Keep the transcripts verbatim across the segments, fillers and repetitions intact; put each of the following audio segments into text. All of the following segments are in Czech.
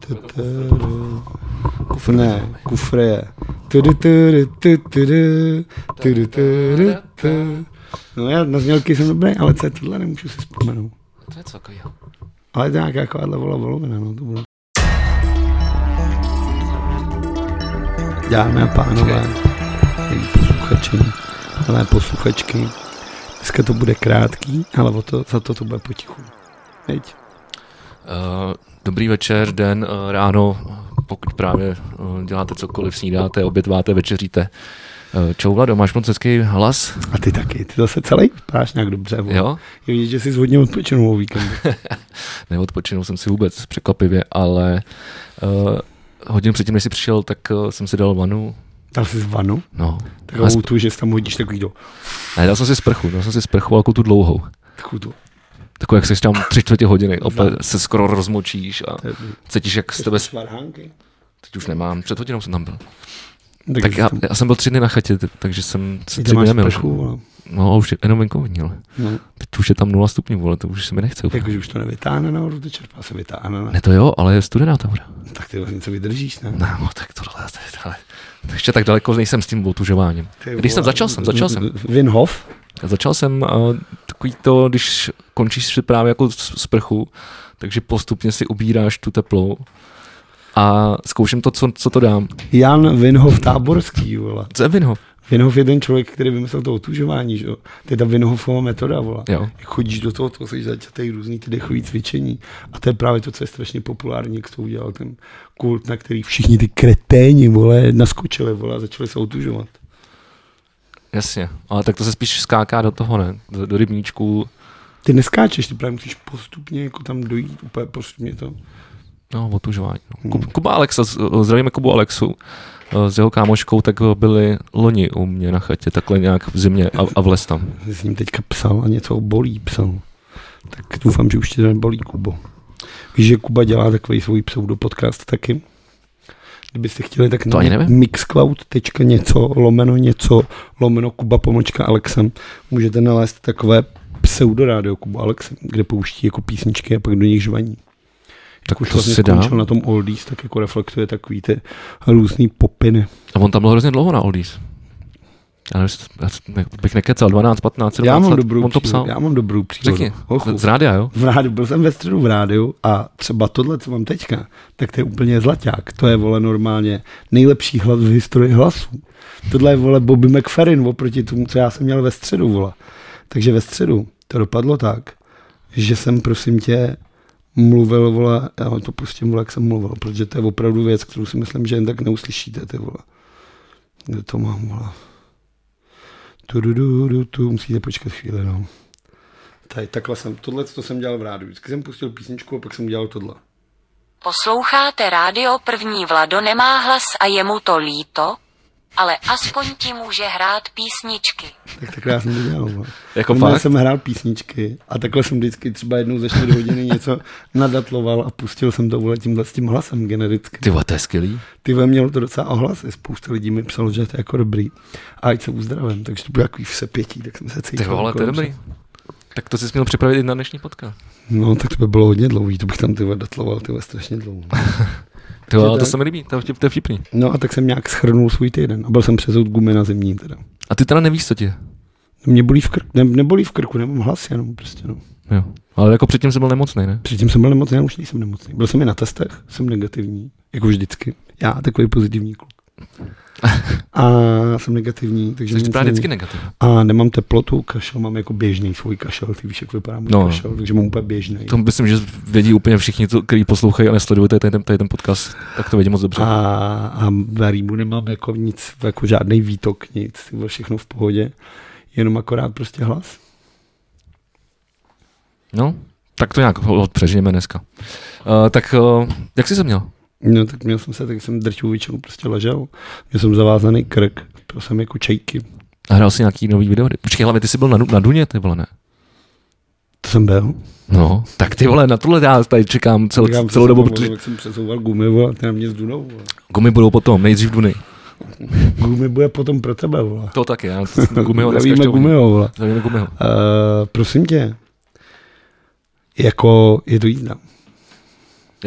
Kufr ne, kufr je. No já na znělky jsem dobrý, ale co je tohle, nemůžu si vzpomenout. To je co takovýho. Ale to je nějaká takováhle vola volumina, no to bylo. Dámy a pánové, milí posluchači, milé posluchačky, dneska to bude krátký, ale o to, za to to bude potichu. Hejď. Uh, dobrý večer, den, uh, ráno, pokud právě uh, děláte cokoliv, snídáte, obědváte, večeříte. Uh, čau Vlado, máš moc hezký hlas? A ty taky, ty zase celý vypadáš nějak dobře. Bo. Jo? Je vidět, že jsi hodně odpočinul o víkendu. Neodpočinul jsem si vůbec, překvapivě, ale uh, hodinu předtím, než jsi přišel, tak uh, jsem si dal vanu. Dal jsi vanu? No. Takovou sp... tu, že tam hodíš takový do... Ne, dal jsem si sprchu, dal jsem si sprchu, ale tu dlouhou. Takovou tu. Takovou, jak jsi tam tři čtvrtě hodiny, opět se skoro rozmočíš a cítíš, jak z tebe... Svarhánky? Teď už nemám, před hodinou jsem tam byl. Tak, tak já, tam... já jsem byl tři dny na chatě, takže jsem se tři dny nemil. Sprchu, no a už je jenom venkovní, ale no. Teď už je tam nula stupňů, vole, to už se mi nechce. Jakože už to nevytáhne nahoru, to čerpá se vytáhne. Ne? ne to jo, ale je studená ta voda. Tak ty něco vydržíš, ne? No, tak tohle, tohle. Ještě tak daleko nejsem s tím otužováním. Když jsem začal jsem, začal jsem. Wim Hof? Začal jsem uh, takový to, když končíš právě jako sprchu, takže postupně si ubíráš tu teplou a zkouším to, co, co to dám. Jan Wim Hof Táborský, vole. Co je Wim Hof? Wim Hof je ten člověk, který vymyslel to otužování, že jo. To je ta Wim Hofova metoda, vole. Jo. Jak chodíš do toho, to jsi začatý různý ty dechový cvičení. A to je právě to, co je strašně populární, jak to udělal ten kult, na který všichni ty kreténi, vole, naskočili, vole, a začali se otužovat. Jasně, ale tak to se spíš skáká do toho, ne? Do, do rybníčku. Ty neskáčeš, ty právě musíš postupně jako tam dojít, úplně postupně to. No, otužování. No. Hmm. Kuba Alexa, zdravíme Kubu Alexu, s jeho kámoškou, tak byli loni u mě na chatě, takhle nějak v zimě a, a vlez tam. S ním teďka psal a něco bolí psal. Tak doufám, že už tě nebolí, Kubo. Víš, že Kuba dělá takový svůj pseudopodcast taky? Kdybyste chtěli, tak na mixcloud tečka něco, lomeno něco, lomeno Kuba pomočka Alexem, můžete nalézt takové pseudorádio Kuba Alexem, kde pouští jako písničky a pak do nich žvaní. Tak už vlastně skončil na tom Oldies, tak jako reflektuje takový ty různý popiny. A on tam byl hrozně dlouho na Oldies. Já nevím, bych nekecal, dvanáct, patnáct, já mám let, dobrou on to psal. Já mám dobrou přírodu. Řekni, z rádia, jo? V rádiu, byl jsem ve středu v rádiu a třeba tohle, co mám teďka, tak to je úplně zlaťák. To je, vole, normálně nejlepší hlas v historii hlasů. Tohle je, vole, Bobby McFerrin oproti tomu, co já jsem měl ve středu, vole. Takže ve středu to dopadlo tak, že jsem, prosím tě, mluvil, vole, já to pustím, vole, jak jsem mluvil, protože to je opravdu věc, kterou si myslím, že jen tak neuslyšíte, ty vole. Kde to mám, vole? Tu, tu, tu, tu, tu, musíte počkat chvíli, no. Tady, takhle jsem, tohle, co jsem dělal v rádiu. Vždycky jsem pustil písničku a pak jsem udělal tohle. Posloucháte rádio první, Vlado nemá hlas a je mu to líto, ale aspoň ti může hrát písničky. Tak takhle já jsem to dělal. Vole. Jako fakt? jsem hrál písničky a takhle jsem vždycky třeba jednou za čtyři hodiny něco nadatloval a pustil jsem to, vole, tímhle s tím hlasem genericky. Ty vole, to je skvělý. Ty vole, mělo to docela ohlas, spousta lidí mi psalo, že to je jako dobrý. A ať se uzdravím, takže to bylo takový vsepětí, tak jsem se cítil. Ty vole, to je dobrý. Tak to jsi měl připravit i na dnešní podcast. No, tak to by bylo hodně dlouhý, to bych tam ty vole datloval, ty vole, strašně dlouho. Ty vole, to se mi líbí, to je, vtip, to je vtipný. No a tak jsem nějak shrnul svůj týden a byl jsem přezout gumy na zimní teda. A ty teda nevíš, co ti je? Mě bolí v krku, ne, nebolí v krku, nemám hlas jenom prostě, no. Jo, ale jako předtím jsem byl nemocnej, ne? Předtím jsem byl nemocný, já už nejsem nemocný. Byl jsem i na testech, jsem negativní, jako vždycky. Já takový pozitivní kluk. A jsem negativní, takže jsi právě vždycky negativní. A nemám teplotu, kašel mám jako běžný svůj kašel, ty víš, jak vypadá můj no, kašel, takže mám úplně běžný. To myslím, že vědí úplně všichni, kteří poslouchají a nesledují tady ten, tady ten podcast, tak to vědí moc dobře. A, a na rýmu nemám jako nic, jako žádný výtok, nic, všechno v pohodě, jenom akorát prostě hlas. No, tak to nějak přežijeme dneska. Uh, tak uh, jak jsi se měl? No tak měl jsem se, tak jsem drtivou většinou prostě ležel. Měl jsem zavázaný krk, pil jsem jako čejky. A hrál jsi nějaký nový video? Počkej, hlavně ty jsi byl na, na Duně, ty vole, ne? To jsem byl. No, tak ty vole, na tohle já tady čekám cel, čekám celou dobu. Protože... Jak jsem přesouval gumy, vole, ty na mě s Dunou. Vole. Gumy budou potom, nejdřív Duny. Gumy bude potom pro tebe, vole. To taky, já. Gumyho dneska Zavíme Gumyho, vole. Zavíme Gumyho. Uh, prosím tě, jako je to jízda. Jo?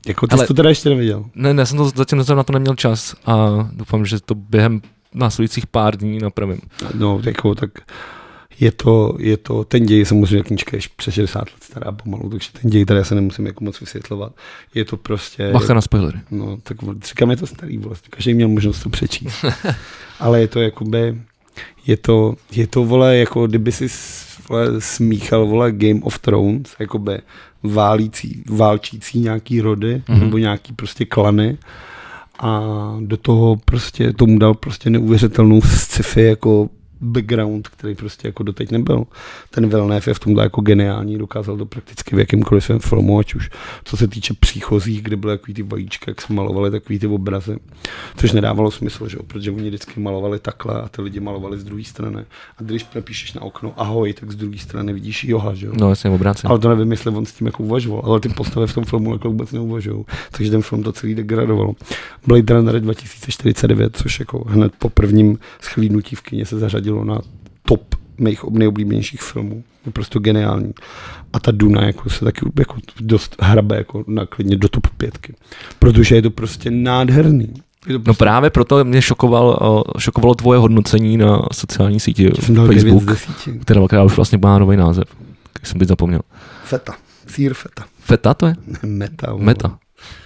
Jako ty ale, jsi to teda ještě neviděl. Ne, ne, jsem to, zatím jsem na to neměl čas a doufám, že to během následujících pár dní napravím. No, jako, tak je to, je to, ten děj samozřejmě knížka je přes šedesát let stará pomalu, takže ten děj tady já se nemusím jako moc vysvětlovat. Je to prostě... Bacha na spoilery. No, tak říkám, je to starý vlastně, každý měl možnost to přečíst. Ale je to jakoby, je to, je to, vole, jako kdyby si vole, smíchal, vole, Game of Thrones, jakoby válící, válčící nějaký rody, mm-hmm. nebo nějaký prostě klany a do toho prostě tomu dal prostě neuvěřitelnou sci-fi jako background, který prostě jako doteď nebyl. Ten Villeneuve je v tomhle jako geniální, dokázal to prakticky v jakýmkoliv svém filmu, ať už co se týče příchozích, kde byly takový ty vajíčka, jak se malovali takový ty obrazy, což nedávalo smysl, že jo, protože oni vždycky malovali takhle a ty lidi malovali z druhé strany. A když napíšeš na okno ahoj, tak z druhé strany vidíš Joha, že jo. No, jasně, obráceně. Ale to nevím, jestli on s tím jako uvažoval, ale ty postavy v tom filmu jako vůbec neuvažují, takže ten film to celý degradoval. Blade Runner dva tisíce čtyřicet devět, což jako hned po prvním shlídnutí v kině se zařadilo na top mých nejoblíbenějších filmů. Je prostě geniální. A ta Duna jako se taky jako dost hrabe jako na klidně do top pětky. Protože je to prostě nádherný. Je to prostě... No právě proto mě šokoval, šokovalo tvoje hodnocení na sociální síti Facebook, která, která už vlastně má nový název. Když jsem teď zapomněl. Feta. Sýr feta. Feta to je? Meta. Vole. Meta.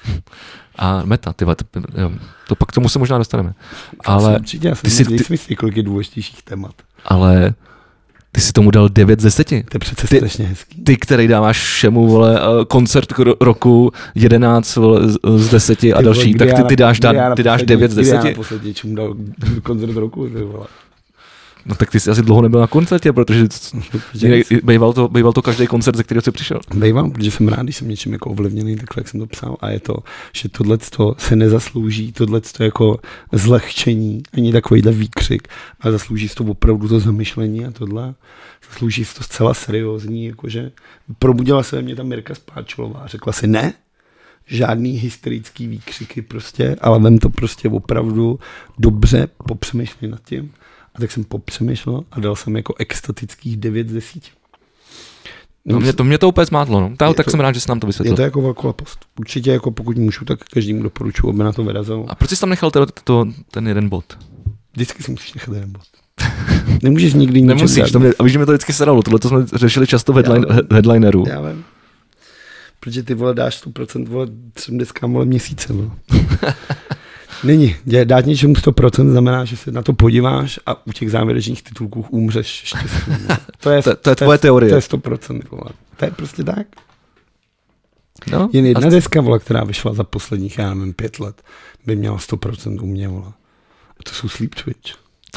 A meta, ty, to, to pak k tomu se možná dostaneme. Ale určitě, já ty si myslí, kolik je důležitějších témat. Ale ty si tomu dal devět z deseti. To je přece ty, strašně hezký. Ty, který dáváš všemu, vole, koncert roku jedenáct vole, z deseti a ty, další, vole, tak ty, ty dáš, dá, ty dáš devět z deseti. Já naposledy čemu dal koncert roku, ty vole. No tak ty jsi asi dlouho nebyl na koncertě, protože býval to, býval to každý koncert, ze kterého jsi přišel. Býval, protože jsem rád, když jsem něčím jako ovlivněný, takhle jak jsem to psal. A je to, že tohleto se nezaslouží, tohleto jako zlehčení, ani takovýhle výkřik, ale zaslouží si to opravdu to zamyšlení a tohle. Zaslouží si to zcela seriózní, jakože probudila se ve mně ta Mirka Spáčulová a řekla si ne, žádný hysterický výkřiky prostě, ale vem to prostě opravdu dobře, popřemýšlej nad tím. A tak jsem popřemýšlel a dal jsem jako extatických devět z deseti. No mě to, mě to úplně zmátlo, no. Tak, tak to, jsem rád, že jsi nám to vysvětlil. Je to jako velkolepost. Určitě jako pokud můžu, tak každému doporučuji, aby na to vyrazil. A proč jsi tam nechal to, to, ten jeden bod? Vždycky si musíš nechat jeden bod. Nemůžeš nikdy ničem Nemusíš, to mě, a víš, že mi to vždycky sedalo, tohle to jsme řešili často v headline, headlineru. Já vím. Protože ty vole dáš sto procent vole třem deskám vole měsíce, vole. Není. Dát něčemu sto procent znamená, že se na to podíváš a u těch závěrečných titulků umřeš štěstí. To je, to, to je tvoje to, teorie. To je sto procent. Vole. To je prostě tak. No, Jen jedna a... deska, vole, která vyšla za posledních, já nevím, pět let, by měla sto procent u mě, vole. A to jsou Sleep Twitch.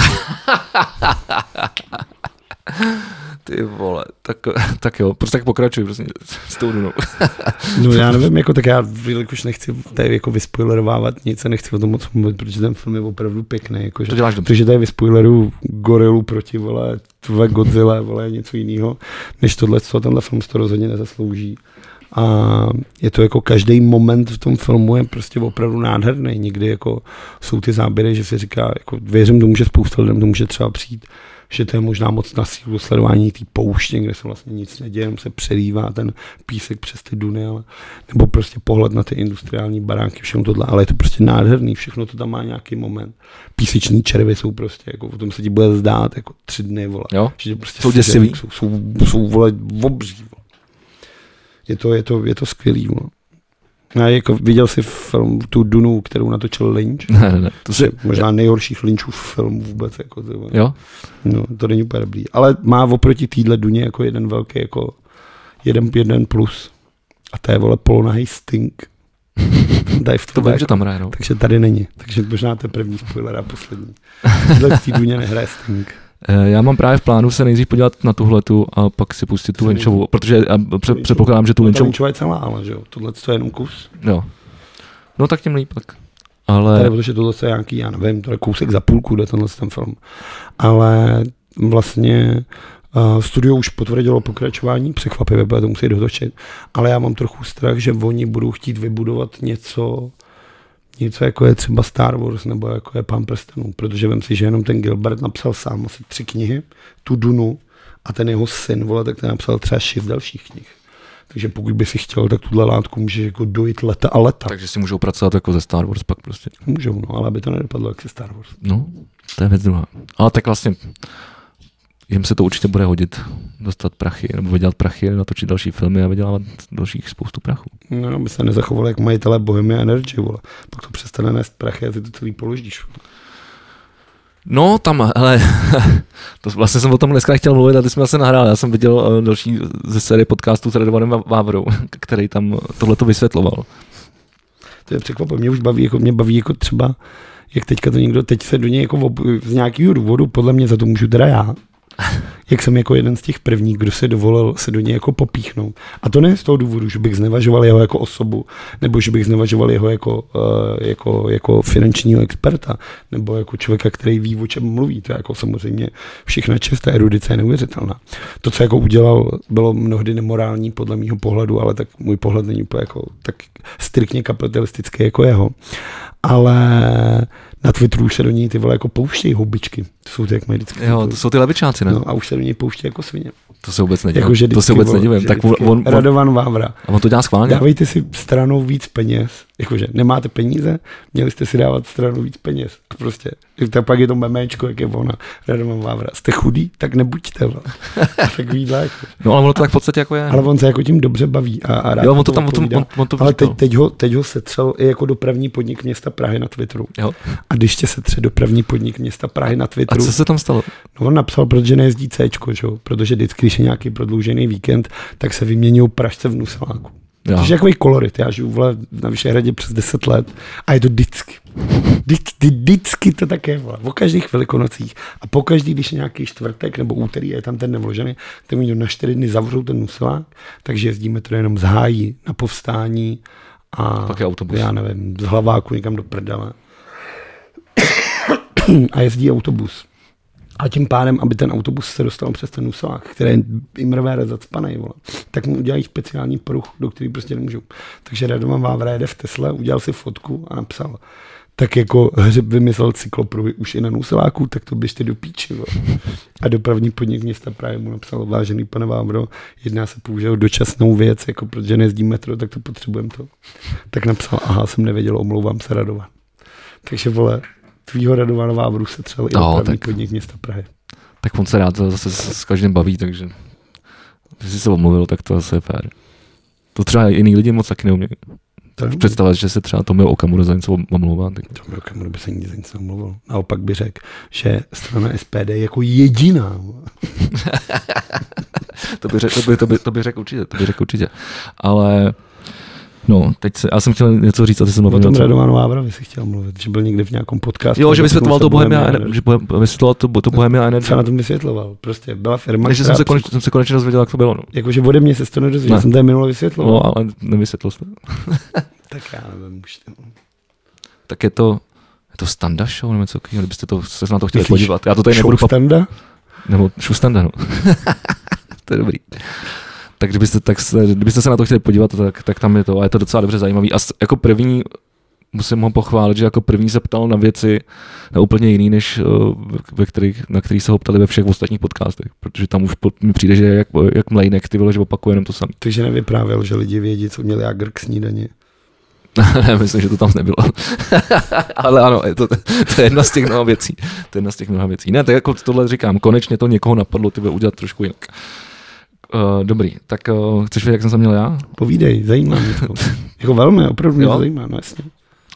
Ty vole, tak, tak jo, prostě tak pokračuj prostě s tou Dunou. No já nevím, jako tak já už nechci tady jako vyspoilerovávat nic a nechci o tom moc mluvit, protože ten film je opravdu pěkný. Jako, to děláš dobře. Protože tady vyspoileruju gorilu proti, vole, tvoje Godzilla, vole, něco jiného, než tohle, co tenhle film to rozhodně nezaslouží. A je to jako každý moment v tom filmu je prostě opravdu nádherný. Někdy jako jsou ty záběry, že si říká, jako věřím tomu, že spousta lidem to může třeba přijít, že to je možná moc na sílu sledování té pouště, kde se vlastně nic neděje, se přerývá ten písek přes ty duny, ale, nebo prostě pohled na ty industriální baráky, všechno tohle, ale je to prostě nádherný, všechno to tam má nějaký moment. Píseční červy jsou prostě, jako o tom se ti bude zdát, jako tři dny, vole. Jo? Že prostě jsou děsivý. Jsou, jsou, jsou, vole, obří, vole. Je to, je to, je to skvělý, vole. Já jako viděl jsi film, tu Dunu, kterou natočil Lynch. Ne, ne, ne. To je možná nejhorších Lynchů film vůbec. Jako, to, jo? No, to není úplně dobrý. Ale má oproti týhle Duně jako jeden velký, jako jeden, jeden plus. A to je, vole, polonahý Sting. Tady v to vím, jako, že tam hraje, no. Takže tady není. Takže možná to je první spoiler a poslední. Tyhle v té Duně nehraje Sting. Já mám právě v plánu se nejdřív podívat na tuhletu a pak si pustit tu Lynchovu, protože pře- předpokládám, že tu Lynchovu... Ta Lynchova je celá, ale že jo, tohle to je jenom kus. Jo. No tak tím líp tak. Ale... Tady, protože tohle je nějaký, já nevím, to je kousek za půlku, jde tenhle ten film. Ale vlastně uh, studio už potvrdilo pokračování, překvapivě, bude to muset dotočit, ale já mám trochu strach, že oni budou chtít vybudovat něco, něco jako je třeba Star Wars nebo jako je Pán prstenů, protože vem si, že jenom ten Gilbert napsal sám asi tři knihy, tu Dunu, a ten jeho syn, vole, tak ten napsal třeba šest dalších knih. Takže pokud by si chtěl, tak tuhle látku můžeš jako dojít leta a leta. Takže si můžou pracovat jako ze Star Wars pak prostě. Můžou, no, ale aby to nedopadlo jak se Star Wars. No, to je věc druhá. Ale tak vlastně jim se to určitě bude hodit, dostat prachy, nebo vydělat prachy, natočit další filmy a vydělávat dalších spoustu prachu. No, aby se nezachovali jak majitelé Bohemia Energy, vole. Pak to přestane nést prachy a ty to celý položíš. No, tam, hele, to vlastně jsem o tom dneska chtěl mluvit a ty jsi mi asi nahrál. Já jsem viděl uh, další ze série podcastů s Radovanem Vávrou, který tam tohleto vysvětloval. To je překvapivé, mě už baví, jako mě baví jako třeba, jak teďka to někdo, teď se do něj jako ob, z nějakého důvodu, podle mě za to můžu teda já, jak jsem jako jeden z těch prvních, kdo se dovolil se do něj jako popíchnout. A to ne z toho důvodu, že bych znevažoval jeho jako osobu, nebo že bych znevažoval jeho jako, uh, jako, jako finančního experta, nebo jako člověka, který ví, o čem mluví. To je jako samozřejmě všechna čest, ta erudice je neuvěřitelná. To, co jako udělal, bylo mnohdy nemorální podle mýho pohledu, ale tak můj pohled není úplně jako tak striktně kapitalistický jako jeho. Ale na Twitteru už se do něj ty vole jako pouštějí houbičky. To jsou ty, jak mají vždycky. Jo, to jsou ty levičáci, ne? No a už se do něj pouštějí jako svině. To se vůbec nedivím. Jako, to se vůbec nedivím. Tak on, on, Radovan Vávra. A on to dělá schválně? Dávejte si stranou víc peněz. Jakože nemáte peníze, měli jste si dávat stranou víc peněz. A prostě, tak pak je to meméčko, jak je ona. Radovan Vávra. Jste chudý, tak nebuďte. Takovýhle. Jako. No ale ono to tak v podstatě jako je. Ale on se jako tím dobře baví. A, a rád jo, on to tam, on, on, on to ale teď, teď, ho, teď ho setřel i jako dopravní podnik města Prahy na Twitteru. Jo. A když tě setře dopravní podnik města Prahy na Twitteru. A co se tam stalo? No on napsal, protože nejezdí Cčko, že? Protože vždycky, když je nějaký prodloužený víkend, tak se vyměňují pražce v Nuseláku. To je takový kolorit. Já žiju vole, na Vyšehradě přes deset let a je to vždycky. Vždycky, vždycky to také vole. O každých Velikonocích a po každý, když je nějaký čtvrtek nebo úterý je tam ten den vložený, tak mi na čtyři dny zavřou ten Nuselák, takže jezdíme to jenom z Hájí na Povstání a pak je autobus. Já nevím, z Hlaváku někam do prdele. A jezdí autobus. A tím pádem, aby ten autobus se dostal přes ten Nuselák, který je imrvére zacpanej, vole, tak mu udělají speciální pruh, do který prostě nemůžou. Takže Radovan Vávra jede v Tesle, udělal si fotku a napsal, tak jako Hřeb vymyslel cyklopruhy už i na Nuseláku, tak to běžte do píči. Vole. A dopravní podnik města Prahy mu napsal, vážený pane Vávro, jedná se pouze o dočasnou věc, jako protože nejezdí metro, tak to potřebujeme to. Tak napsal, aha, jsem nevěděl, omlouvám se Radovan. Takže vole, tvýho Radovana Vávru se třel i dopravní tak, podnik města Prahy. Tak on se rád zase s každým baví, takže když jsi se omluvil, tak to zase je fér. To třeba jiný lidi moc taky neumějí. Představit, že se třeba Tomio Okamura za něco omlouvá. Tak... Tomio Okamura by se nikdy za něco omlouval. Naopak by řekl, že strana S P D je jako jediná. to by řekl to by, to by, to by řek určitě, to by řekl určitě. Ale no, teď se, já jsem chtěl něco říct, a ty jsem mluvil. O tom Radovanu Vávrovi si chtěl mluvit, že byl někde v nějakém podcastu. Jo, že vysvětloval to Bohemia Energy. Vysvětloval to, to Bohemia Energy. Co na tom vysvětloval? Prostě byla firma, Takže jsem se, koneč, jsem se konečně dozvěděl, jak to bylo. No. Jakože ode mě se to nedozvěděl, jsem tady minule vysvětloval. No, ale nevysvětlil jsi to. Tak já nevím, už to. Tak je to, je to Standa Show, nebo co, kdybyste to, se na to chtěli podívat. Já to tady show nebudu... Standa? Nebo show Standa, no. To je dobrý. Tak kdybyste, tak se, kdybyste se na to chtěli podívat, tak, tak tam je to a je to docela dobře zajímavý. A jako první musím ho pochválit, že jako první se ptal na věci na úplně jiný, než ve kterých, na kterých se ho ptali ve všech ostatních podcastech, protože tam už mi přijde, že jak, jak mlejnek, ty vole, že opakuje jenom to samé. Takže nevyprávěl, že lidi vědí, co měli Jagr k snídani. Ne, myslím, že to tam nebylo. Ale ano, je to, to je jedna z těch mnoha věcí. To je jedna z těch mnoha věcí. Ne, tak jako tohle říkám, konečně to někoho napadlo, ty udělat trošku jinak. Uh, dobrý, tak uh, chceš vědět, jak jsem se měl já? Povídej, zajímá mě to. Jako velmi, opravdu mě to zajímá, no jasně.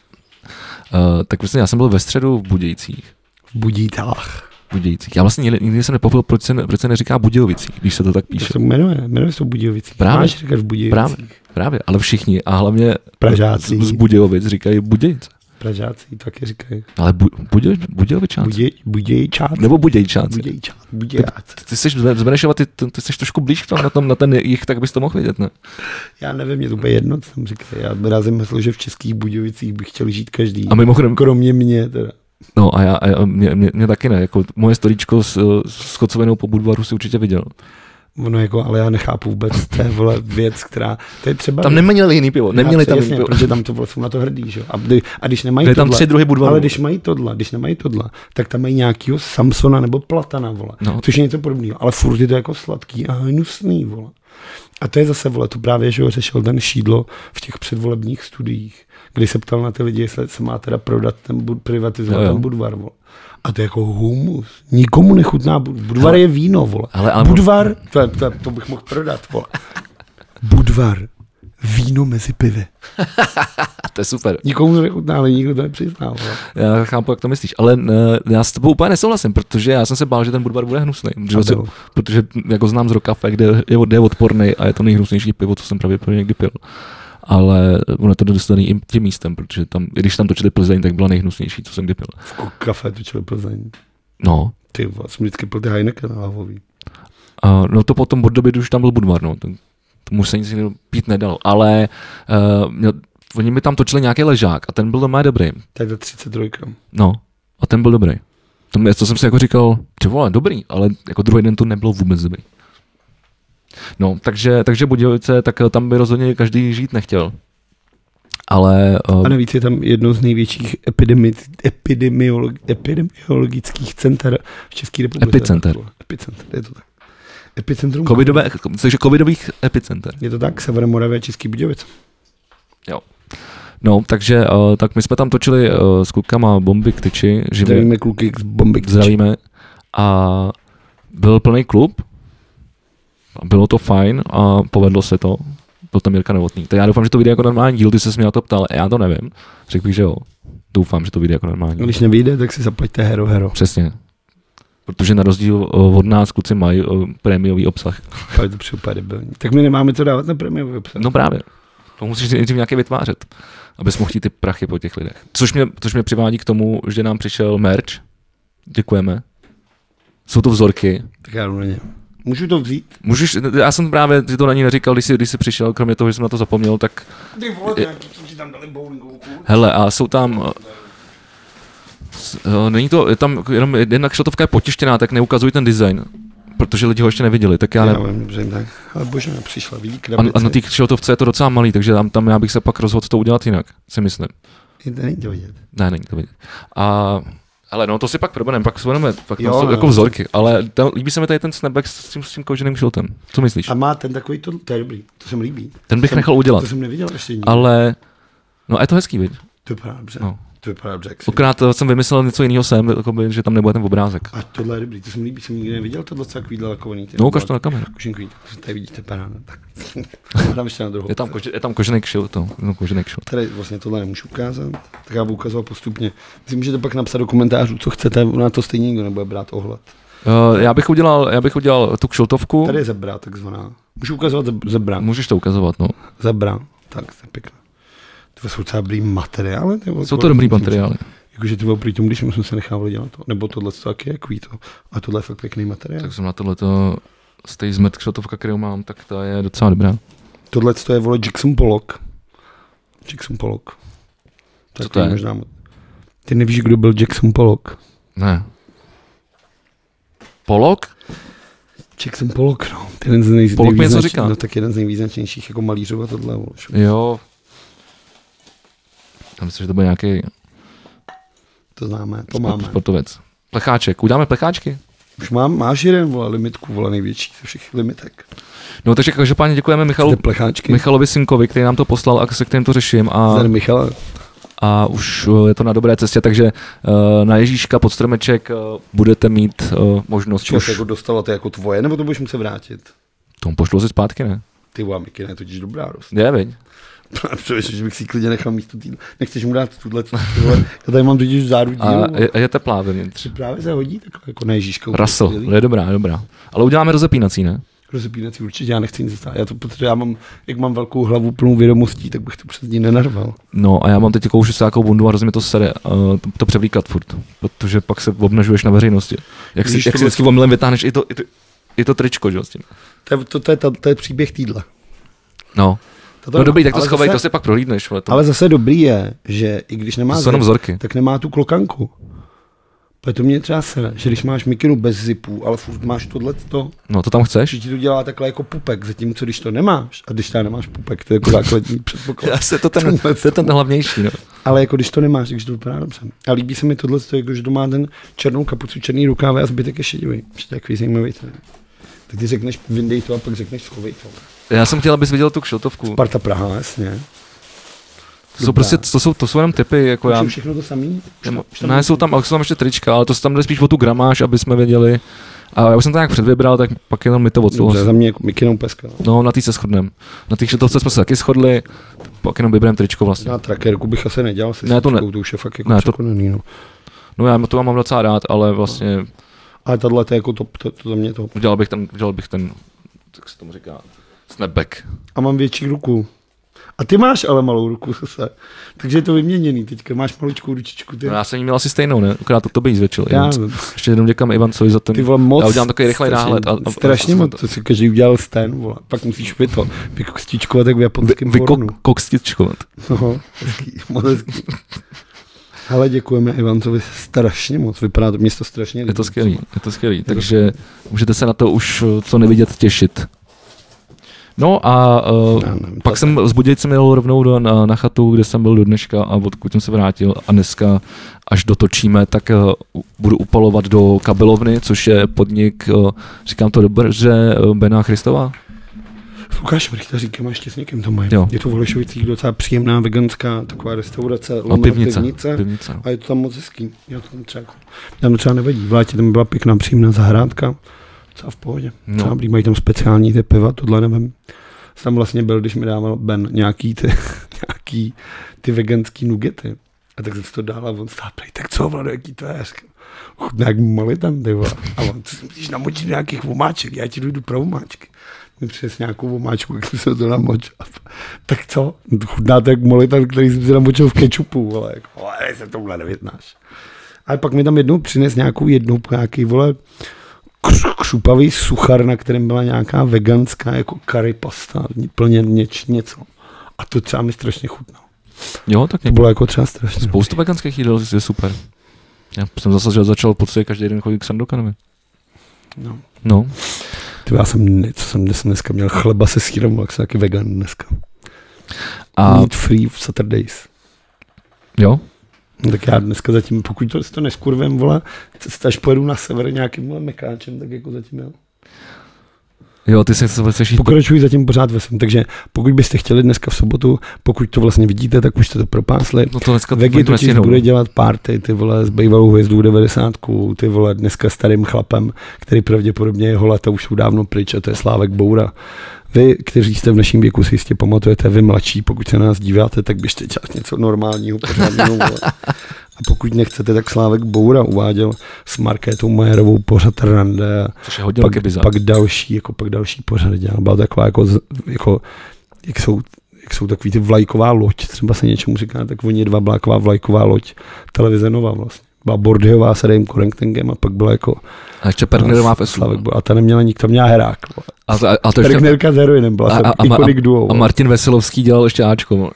Uh, tak vlastně já jsem byl ve středu v Budějcích. V Budítách. V Budějcích. Já vlastně nikdy jsem nepochopil, proč se, proč se neříká Budějovicích, když se to tak píše. To se jmenuje, jmenuje se Budějovicích. Právě, máš říkat v Budějovicích. Právě, právě, ale všichni a hlavně Pražáci. Z, z Budějovic říkají Budějce. Pražáci taky říkají. Ale bu, buděj, Budějovičáci. Buděj, Budějčáci. Nebo Budějčáci. Budějčáci. Budějáci. Ty, ty jsi z Benešova, ty, ty, ty jsi trošku blíž k tomu, na, tom, na ten jich, tak bys to mohl vědět, ne? Já nevím, mě to úplně jedno, co jsem říkal. Já razem myslel, že v Českých Budějovicích bych chtěl žít každý. A mimochodem, kromě mě teda. No a já, a já mě, mě, mě taky ne, jako moje storíčko s, s kocovinou po Budvaru si určitě viděl. Ono jako, ale já nechápu vůbec, to je vole věc, která, to je třeba... Tam neměli jiný pivo, neměli tam jasně, jiný pivo. Protože tam to jsou na to hrdý, že? A, kdy, a když nemají tohle, tam tři druhy Budvaru. Ale když mají tohle, když nemají tohle, tak tam mají nějakýho Samsona nebo Platana, vole, no. Což je něco podobného, ale furt je to jako sladký a hnusný, vole. A to je zase, vole, to právě, že ho řešil ten Šídlo v těch předvolebních studiích, kdy se ptal na ty lidi, jestli se má teda prodat ten bud, privatizovat ten Budvar, vole. A to je jako humus. Nikomu nechutná Budvar. Budvar ale, je víno, vole. Ale, ale, Budvar, to, je, to, je, to bych mohl prodat, vole. Budvar. Víno mezi pivy. To je super. Nikomu to nechutná, ale nikdo to nepřizná. Já chápu, jak to myslíš, ale uh, já s tebou úplně nesouhlasím, protože já jsem se bál, že ten Budvar bude hnusný. Protože, protože jako znám z Rokafe, kde je, je odporný a je to nejhnusnější pivo, co jsem pravděpodobně někdy pil. Ale ono je to dostaný i tím místem, protože tam, když tam točili Plzeň, tak byla nejhnusnější, co jsem kdy pil. V Kafe točili Plzeň. No. Ty vole, jsem vždycky pil ty Heineken na Lavový. Uh, no to potom od doby, když tam byl Budvar, no. To, tomu se nic pít nedalo, ale uh, měl, oni mi tam točili nějaký ležák a ten byl doma dobrý. Tak do třicet tři. No, a ten byl dobrý. To, mě, to jsem si jako říkal, že vole, dobrý, ale jako druhý den to nebylo vůbec dobrý. No, takže, takže Budějovice, tak tam by rozhodně každý žít nechtěl. Ale... Uh, a navíc je tam jedno z největších epidemi, epidemiolog, epidemiologických center v České republice. Epicenter. Epicenter, je to tak. Epicentrum. Covidové, takže covidových epicenter. Je to tak, Severem Moravy a Český Budějovice. Jo. No, takže uh, tak my jsme tam točili uh, s klukama Bomby k tyči. Zdravíme kluky z Bomby k tyči. Zdravíme. A byl plný klub. Bylo to fajn a povedlo se to. Byl tam Jirka Novotný. Tak já doufám, že to vyjde jako normální díl, ty se mě na to ptal, já to nevím. Řekl bych, že jo. Doufám, že to vyjde jako normální. Když nevyjde, tak si zaplaťte Hero Hero. Přesně. Protože na rozdíl od nás kluci mají prémiový obsah. Ale to přijde debilní. Tak my nemáme co dávat na prémiový obsah. No právě. To musíš nejdřív nějaké vytvářet, abys mohl chtít ty prachy po těch lidech. Což mě, což mě přivádí k tomu, že nám přišel merch. Děkujeme. Jsou to vzorky. Tak já jdu na ně. Můžu to vzít? Můžeš, já jsem právě ty to na ní neříkal, když jsi, když jsi přišel, kromě toho, že jsem na to zapomněl, tak... Ty vole, jsem ti tam dali bowlingovou kůl. Hele, a jsou tam... Není to, je tam jenom jedna kšeltovka je potištěná, tak neukazuj ten design, protože lidi ho ještě neviděli, tak já... Já ne... nevím, dobře, tak. Ale bože, mě přišla, vidí krabici. A na té kšeltovce je to docela malý, takže tam, tam já bych se pak rozhodl to udělat jinak, si myslím. Není to vidět. Ne, není to vidět. A... Ale no, to si pak probereme, pak svodeme, pak jo, to, no, jako vzorky, ale ten, líbí se mi tady ten snapback s tím, s tím koženým kšiltem. Co myslíš? A má ten takový, to, to je dobrý, to se mi líbí. Ten bych to nechal jsem, udělat. To jsem neviděl ještě nikdy. Ale, no a je to hezký, viď? To vypadá dobře, no. to vypadá dobře. Okrát jsem vymyslel něco jiného sem, jakoby, že tam nebude ten obrázek. A tohle je dobrý, to se mi líbí, jsem nikdy neviděl tohle takovýhle lakovaný. No, ukaž to na kameru. Koženkový, tady vidíte paráda, tak. Tam ještě na druhou. Je tam, kože, je tam kožený kšil, to, no, kožený kšil. Tady vlastně tohle nemůžu ukázat, tak já budu ukazovat postupně. Vy můžete pak napsat do komentářů, co chcete, na to stejně nikdo nebude brát ohled. Uh, já bych udělal, já bych udělal tu kšiltovku. Tady je zebra, takzvaná. Můžu ukazovat zebra. Můžeš to ukazovat, no. Zebra, tak to je pěkné. To jsou třeba dobrý materiály. Jsou to dobrý materiály. Jakože ty oproti tomu, když jsme se nechávali dělat to. Nebo tohle to taky je kví to. A tohle je fakt pěkný materiál. Tak jsem na tohleto, z té zmet kšiltovka, kterou mám, tak ta je docela dobrá. Tohle to je, vole, Jackson Pollock. Jackson Pollock. Tak co to je? Možná... Ty nevíš, kdo byl Jackson Pollock? Ne. Pollock? Jackson Pollock, no. Jeden z nej... Pollock mi něco říká. No, tak jeden z nejvýznačnějších jako malířů a tohle. Vole, jo. Já myslím, že to byl nějaký... To známe, to máme. Sportovec. Plecháček. Uděláme plecháčky? Už mám, máš jeden, vole, limitku, vole, největší ze všech limitek. No takže každopádně děkujeme Michalu, Michalovi Synkovi, který nám to poslal a se kterým to řeším. A, Zdar Michala. A už je to na dobré cestě, takže uh, na Ježíška pod stromeček uh, budete mít uh, možnost. Čeho už... jako dostala, to jako tvoje, nebo to budeš muset vrátit? Tomu pošlu si zpátky, ne? Ty vámiky, ne, totiž dobrá rost. Je, viď? Přemýšlím, že bych si klidně nechal místo týdnu. Nechceš mu dát tuhle, tuhle. Já tady mám totiž záru dílu. A je, je teplá vevnitř. Právě se hodí takhle, jako na Ježíška. Russell, je dobrá, je dobrá. Ale uděláme rozepínací, ne? Rozepínací určitě, já nechci nic zastát. Já to, protože já mám, jak mám velkou hlavu plnou vědomostí, tak bych to přes ní nenarval. No a já mám teď takovou šusákou bundu a hrozně to sere uh, to, to převlíkat furt, protože pak se obnažuješ na veřejnosti. Jak si, jak si vždycky omylem vytáhneš i to, i to, i to tričko, že? To je, to, to, je, to, to je příběh týdla. No. No dobrý, tak to schovej, to si pak prohlídneš. To... Ale zase dobrý je, že i když nemá zip, tak nemá tu klokanku. Protože to mě třeba sere, že když máš mikinu bez zipů, ale furt máš tohleto. No to tam chceš? Že ti to dělá takhle jako pupek, zatímco když to nemáš, a když tam nemáš pupek, to je jako základní předpoklad. to, ten, to je ten hlavnější, no. Ale jako když to nemáš, takže to vypadá dobře. A líbí se mi tohle, jako, že to má ten černou kapucu, černý rukávy a zbytek je šedivý. Ještě takový zajímavý. Tak ty řekneš, vyndej to a pak řekneš, schovej to. Já jsem chtěl, abys viděl tu kšiltovku. Sparta Praha, jasně. To jsou prostě, to jsou, to jsou jenom typy, jako já. Všechno to samý? Ne, jsou tam, jsou tam ještě trička, ale to se tam jde spíš o tu gramáž, aby jsme věděli. A já už jsem to nějak předvybral, tak pak jenom mi to odsouhlasí. Dobře, za mě jako mikinou peska. No, na tý se shodneme. Na těch kšiltovce jsme se taky shodli, pak jenom vybereme tričko vlastně. Na trackerku bych asi nedělal, si ne, to, ne. to už je fakt jako ne, to... překonaný, no. No já to mám docela rád, ale vlastně... No. Ale tahle to je jako top, to, to za mě to. Udělal bych ten, udělal bych ten, jak se tomu říká, snapback. A mám větší ruku. A ty máš ale malou ruku zase. Takže je to vyměněný teďka. Máš maličkou ručičku. Ty. No já jsem jí měl asi stejnou, ne? Akorát to tobě jí zvětšil. Já ještě jednou děkám Ivancovi za ten. Ty vole, moc. Já udělám takový rychlej náhled. A, a, strašně moc. To si každý udělal ten, vole. Pak musíš vy to vykokstičkovat jak v japonském vy, pornu. Vykokstičkovat. No, hezký, moc hezký. Ale děkujeme Ivancovi strašně moc. Vypadá to město strašně líbí. Je to skvělý, je to skvělý. Takže můžete se na to už co nevidět těšit. No a uh, Já nevím, pak jsem z Budějce měl rovnou do, na, na chatu, kde jsem byl do dneška a odkud jsem se vrátil a dneska, až dotočíme, tak uh, budu upalovat do kabelovny, což je podnik, uh, říkám to dobře, uh, Bena Christova. Lukáš Mrichta říká, máš s někým to mají. Jo. Je to v Holešovicích docela příjemná veganská taková restaurace, no, pivnice, pivnice, pivnice no. A je to tam moc hezký. Já to třeba, já to třeba nevadí. V létě tam byla pěkná příjemná zahrádka. Docela v pohodě. No. Třeba mají tam speciální ty piva, tohle nevím. Tam vlastně byl, když mi dával Ben nějaký ty, nějaký ty veganský nugety. A tak jsem si to dal a on stál, tak co, Vlado, jaký to je? Chutná jak molitan, ty vole. A on, ty si musíš namočit nějakých vomáček, já ti dojdu pro vomáčky. Mi přines nějakou vomáčku, jak jsem se to namočil. Tak co? Chutná to jak molitan, který jsem si namočil v kečupu, vole. Jako, ale se tomhle nevyznáš. Ale pak mi tam jednou přines nějakou jednou, nějaký, vole, křupavý suchar, na kterém byla nějaká veganská jako curry pasta, plně něč, něco. A to třeba mi strašně chutnalo. Jo, tak to bylo jako třeba strašně. Spoustu veganských jídel je super. Já jsem zase že začal pocit každý den chodit k Sandokanovi. No. No. Ty já jsem, co jsem dnes, dneska měl chleba se sýrem, jak jsem taky vegan dneska. A... Meat free Saturdays. Jo? No, tak já dneska zatím, pokud to, to neskurvím, vole, až pojedu na sever nějakým vole, mekáčem, tak jako zatím jo. Jo, ty se chceš jít... Pokračuji zatím pořád ve svém, takže pokud byste chtěli dneska v sobotu, pokud to vlastně vidíte, tak už jste to propásli. No to dneska Vegy totiž bude dělat party, ty vole, s bývalou hvězdou devadesátku, ty vole, dneska starým chlapem, který pravděpodobně jeho leta už jsou dávno pryč, a to je Slávek Boura. Vy, kteří jste v našem věku, si jistě pamatujete, vy mladší, pokud se na nás díváte, tak běžte dělat něco normálního, pořádného. A pokud nechcete, tak Slávek Boura uváděl s Markétou Majerovou pořad Rande. Což je hodně pak, pak další, jako pak další pořad dělal. Byla taková jako, jako jak jsou, jak jsou takový ty vlajková loď, třeba se něčemu říká, tak oni dva byla taková vlajková loď, televize Nova vlastně. Byla Bordyhová s Radem Korengtengem a pak byla jako... A ještě Pergnerová v Eslu. A ta neměla nikdo, tam měla Herák. A, a, a to Pergnerka s heroinem byla, a, a, a, duo, a Martin Veselovský dělal ještě Ačko.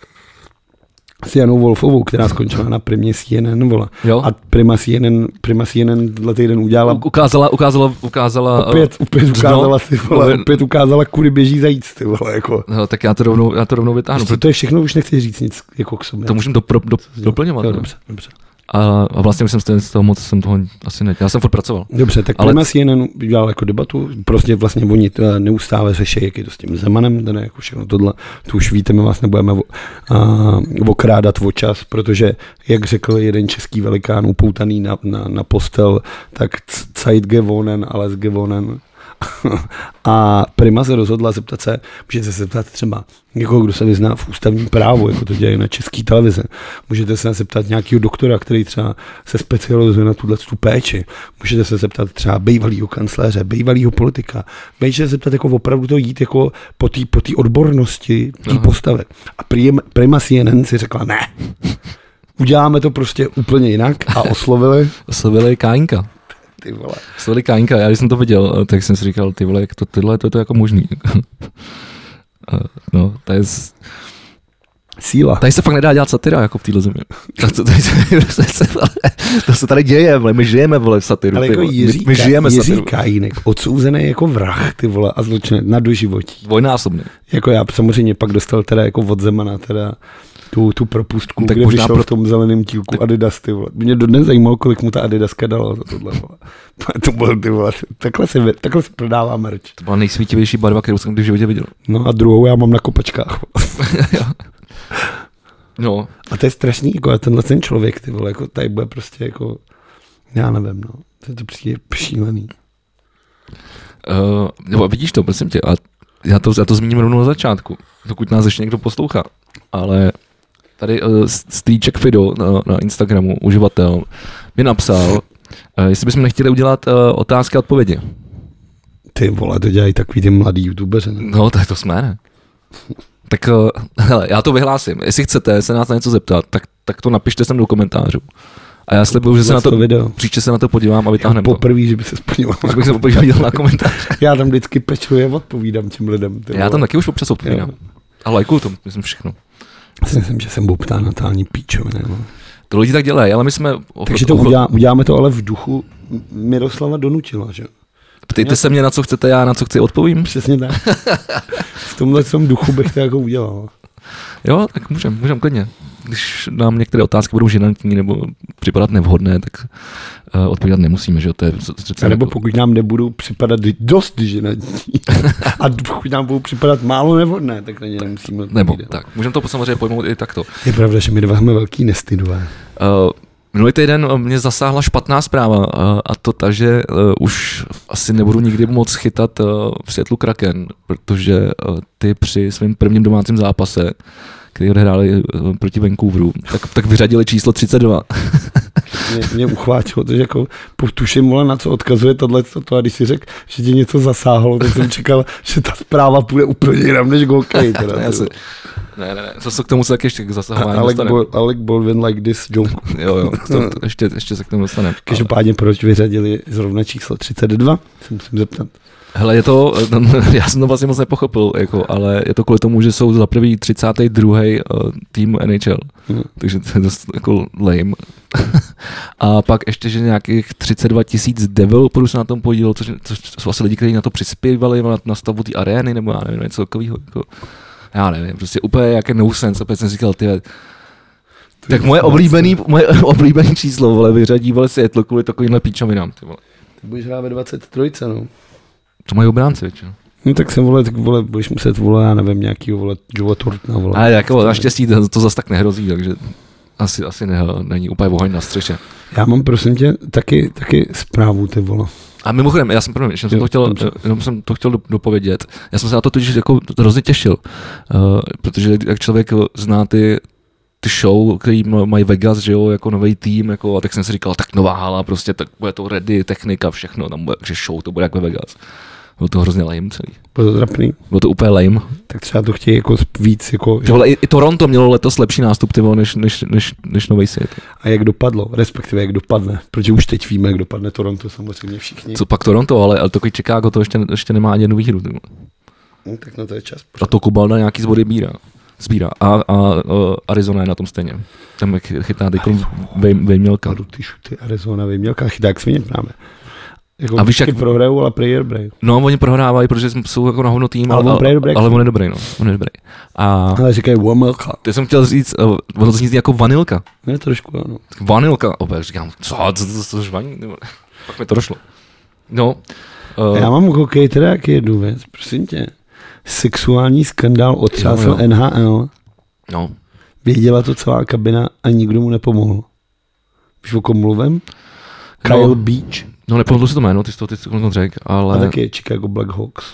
S Janou Wolfovou, která skončila na primě C N N, vole. Jo? A prima C N N, prima C N N tenhle týden udělala... Ukázala, ukázala, ukázala... Opět, opět ukázala, ty vole, opět ukázala, kudy běží zajíc, ty vole, jako. No, tak já to rovnou, já to rovnou vytáhnu. Prostě to je všechno, už nechci říct nic, jako k sobě. To můžeme do, do, doplňovat. Jo, dobře, dobře. A, a vlastně jsem z toho moc, jsem toho asi ne, já jsem furt pracoval. Dobře, tak ale... Prima C N N udělal jako debatu, prostě vlastně oni neustále řeší, jak je to s tím Zemanem, ten jako všechno tohle, tu už víte, my vás nebudeme okrádat o čas, protože, jak řekl jeden český velikán upoutaný na, na, na postel, tak Zeit gewonnen, alles gewonnen. A Prima se rozhodla zeptat se, můžete se zeptat třeba někoho, kdo se vyzná v ústavním právu, jako to dělají na české televize. Můžete se zeptat nějakého doktora, který třeba se specializuje na tuhle tu péči. Můžete se zeptat třeba bývalýho kancléře, bývalýho politika. Můžete se zeptat jako opravdu to jít jako po té po té odbornosti té postavy. A Prima C N N si řekla ne. Uděláme to prostě úplně jinak a oslovili. Oslovili Káňka. Ty vole. Oslovili Káňka, já když jsem to viděl, tak jsem si říkal, ty vole, jak to, tyhle, to je to jako možný. No, to je... Z... Síla. Tady se fakt nedá dělat satira, jako v téhle zemi. To, tady se, to se tady děje, vole. My žijeme, vole, v satiru. Ale jako Jiří, my, my žijeme Jiří satiru. Kajínek, odsouzený jako vrah, ty vole, a zločinec na doživotí. Dvojnásobný. Jako já samozřejmě pak dostal teda jako od Zemana teda tu, tu propustku, tak kde možná vyšel pro... v tom zeleném tílku tak... Adidas, ty vole. Mě dodnes zajímalo, kolik mu ta Adidaska dala za tohle, vole. To bylo, ty vole, takhle se, takhle se prodává merch. To byla nejsvítivější barva, kterou jsem kdy v životě viděl. No a druhou já mám na kopačkách. No. A to je strašný, jako tenhle ten člověk, ty vole, jako tady bude prostě jako, já nevím, no. To je to přijde šílený. Uh, nebo vidíš to, prosím tě, a já to, já to zmíním rovnou na začátku, dokud nás ještě někdo poslouchá, ale tady uh, Strýček Fido na, na Instagramu, uživatel, mi napsal, uh, jestli bychom nechtěli udělat uh, otázky a odpovědi. Ty vole, to dělají takový ty mladý youtubeři, ne? No, tak to jsme, ne? Tak uh, hele, já to vyhlásím, jestli chcete se nás na něco zeptat, tak, tak to napište sem do komentářů. A já slibuju, že se na to, video. příště se na to podívám a vytáhneme to. Poprvé, že by se spodíval. Že bych se poprvé viděl na komentář. Já tam vždycky pečlivě odpovídám těm lidem. Já tam taky už občas odpovídám. Jo. A lajkuju to, myslím všechno. Já si myslím, že jsem bouptá natální píčoviny. To lidi tak dělají, ale my jsme... Takže to udělá, uděláme to ale v duchu Miroslava Donutila, že? Ptejte se mě, na co chcete, já na co chci odpovím. Přesně tak. V tomhle tom duchu bych to jako udělal. Jo, tak můžem, můžem klidně. Když nám některé otázky budou ženantní nebo připadat nevhodné, tak uh, odpovídat nemusíme, že jo? To je A nebo pokud nám nebudou připadat dost ženantní a pokud nám budou připadat málo nevhodné, tak na ně nemusíme odpovídat. Nebo tak, můžeme to samozřejmě pojmout i takto. Je pravda, že my dva jsme velký nestydové. Uh, minulý týden mě zasáhla špatná zpráva uh, a to ta, že uh, už asi nebudu nikdy moc chytat uh, v Seattlu Kraken, protože uh, ty při svém prvním domácím zápase, který odehráli uh, proti Vancouveru, tak, tak vyřadili číslo třicet dva. Mě, mě uchvátilo, takže jako tuším, vole, na co odkazuje tohle, to, a když si řekl, že ti něco zasáhlo, tak jsem čekal, že ta zpráva půjde úplně jinam než hokej. Teda, ne, asi, ne, ne, ne, to se k tomu se taky ještě k zasahování Alec, dostaneme. Alec Baldwin like this joke. Jo, jo, to, to, ještě, ještě se k tomu dostaneme. Každopádně proč vyřadili zrovna číslo třicet dva, se musím zeptat. Hele, je to, já jsem to vlastně moc nepochopil, jako, ale je to kvůli tomu, že jsou za prvý třicátý druhý uh, tým N H L, hmm. takže to je dost jako lame. A pak ještě, že nějakých třicet dva tisíc developerů se na tom podílelo, což, což jsou asi lidi, kteří na to přispívali, na, na stavbu té arény, nebo já nevím, něco takového. Jako, já nevím, prostě úplně jaké no sense, opět jsem si říkal, ty, tak moje oblíbený, moje oblíbený číslo, vole, vyřadí, vole, Seattle kvůli takovýmhle píčovinám, ty vole. Ty budeš hrát ve dvacet tři, no. To mají obránci většinou. No tak jsem, vole, tak, vole, budeš muset, vole, já nevím, nějakýho, vole, Joe Thorntona, vole. Ale jako, naštěstí to, to zase tak nehrozí, takže asi, asi ne, není úplně oheň na střeše. Já mám, prosím tě, taky, taky zprávu, ty vole. A mimochodem, já jsem, první, jsem to chtěl, jenom jsem to chtěl dopovědět. Já jsem se na to totiž jako hrozně těšil, uh, protože jak člověk zná ty, ty show, který mají Vegas, že jo, jako nový tým, jako, a tak jsem si říkal, tak nová hala, prostě tak bude to ready, technika, všechno, tam bude, že show, to bude jak ve Vegas. Bylo to hrozně lame celý. Bylo to trapný. Bylo to úplně lame. Tak třeba to chtějí jako víc, jako... Že... Vole, i, i Toronto mělo letos lepší nástup, tyvo, než, než, než, než nový svět. A jak dopadlo, respektive jak dopadne, protože už teď víme, jak dopadne Toronto, samozřejmě všichni. Co pak Toronto, ale, ale takový Chicago to ještě, ještě nemá ani jednu výhru. No, tak na to je čas. A to Kubal na nějaký zbody bírá. Sbírá. A, a, a Arizona je na tom stejně. Tam chytá teď vejmělka. A ty šuty, Arizona vejmělka, chytá jak svině právě. Jako a víš, jak prohrajou, ale prej je dobrý. No, oni prohrávají, protože jsou jako na hovno tým, ale, ale, ale, ale on je dobrý, no. On je dobrý. A ale říkají vomilka. Ty jsem chtěl říct, uh, ono to zní jako vanilka. Ne, trošku, ano. Vanilka, opět říkám, co, co, co, co, žvaní? Pak mi to došlo. No. Uh, Já mám hokej teda jak jednu věc, prosím tě. Sexuální skandál otřásl N H L. No. Věděla to celá kabina a nikdo mu nepomohl. Víš, o kom mluvím? Kyle no. Beach. No, nepamatuji si to jméno, ty jsi to, ty jsi to řekl, ale... A taky je Chicago Blackhawks.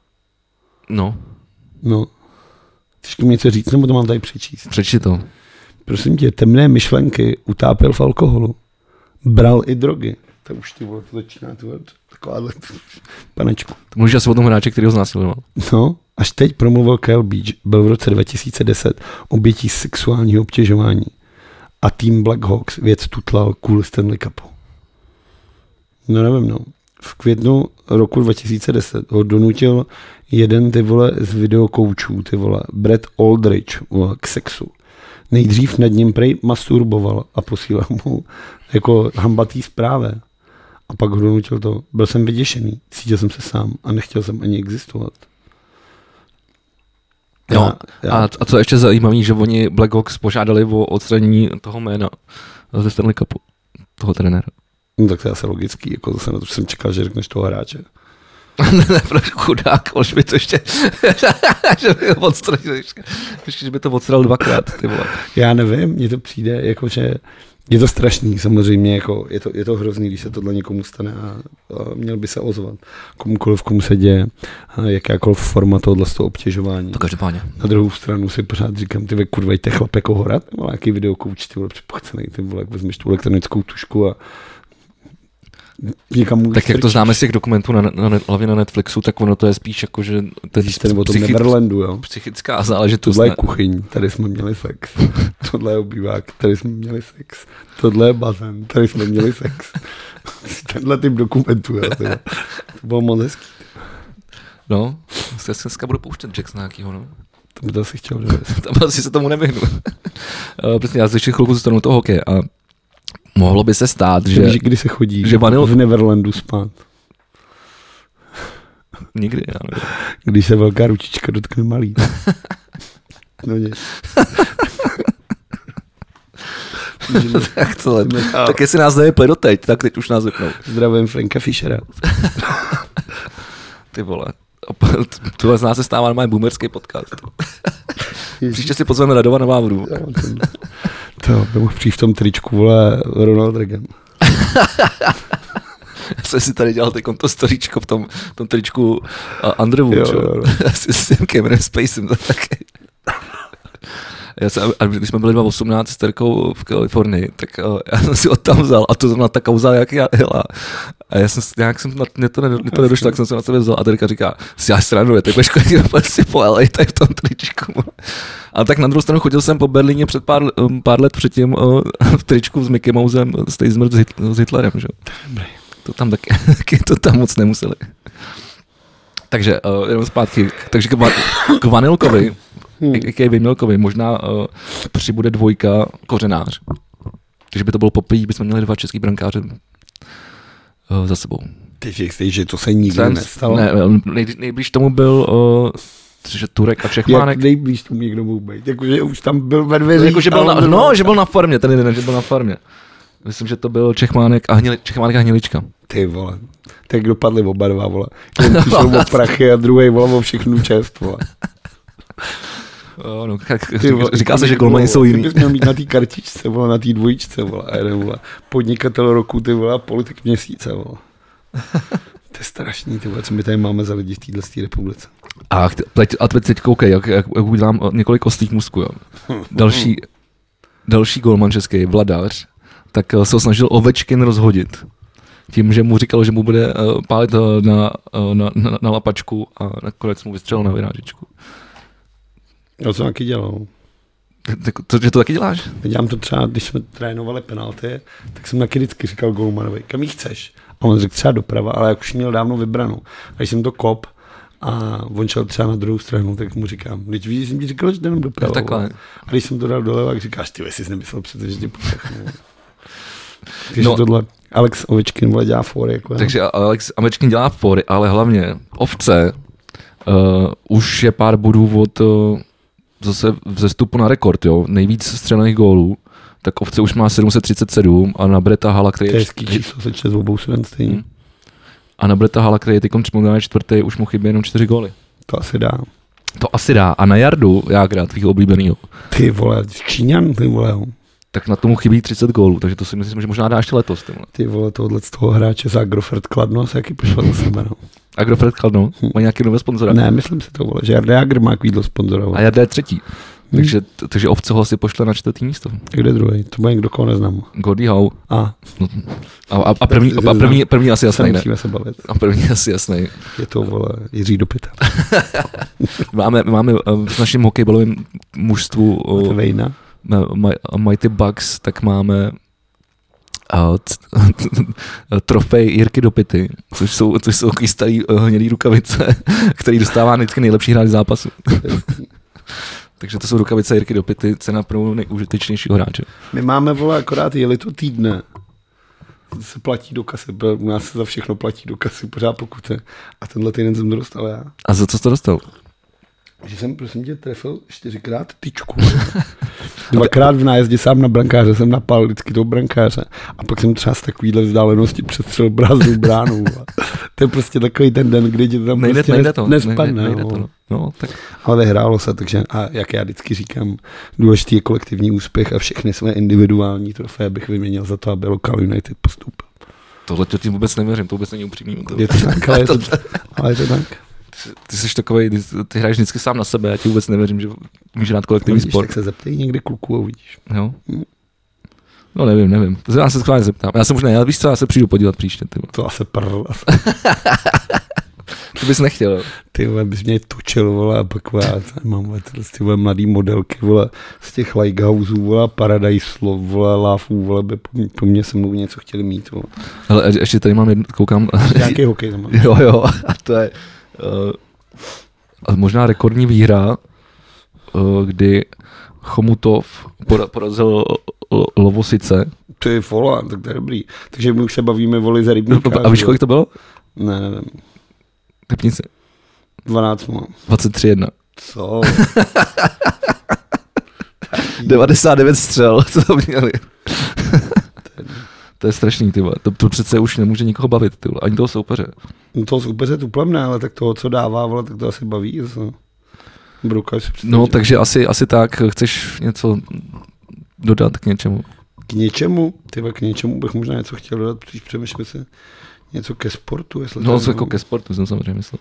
No. No. Chceš mi něco říct, nebo to mám tady přečíst? Přečti to. Prosím tě, temné myšlenky utápěl v alkoholu. Bral i drogy. To už ty vole, to začíná tu takováhle panečku. To mluvíš asi o tom hráči, který ho znásilňoval. No, až teď promluvil Kyle Beach, byl v roce dva tisíce deset obětí sexuálního obtěžování. A tým Blackhawks věc tutlal kvůli Stanley Cupu. No nevím, no. V květnu roku dva tisíce deset ho donutil jeden ty vole z videokoučů, ty vole, Brett Aldridge, vole, k sexu. Nejdřív nad ním prej masturboval a posílal mu jako hambatý zprávy. A pak ho donutil to. Byl jsem vyděšený, cítil jsem se sám a nechtěl jsem ani existovat. Jo. Já, já. A, a co ještě zajímavý, že oni Blackhawks požádali o odstranění toho jména ze Stanley Cupu, toho trenéra. No tak to je asi logický, jako zase na to jsem čekal, že řekneš toho hráče. ne, ne, proč chudák, už by to ještě, že by to odstranil, ještě, že by to odstranil dvakrát, ty vole. Já nevím, mně to přijde, jako že je to strašný, samozřejmě, jako je to, je to hrozný, když se tohle někomu stane a, a měl by se ozvat komukoliv, komu se děje, jakákoliv forma tohohle z toho obtěžování. To každopádně. Na druhou stranu si pořád říkám, ty ve kurvejte chlap jako horat, nebo nějaký videokouč, ty vole, připochcenej, ty vole, jak vezmeš tu elektronickou tušku a někam tak jak to známe z těch dokumentů na, na, na, hlavně na Netflixu, tak ono to je spíš jako, že to je ten o tom Neverlandu, jo. Psychická záležitost. Tohle je kuchyň, tady jsme měli sex. Tohle je obývák, tady jsme měli sex. Tohle je bazén, tady jsme měli sex. Tenhle typ dokumentů, jo. Tyhle. To bylo moc hezký. No, se dneska budu pouštět Jackson nějakýho, no. To by to asi chtěl dovést. Tam asi se tomu nevyhnu. Přesně, já se ještě chvilku zůstanu toho hokeje a mohlo by se stát, že... Víš, kdy se chodí že vanil... v Neverlandu spát? Nikdy, já nevím. Když se velká ručička dotkne malý. No nic. tak, tohle. tak jestli nás nevypli doteď, tak teď už nás vypnou. Zdravím Franka Fischera. Ty vole. Tohle z nás se stává normálně boomerský podcast. Příště si pozveme Radovana Vávru. To by mohl přijít v tom tričku, vole, Ronald Reagan. Já jsem si tady dělal teď to storíčko v tom, v tom tričku uh, Underwood, jo, jo, jo. S tím Cameron Spacem taky. Já jsem, a když jsme byli dva osmnáct s Terkou v Kalifornii, tak uh, já jsem si od tam vzal a to znamená ta kauza, jak já jela. A já jsem, nějak jsem, mě to, ne, mě to nedošlo, tak jsem se na sebe vzal a Terka říká, si já sranuje, ty budeš chodit prostě po L A tady v tom tričku. Ale tak na druhou stranu chodil jsem po Berlíně před pár, um, pár let předtím uh, v tričku s Mickey Mousem, Stay Smrt s, Hitl- s Hitlerem, že? To tam taky, taky to tam moc nemuseli. Takže uh, jenom zpátky, takže k, va- k Vanilkovi, hmm. jaký Vimilkovi, možná uh, přibude dvojka Kořenář. Takže by to bylo poprvé, bychom měli dva český brankáře uh, za sebou. Ty jsi, že to se nikdy Jsem, nestalo? Ne, nej, nejblíž tomu byl uh, že Turek a Čechmánek. Jak nejblíž tomu někdo mohl být? Jakože už tam byl ve dveřích. Jako, že byl na, no, že byl na farmě, ten jeden, že byl na farmě. Myslím, že to byl Čechmánek a, Hnili, Čechmánek a Hnilička. Ty vole, tak dopadli oba dva, vole. Jeden přišel o prachy a druhý volal o všechnu čest, vole. Oh, no, Ty, vole, říká se, že golmani jsou jiný. Ty bys měl mít na té kartičce, vole, na té dvojičce, vole, a jeden, vole, podnikatel roku, ty vole, politik měsíce, vole. To je strašný, ty vole, co my tady máme za lidi v této republice. A, teď, a teď koukej, jak, jak, jak udělám několik ostrých musků, jo. Další, další golman český, Vladař, tak se ho snažil Ovečkin rozhodit. Tím, že mu říkal, že mu bude uh, pálit na, na, na, na lapačku a nakonec mu vystřelil na vyrážičku. A co taky dělal? Tak, to, že to taky děláš? Dělám to třeba, když jsme trénovali penalty, tak jsem taky vždycky říkal golmanovi, kam jí chceš? A on řekl třeba doprava, ale jak už měl dávno vybranou. A když jsem to kop a on šel třeba na druhou stranu, tak mu říkám, když víš, jsem ti říkal, že jdem doprava. No, takhle. A když jsem to dal doleva, tak říkáš, ty jsi nemyslel přece, že tě poslechnu. Takže no, tohle Alex Ovečkin vole dělá fóry. Jako takže já. Alex Ovečkin dělá fóry, ale hlavně Ovce uh, už je pár bodů od uh, zase vzestupu na rekord, jo, nejvíc střelených gólů, tak Ovce už má sedm set třicet sedm a na Breta Hala, který je... To je číslo, se čte z obou stran stejně. Hmm. A na Breta Hala, který je tykom čtvrtý, už mu chybí jenom čtyři góly. To asi dá. To asi dá. A na Jardu, Jágra, tvýho oblíbenýho. Ty vole, Číňan, ty vole. Tak na tomu chybí třicet gólů, takže to si myslím, že možná dá ještě letos. Ty vole, ty vole tohle z toho hráče za Agrofert Kladno se jaký pošlo za sebe, no. Agrofert Kladno? Hm. Má nějaký nové sponzora? Ne, myslím si to, vole, že Jarda Jágr má kvídlo sponzorovat. A Jarda je třetí. Hmm. Takže, takže Ovce ho asi pošle na čtvrtý místo. Kde druhý? To bude někdo, koho neznám. Gordie Howe. A. A, a, a, první, a první, první asi jasný, ne? Musíme se bavit. A první asi jasný. Je to, vole, Jiří Dopita. máme, máme v našem hokejbalovém mužstvu Vejna. Mighty Bucks, tak máme uh, c- trofej Jirky Dopity, což jsou, což jsou takový starý uh, hnědý rukavice, který dostává vždycky nejlepší hráč zápasu. Takže to jsou rukavice Jirky Dopity, cena pro nejúžitečnějšího hráče. My máme, vole, akorát jeli to týdne. Se platí do kasy, u nás se za všechno platí do kasy, pořád pokuty. A tenhle týden jsem to dostal já. A za co jsi to dostal? že jsem prosím tě trefil čtyřikrát tyčku. Dvakrát v nájezdě sám na brankáře jsem napal vždycky toho brankáře a pak jsem třeba z takovýhle vzdálenosti přestřel brázdu bránu. To je prostě takový ten den, kdy ti tam nejde, prostě nejde to, nespadne. Nejde, nejde to, no. No, tak. Ale vyhrálo se, takže a jak já vždycky říkám, důležitý je kolektivní úspěch a všechny své individuální trofeje bych vyměnil za to, aby Local United postoupil. Tohle tím vůbec nevěřím, to vůbec není upřímný. To... Je to tak, ale je to, ale je to tak. Ty, ty jsi takovej, ty, ty hraješ vždycky sám na sebe, já ti vůbec nevěřím, že můžeš hrát kolektivní vidíš, sport. Tak se zeptej někdy kluku a uvidíš. Jo? No nevím, nevím. To já se schválně zeptám. Já se možná, já víš co, já se přijdu podívat příště. Ty. To asi prl. To bys nechtěl. Ty vole, bys mě točil, vole, a pak vole, mám vole, ty vole, mladý modelky, vole, z těch Lighthouseů, vole, Paradise Love, vole, Láfů, vole, by po, po mně se mnou něco chtěli mít, vole. Ale ještě tady mám jednu, koukám. Nějaký hokej tam mám. Jo, jo, a to je uh, možná rekordní výhra, uh, kdy Chomutov porazil Lovosice. To je vola, tak to je dobrý. Takže my už se bavíme, voli, za rybníka. A víš, kolik to bylo? Ne, nevím. Typnice. dvanáct mám. dvacet tři jedna. Co? devadesát devět střel, co to měli. To je strašný, ty vole. To, to přece už nemůže nikoho bavit, ty vole. Ani toho soupeře. No toho soupeře tuplem ne, ale tak toho, co dává, vole, tak to asi baví. Bruka, no, takže asi, asi tak. Chceš něco dodat k něčemu? K něčemu? Tyhle, k něčemu bych možná něco chtěl dodat, když přemýšlím si něco ke sportu. Jestli no, co jako ke sportu jsem samozřejmě myslel.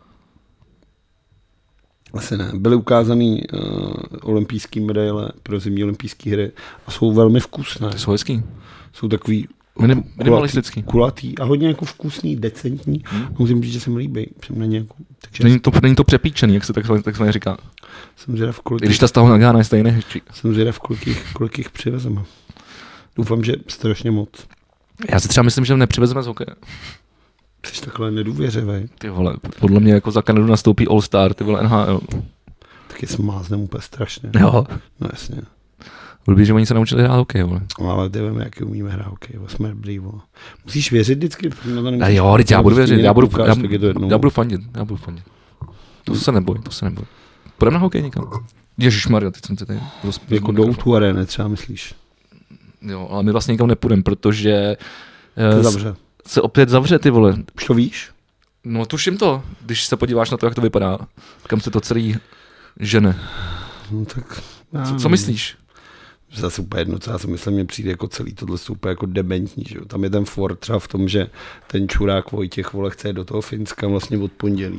Asi ne. Byly ukázaný uh, olympijský medaile pro zimní olympijské hry a jsou velmi vkusné. Ty jsou hezký. Jsou takový Minim, minimalistický. Kulatý a hodně jako vkusný, decentní. Hmm. Musím říct, že se mi líbí. Jako, takže není, to, není to přepíčený, jak se takzvaně, takzvaně říká. Jsem zvědav, kolik... Když ta stahu nagána je stejné hezčí. Jsem zvědav, kolik jich, kolik jich přivezeme. Doufám, že strašně moc. Já si třeba myslím, že nepřivezeme z hokeje. Jsi takhle nedůvěřivej. Ty vole, podle mě jako za Kanadu nastoupí All-Star, ty vole N H L. Taky smáznem úplně strašně. Jo. No jasně. Blbý, že oni se naučili hrát hokej, vole. No, ale ty víme, jaký umíme hrát hokej, jsme dobrý, vole. Musíš věřit vždycky. A jo, teď já budu věřit, já budu, koukáš, já, jednou, já budu fandit, já budu fandit. To se neboj, to se neboj. Půjdeme na hokej někam. Ježišmarja, teď jsem se tady... Jako do tu arény třeba, myslíš? Jo, ale my vlastně nikam nepůjdeme, protože... To zavře. Se opět zavře, ty vole. Už to víš? No tuším to, když se podíváš na to, jak to vypadá. Kam se to celý žene. No tak... Co, co myslíš? Zase úplně jedno, co já si myslím, mě přijde jako celý tohle super jako dementní, že jo. Tam je ten for třeba v tom, že ten čurák Vojtěch, vole, chce do toho Finska vlastně od pondělí.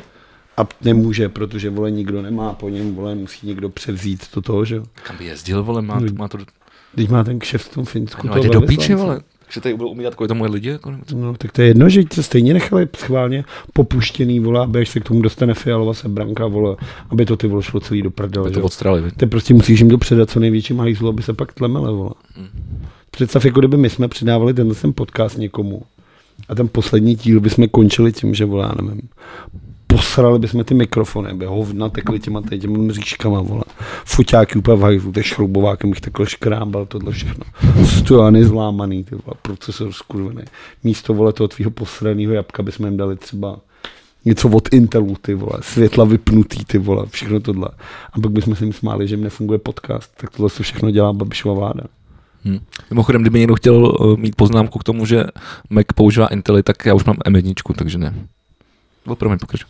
A nemůže, protože, vole, nikdo nemá po něm, vole, musí někdo převzít to toho, že jo. Kam by jezdil, vole, má, no, má to... Když má ten kšeft v tom Finsku, no, to do píči, vole. Že tady budou umítat kvůli tomu lidi? Jako, no, tak to je jedno, že to stejně nechali schválně popuštěný, vole, aby až se k tomu dostane Fialova se branka, vole, aby to ty, vole, šlo celý do prdele. To odstrali, ty prostě musíš jim to předat co největší hajzlu, aby se pak tlemele, vole. Hmm. Představ, jako kdyby my jsme přidávali tenhle sem podcast někomu a ten poslední díl bychom končili tím, že, vole, já nevím, posrali bychom ty mikrofony, by hovna tekli těma těma mřížkama, vole. Foťáky úplně v hajzlu, tak šroubovákem bych takhle škrábal, tohle všechno. Stojany zlámaný, ty vole, procesor skurvený. Místo, vole, toho tvýho posraného jabka bychom jim dali třeba něco od Intelu, ty vole, světla vypnutý, ty vole, všechno tohle. A pak bychom si jim smáli, že jim nefunguje podcast, tak tohle se všechno dělá Babišova vláda. Hmm. Mimochodem, kdyby někdo chtěl uh, mít poznámku k tomu, že Mac používá Intely, tak já už mám M jedna, takže ne. No, promiň, pokračuj.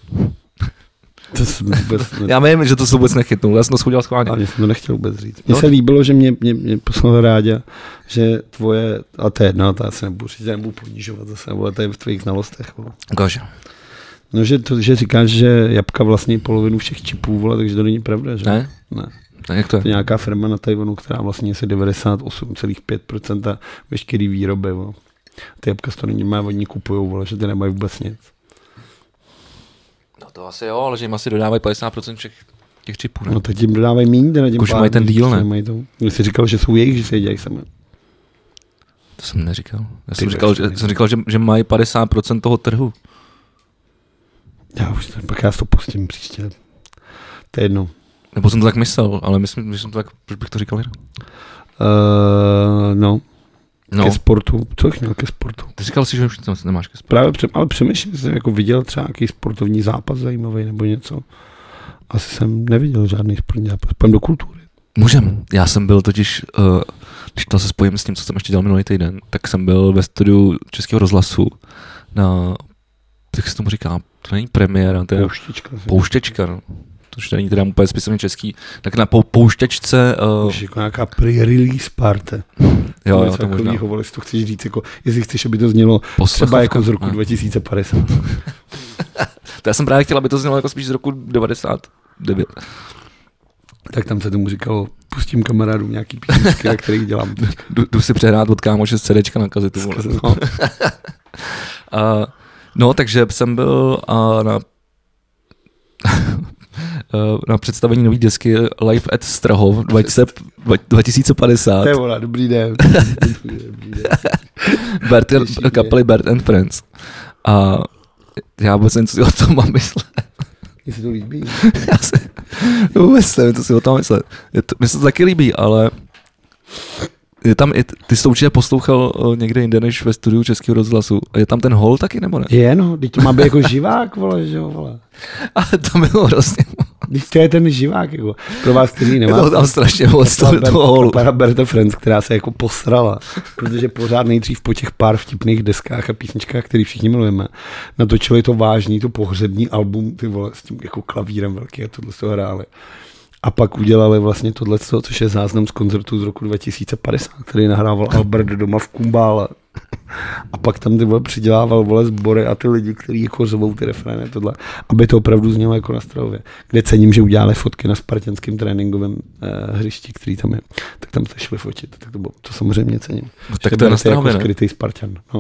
Vůbec ne... Já vím, že to se vůbec nechytnul, já jsem to schodil schválně. Ale jsem to nechtěl vůbec říct. Mně no. se líbilo, že mě, mě, mě poslal Ráďa, že tvoje, a to je jedna, to já se nebudu říct, nebudu ponižovat zase, vole, to je v tvých znalostech. Ukáže. No, že, to, že říkáš, že jabka vlastní polovinu všech čipů, vole, takže to není pravda, že? Ne? Ne. Ne, jak to je? To je nějaká firma na Tajvanu, která vlastně asi devadesát osm celá pět procent veškerý výroby, vole. Ty jabka z toho není má, oni kupujou, vole, že ty nemají vůbec nic. No to asi jo, ale že jim asi dodávají padesát procent všech těch čipů, ne? No tak jim dodávají míň, ne? Už mají ten díl, ne? Když jsi říkal, že jsou jejich, že se je dělají sami. To jsem neříkal. Já jsem říkal, že, jsem říkal, že, že mají padesát procent toho trhu. Já už to, pak já to pustím příště. To je jedno. Nebo jsem to tak myslel, ale myslím, že jsem to tak, proč bych to říkal jinak? Uh, no. No. Ke sportu. Co jsi měl ke sportu? Ty říkal si, že už nic nemáš ke sportu. Právě, ale přemýšlím, že jsem jako viděl třeba nějaký sportovní zápas zajímavý nebo něco. asi jsem neviděl žádný sportní zápas. Půjdem do kultury. Můžem. Já jsem byl totiž, uh, když to se spojím s tím, co jsem ještě dělal minulý týden, tak jsem byl ve studiu Českého rozhlasu na, jak se tomu říká, to není premiéra, to je Pouštička. pouštěčka, no. To už není teda úplně spisovně český, tak na pou, pouštěčce... Uh, Už jako nějaká pre-release party. Jo, jo, to možná. Vole, jestli to chceš říct, jako, jestli chceš, aby to znělo třeba jako z roku ne. dva tisíce padesát. To já jsem právě chtěl, aby to znělo jako spíš z roku devadesát devět. Tak tam se tomu říkalo, pustím kamarádům nějaký písničky, na kterých dělám. Jdu, jdu si přehrát od kámoše z CDčka na kazetu. No. uh, no, takže jsem byl uh, na na představení nový desky Live at Strahov dva tisíce padesát. To je ona, dobrý den. Bert, kapely Bert and Friends. A já vůbec nevím, co si o tom mám myslet. Mně se to líbí. Já si vůbec nevím, co si o tom myslet. Mně se to taky líbí, ale je tam, ty jsi to určitě poslouchal někde jinde než ve studiu Českého rozhlasu. A je tam ten hol taky, nebo ne? Je, no, teď to má být jako živák, vole, že jo, vole. Ale to bylo hrozně. Když to je ten živák, jako, pro vás, který nemá. Je to tam strašně moc toho, toho holu. Para Berta Friends, která se jako posrala, protože pořád nejdřív po těch pár vtipných deskách a písničkách, který všichni milujeme, natočili to vážný, to pohřební album, ty vole, s tím jako klavírem velký a tohle to hráli. A pak udělali vlastně tohle, což je záznam z koncertu z roku dva tisíce padesát, který nahrával Albert doma v Kumbále. A pak tam ty vole přidělával vole sbory a ty lidi, kteří jako řvou ty refrény tohle, aby to opravdu znělo jako na Strahově. Kde cením, že udělali fotky na spartanském tréninkovém eh, hřišti, který tam je. Tak tam se šli fotit. Tak to, bylo, to samozřejmě cením. No, tak to je na Strahově, jako skrytý Spartan. No.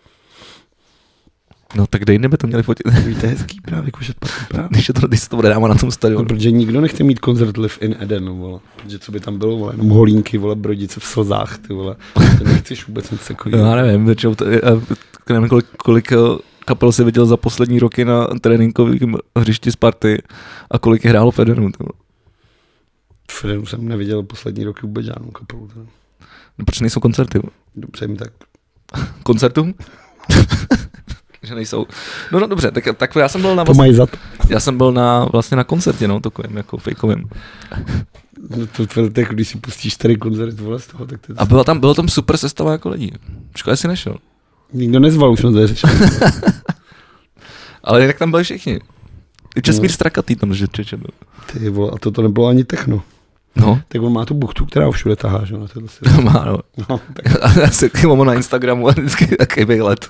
No tak kde jinde by to měli fotit? Víte, hezký právě, jakože Spartan právě. Když je to, když se to bude dávat na tom stadionu. No, protože nikdo nechce mít koncert Live in Eden, vole. Protože co by tam bylo, vole, jenom holínky, vole, brodice v slzách, ty vole. Ty nechceš vůbec nic takový. Já nevím, většinou, nevím, kolik, kolik kapel si viděl za poslední roky na tréninkovém hřišti Sparty a kolik je hrálo v Edenu. V Edenu jsem neviděl poslední roky vůbec žádnou kapelu. No, proč nejsou koncerty? Dobře mi tak. Koncertům? Že nejsou. No, no dobře, tak, tak já jsem byl na to mají za to. Já jsem byl na vlastně na koncertě, no, takovým jako fejkovým. No to tvrdé, jako když si pustíš tady koncert, vole, z toho, tak to je... A byla tam, bylo tam super sestava jako lidí. Škoda, jsi nešel. Nikdo nezval, už jsme to řešili. Ale jak tam byli všichni. I Česmír no. Strakatý tam že čeče byl. Ty vole, a to, to nebylo ani techno. No. Tak on má tu buchtu, která už všude tahá, že? To má, no. no tak... Já si mám na Instagramu a vždycky takový výlet.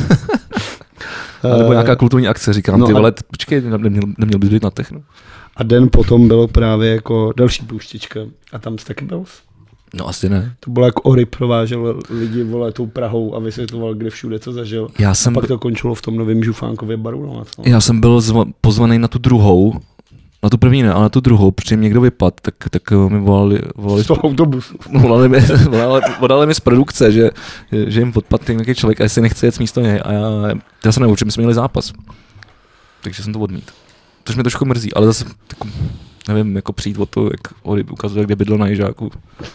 Nebo nějaká kulturní akce, říkám, no ty vole, počkej, neměl, neměl bys být na techno. A den potom bylo právě jako další pouštička. A tam jsi taky byl? No asi ne. To bylo jako Ori provážel lidi, vole, tou Prahou a vysvětloval, kde všude co zažil. Já jsem... A pak to končilo v tom novém Žufánkově baru. No, já jsem byl zva- pozvaný na tu druhou, na tu první ne, ale na tu druhou, protože mě někdo vypadl, tak, tak mi volali... volali z toho autobusu. Volali mi, volali, volali mi z produkce, že, že jim odpadl nějaký člověk a jestli nechce jet místo něj. A já, já jsem neučil, my jsme měli zápas. Takže jsem to odmít. Což mě trošku mrzí, ale zase, jako, nevím, jako přijít o to, jak Ori ukazuje, kde bydlo na Jižáku.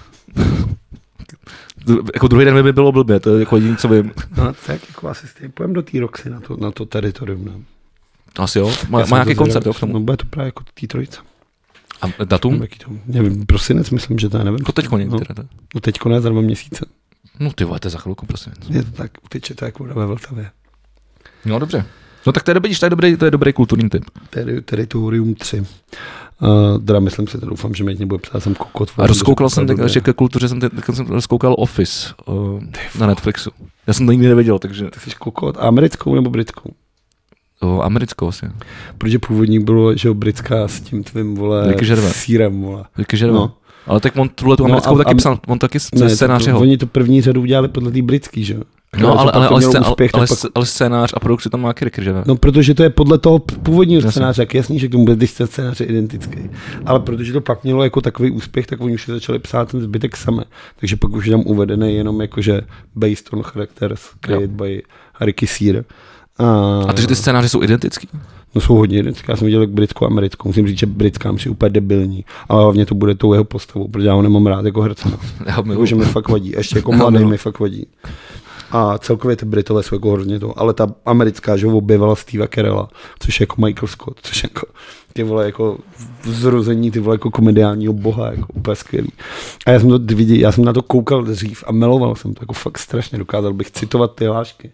Jako druhý den by bylo blbě, to je jako jediný, co vím. No tak jako asi stejně, půjdem do té Roxy na to, na to teritorium. Ne? Asi jo, má, má nějaký koncert, jo, k tomu. No bude to právě jako tý trojice. A datum? Nevím, prosinec, myslím, že to je, nevím. To teďko někdy. No, no teďko ne, za dva měsíce. No ty vole, to je za chvilku, prosinec. Je to tak, uteče to jako voda ve Vltavě. No dobře. No tak to je dobrý, to je dobrý, to je dobrý kulturní typ. Teri- teritorium tři. Uh, teda myslím si, to doufám, že mě nebude psát, jsem kokot. A rozkoukal jsem, tak, že ke kultuře jsem, teď jsem rozkoukal Office uh, na Netflixu. Já jsem to nikdy neviděl, takže... Ty jsi kokot. A americkou nebo britskou? O, americkou asi. Protože původní bylo, že britská s tím tvým, vole, sírem, vole. Ricky Gervais. No. Ale tak on tuhle tu americkou no a, taky a, psal, on taky scénář jeho. Oni to první řadu udělali podle té britský, že jo? No, ale, ale, ale, scén, úspěch, ale, pak... ale scénář a produkci tam má Ricky Gervais. No, protože to je podle toho původního jasný. Scénáře, jak jasný, že k tomu bude ten scénář identický. Ale protože to pak mělo jako takový úspěch, tak oni už začali psát ten zbytek samé. Takže pak už je tam uvedené jenom jakože based on characters created jo. by Ricky Sear. A... a takže ty scénáře jsou identický? No jsou hodně identické. Já jsem viděl britskou a americkou. Musím říct, že britská musí úplně debilní. Ale hlavně to bude tou jeho postavou, protože já ho nemám rád jako herce. Jako, že mi fakt vadí. Ještě jako mladý mi fakt vadí. A celkově ty Britové jsou jako hodně to, ale ta americká, že objevila Steva Carella, což je jako Michael Scott, což je jako ty vole jako vzrození ty vole jako komediálního boha, jako úplně skvělý. A já jsem to viděl, já jsem na to koukal dřív a miloval jsem to, jako fakt strašně, dokázal bych citovat ty hlášky.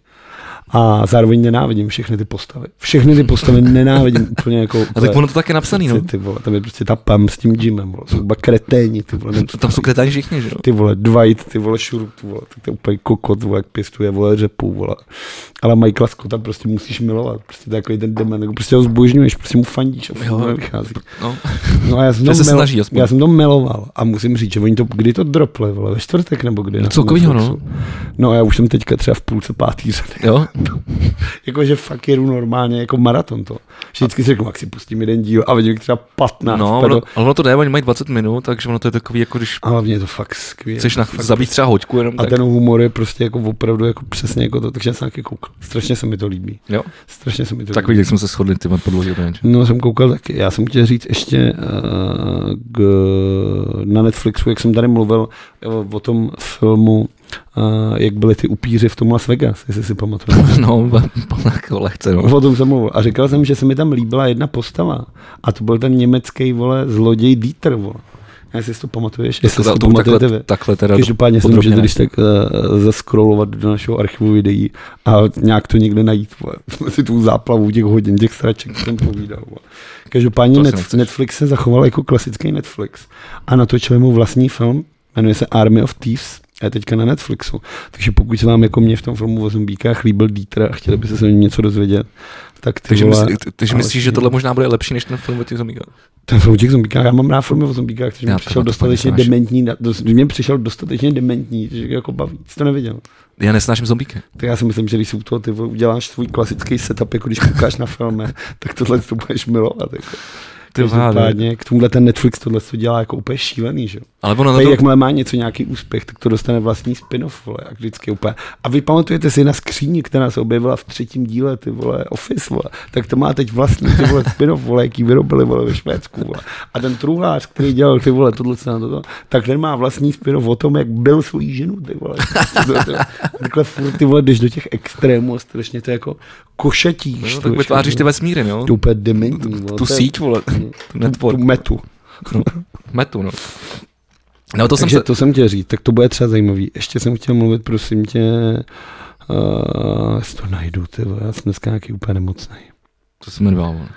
A zároveň nenávidím všechny ty postavy. Všechny ty postavy nenávidím úplně jako... Úplně, a tak ono to tak je napsaný, no. Ty vole, tam je prostě ta Pam s tím Jimem, vole, jsou oba kreténi, ty vole. Tam jsou kreténi všichni, že jo? Ty vole, Dwight, ty vole, Šurup, ty vole, tak to je úplně kokot, vole, jak pěstuje, vole, řepu, vole. Ale Michaela Scotta prostě musíš milovat, prostě to je takový ten demen, jako prostě ho zbožňuješ, prostě mu fandíš a to nevychází. No. No a já jsem, to to se milo, snaží, já jsem to miloval a musím říct, že oni to, kdy to dropli, vole, ve čtvrtek nebo kdy? No celkovýho, no. No a já už jsem teďka třeba v půlce pátý řady. Jo? Jakože fakt jedu normálně jako maraton to. Vždycky si řeknu, jak si pustím jeden díl a vidím třeba patnáct. No, ono, ale ono to jde, oni mají dvacet minut, takže ono to je takový, jako když... A hlavně je to fakt skvělé. Chceš na, zabít třeba hoďku jenom a tak. A ten humor je prostě jako opravdu jako přesně jako to, takže jsem taky koukal. Strašně se mi to líbí. Jo? Strašně se mi to tak líbí. Tak jsme se shodli, ty podložil ten. No, jsem koukal taky. Já jsem chtěl říct ještě uh, k, na Netflixu, jak jsem tady mluvil o tom filmu, Uh, jak byly ty upíři v tom Las Vegas, jestli si pamatuješ. No, jako lehce, no. O tom jsem mluvil. A říkal jsem, že se mi tam líbila jedna postava. A to byl ten německý, vole, zloděj Dieter, vole. Jestli si to pamatuješ, jestli si to pamatujete takhle, vy. Takhle teda Každopádně se můžete když tak uh, zaskrolovat do našeho archivu videí a nějak to někde najít. Vole. Jsme si tu záplavu těch hodin, těch sraček jsem povídal. Vole. Každopádně net, Netflix se zachoval jako klasický Netflix a natočil mu vlastní film, jmenuje se Army of Thieves. A je teďka na Netflixu. Takže pokud se vám jako mě v tom filmu o zombíkách líbil Dieter a chtěli by se o něm něco dozvědět, tak ty Takže, vole, myslí, takže myslíš, že tohle možná bude lepší než ten film o těch zombíkách? Ten film o těch zombíkách, já mám rád filmy o zombíkách, takže mi přišel dostatečně dementní, mě přišel dostatečně dementní, že jako baví. Jsi to neviděl? Já nesnáším zombíky. Tak já si myslím, že když si u toho ty uděláš svůj klasický setup, jako když koukáš na filmy, tak tohle to budeš milovat. Jako. Každopádně k tomuhle ten Netflix tohle to dělá jako úplně šílený, že jo. Ale ono to... jakmile má něco nějaký úspěch, tak to dostane vlastní spin-off, vole, a vždycky úplně. A vy pamatujete si na skříni, která se objevila v třetím díle, ty vole, Office, vole, tak to má teď vlastní ty vole spin-off, vole, jaký vyrobili, vole, ve Švédsku, vole. A ten truhlář, který dělal ty vole, tohle na toto, tak ten má vlastní spin-off o tom, jak byl svoji ženu, ty vole. Takhle furt, ty vole, jdeš do těch extrémů a strašně to jako košetíš. No, tak vytváříš ty vesmíry, no. To úplně dementní, tu, tu síť, vole, tu network. Tu metu. No, metu, no. No, to Takže jsem se... to jsem chtěl říct, tak to bude třeba zajímavý. Ještě jsem chtěl mluvit, prosím tě, uh, jestli to najdu, ty vole, já jsem dneska nějaký úplně nemocnej. To jsem jmenoval, vole.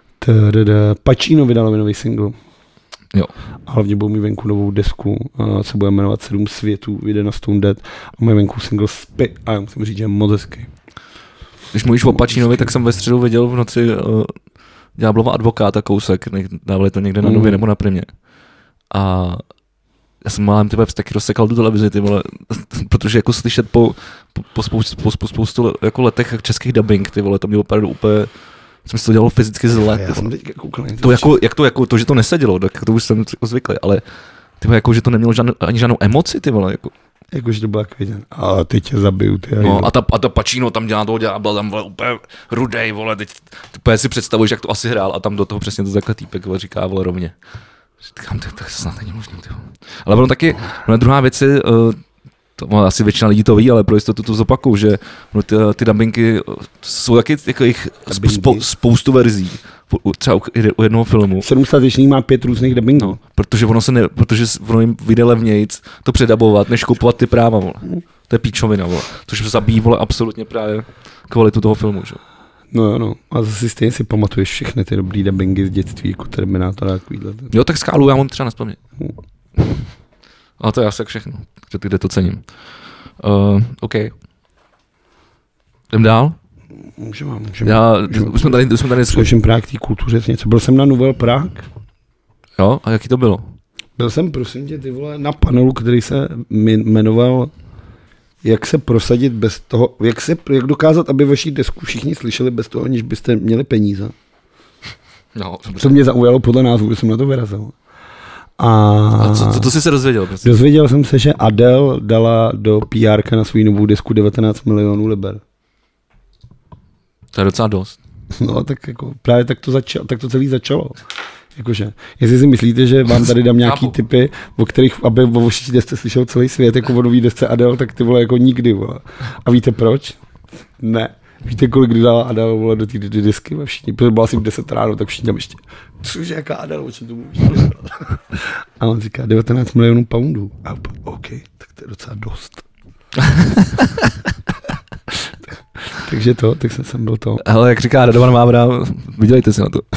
Pacino vydal nový single. Jo. A hlavně budou mít venku novou desku, uh, se bude jmenovat Sedm světů, vyjde na Stone Dead a mají venku single Spit a já musím říct, že je moc hezký. Když mluvíš o Pacinovi, tak jsem ve středu viděl v noci uh, Ďáblova advokáta kousek, dávali to někde na Nově mm. nebo na Primě. A já jsem málem tyhle taky rozsekal tu televizi, ty vole, protože jako slyšet po, po, po, spoustu, po, po spoustu jako letech českých dubbing, ty vole, to mělo opravdu úplně, jsem si to dělal fyzicky zle. Já jsem teďka koukal. To jako, jak to, jako, to, že to nesedělo, tak to už jsem zvyklý, ale ty vole, jako, že to nemělo žádnou, ani žádnou emoci, ty vole, jako. Jakože to bylo jako jeden, a teď tě zabiju, ty. No a ta, a ta Pacino tam dělá toho ďábla, tam vole úplně rudej, vole, teď úplně si představuješ, jak to asi hrál a tam do toho přesně to takhle týpek, vole, říká, vole, rovně. Říkám, to, to snad není možný, ty. Ale ono taky, no druhá věc je, to asi většina lidí to ví, ale pro jistotu to zopakuju, že no, ty, ty dubbingy jsou taky jako jich spou, spoustu verzí. Třeba u jednoho filmu. sedmstatečný má pět různých dubbingů. No, protože ono se ne, protože ono jim vyjde levnějc to předabovat, než kupovat ty práva, vole. To je píčovina, vole. Což zabíjí, vole, absolutně právě kvalitu toho filmu, že? No jo, no. A zase stejně si pamatuješ všechny ty dobrý dubbingy z dětství, jako Terminátora a takovýhle. Jo, tak Skálu já mám třeba nespamět. Ale to je asi tak všechno, kde to cením. Uh, OK. Jdem dál? Můžeme, můžeme. Já, už jsme tady, už jsme tady... Především právě k té kultuře něco. Byl jsem na Nouvelle Prague. Jo, a jaký to bylo? Byl jsem, prosím tě, ty vole, na panelu, který se jmenoval Jak se prosadit bez toho, jak, se, jak dokázat, aby vaši desku všichni slyšeli bez toho, aniž byste měli peníze. No, to mě zaujalo podle názvu, že jsem na to vyrazil. A, a co, co to jsi se dozvěděl? Prostě? Dozvěděl jsem se, že Adele dala do P R ka na svou novou desku devatenáct milionů liber. To je docela dost. No, tak jako právě tak to, začalo, tak to celý začalo. Jakože, jestli si myslíte, že vám tady dám nějaký typy, o kterých, aby o vaší desce slyšel celý svět, jako o nový desce Adele, tak ty vole jako nikdy, vole. A víte proč? Ne. Víte, kolik kdy dala Adele, vole, do té disky? Všichni, protože byla asi v deset ráno, tak všichni tam ještě, cože, jaká Adele, o čem to mluvíš? A on říká, devatenáct milionů poundů. A úplně, OK, tak to je docela dost. Takže to, tak jsem, jsem byl to. Ale jak říká Radovan Vávra, vydělejte si na to.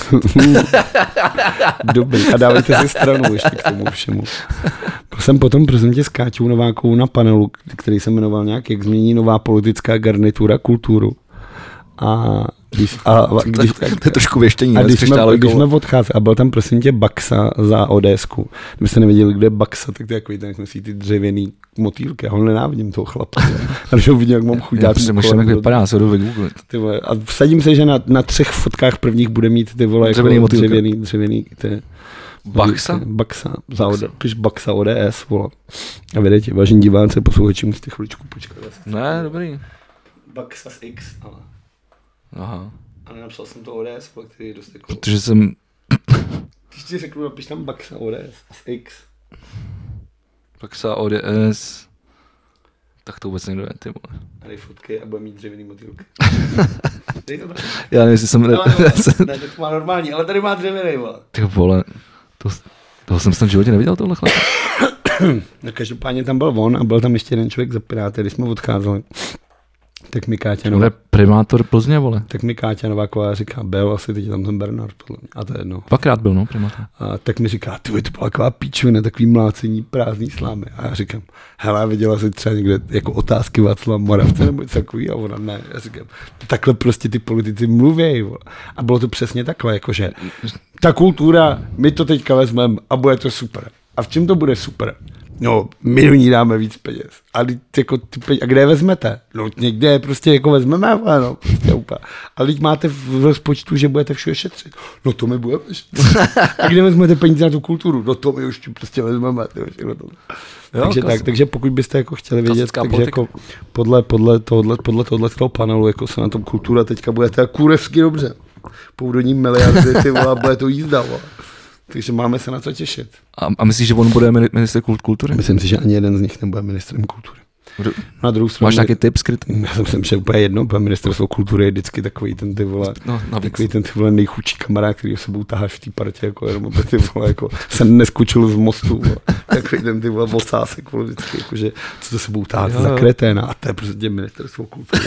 Dobrý, a dávejte si stranu ještě k tomu všemu. Byl jsem potom prosím tě s Káťou Novákovou na panelu, který se jmenoval nějak, jak změní nová politická garnitura kulturu. A když, a, a, když, to je trošku věštění. A když jsme, když jsme odcházeli, a byl tam prosím tě Baxa za ODSku. Kdybyste nevěděli, kde je Baxa, tak to je takový ten, jak myslí ty dřevěný motýlky. Já ho nenávidím, toho chlapa. A když ho vidím, jak mám chuť dát mu kolem. Jak vypadá, se jdu vygooglit. A vsadím se, že na, na třech fotkách prvních bude mít ty vole dřevěný jako motýlky. dřevěný, dřevěný ty, Baxa? Baxa. Za O D, piš Baxa O D S, vole. A vidíte, vážení diváci, posluchači, musíte chviličku počkat. Ne, dobrý. Baxa z X, ale. Aha. A nenapsal jsem to O D S, který je dost jako... Protože jsem... Když ti řeknu, napiš tam Baxa O D S z X. Baxa O D S... Tak to vůbec někdo je, ty vole. A dej fotky a bude mít dřevěný motýlky. Dej to tam. Já nevím, jestli jsem... Ne, ne, to má normální, ale tady má dřevěný, vole. Ty vole, to, toho jsem snad v životě neviděl, tohle chlapa. No každopádně tam byl on a byl tam ještě jeden člověk za Piráty, když jsme odcházeli. Tak mi Káťa Nová... primátor Plzně, vole. Tak mi Káťa Nováková říká, byl asi teď tam ten Bernard, podle mě. A to je jedno. Dvakrát byl, no, primátor. A tak mi říká, ty to byla taková píčovina, takový mlácení prázdný slámy. A já říkám, hele, viděla jsi třeba někde jako otázky Václava Moravce nebo něco takový? A ona ne. Já říkám, takhle prostě ty politici mluvějí. A bylo to přesně takhle, jakože ta kultura, my to teďka vezmeme a bude to super. A v čem to bude super? No, my do ní dáme víc peněz. A, jako, ty peněz, a kde je vezmete? No, někde je prostě jako vezmeme, ale no, prostě úplně. Ale teď máte v rozpočtu, že budete všude šetřit. No to my budeme šetřit. A kde vezmete peníze na tu kulturu? No to my už prostě vezmeme. To. Jo, takže, tak, takže pokud byste jako chtěli vědět, takže jako podle, podle, tohle, podle tohle toho panelu jako se na tom kultura teďka budete kurevsky dobře. Půjdu do ní miliardy, ty vole, bude to jízda, vole. Takže máme se na co těšit. A, a myslíš, že on bude ministr kultury? Myslím si, že ani jeden z nich nebude ministrem kultury. Na druhou stranu, máš nějaký tip skrytý? Já myslím, že úplně jedno, protože ministerstvo kultury je vždycky takový ten ty vole, no, takový ten ty vole nejchudší kamarád, který se sebou taháš v té partě, jako jenom ty vole, jako jsem neskučil z mostu, vole, takový ten ty vole vocásek, vole, vždycky, jakože, co to sebou táhat za kreténa, a to je prostě ministerstvo kultury.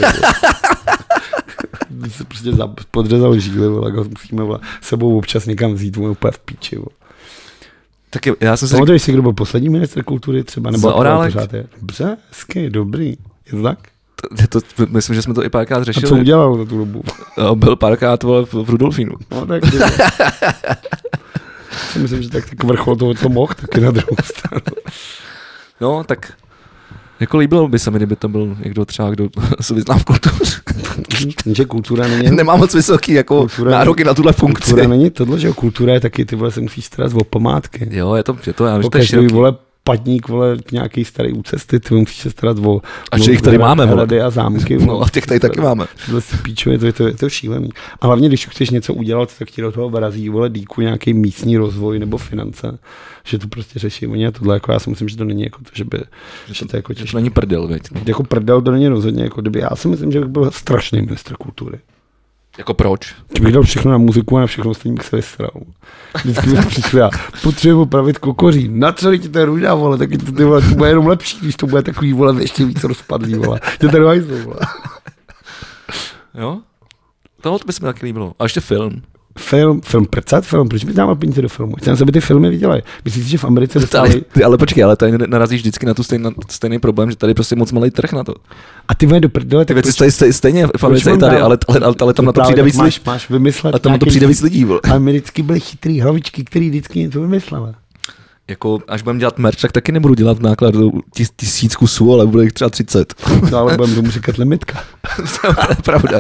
Se prostě podřezal žíly, vole, ho musíme vole, sebou občas někam vzít, vole, úplně v píči, vole. Tak já jsem si říkal... si, kdo byl poslední ministr kultury třeba, nebo Zaorálek? Dobře, hezky, dobrý, je to tak? To, to, myslím, že jsme to i párkrát řešili. A co udělal za tu dobu? No, byl párkrát vole, v, v Rudolfínu. No tak myslím, že tak, tak vrchol toho to mohl, taky na druhou stranu. No, tak jako líbilo by se mi, kdyby to byl někdo třeba, kdo se vyzná v kultuře. Že kultura není... Nemá moc vysoký jako kultura nároky na tuhle funkci. Kultura není tohle, že kultura je taky, ty vole se musíš starat o památky. Jo, je to, je to, já vím, že to je široký. Vole, padník, vole, nějaký starý úcesty, ty musíš se starat o... A že jich tady máme, hrady a zámky. No a těch tady taky máme. Tyhle si píčuje, to je to, je to šílený. A hlavně, když chceš něco udělat, tak ti do toho vrazí, vole, díku nějaký místní rozvoj nebo finance, že to prostě řeší oni a tohle, jako já si myslím, že to není jako to, že by... Že to, jako to není prdel, veď. Jako prdel to není rozhodně, jako kdyby, já si myslím, že bych byl strašný ministr kultury. Jako proč? Bych dal všechno na muziku a na všechno ostatní bych se vysral. Vždycky bych přišel, já potřebuji opravit kokoří. Na co ti to je růža, vole, taky to, ty vole, to bude jenom lepší, když to bude takový, vole, ještě víc rozpadlý, vole. To tady hajzlo, vole. Jo? Tohle by se mi taky líbilo. A ještě film. Film, film, prcat film, proč by dával peníze do filmu? Chceme se by ty filmy vydělají. Myslíš si, že v Americe dostali... Ty, ale počkej, ale tady narazíš vždycky na tu stejný, stejný problém, že tady prostě moc malý trh na to. A ty do prdele... Ty věci proč... stej, stejně v Americe i tady, ale, ale, ale, ale tam na to přijde víc lidí. Máš, máš vymyslet... Ale tam na to přijde víc lidí, vole. Americky byly chytrý hlavičky, který vždycky něco vymysleli. Jako, až budeme dělat merch, tak taky nebudu dělat v nákladu tis, tisíc kusů, ale bude jich třeba třicet. No, ale budeme tomu říkat limitka. To je pravda.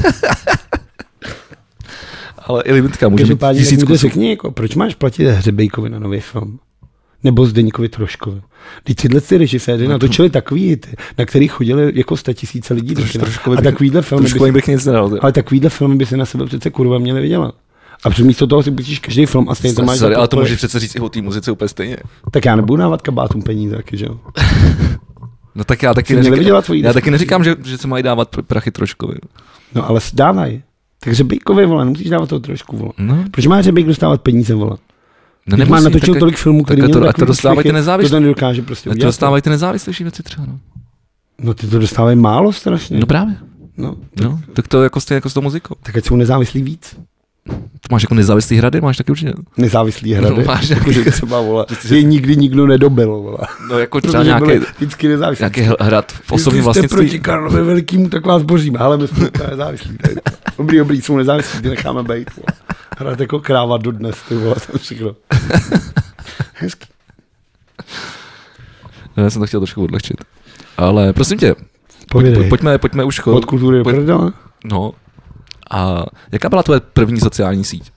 Ale i limitka může být tisíc kusů. Řekni, jako, proč máš platit Hřebejkovi na nový film? Nebo Zdeňkovi Troškovi? Když tyhle ty režiséři no, natočili takový hity, na kterých chodili jako statisíce lidí. Troš, a takovýhle filmy by, bych nic nedal, ale takovýhle filmy by se na sebe přece kurva měli vydělat. A místo toho si pustíš každý film a stejně to máš. Sorry, ale to můžeš přece říct i o té muzice úplně stejně. Tak já nebudu dávat kabátům peníze, taky, že jo? No tak já taky, neříkám, já taky neříkám, že, že se mají dávat prachy Tročkovi. No ale dávaj. Tak Řebejkovi, vole, nemusíš dávat toho trošku, vole. No. Proč má Řebejk dostávat peníze, vole? No nemusí, má natočil tak, tolik filmů, který tak měl to, to dostávají ty nezávislí. To nedokáže prostě udělat. To dostávají ty nezávislejší věci třeba, no. No ty to dostávají málo strašně. No právě. No, tak, no, tak to jako stejně jako s tou muzikou. Tak ať jsou nezávislí víc. To máš jako nezávislý hrady, máš taky určitě. Nezávislý hrady, no, máš jako, že třeba, vole, že je nikdy nikdo nedobil, vole. No jako třeba nějaký, vždycky nezávislý. Nějaký hrad v osobním vlastnictví. Když jste proti Karlovi Velikýmu, tak vás boříme, ale my jsme nezávislí. Dobrý, dobrý, jsou nezávislí, ty necháme bejt, vole. Hrát jako kráva dodnes, ty vole, to všechno. Hezký. Já jsem to chtěl trošku odlehčit. Ale prosím tě, pojď, pojďme, pojďme už... Od kultury do prdele? No. A jaká byla tvoje první sociální síť?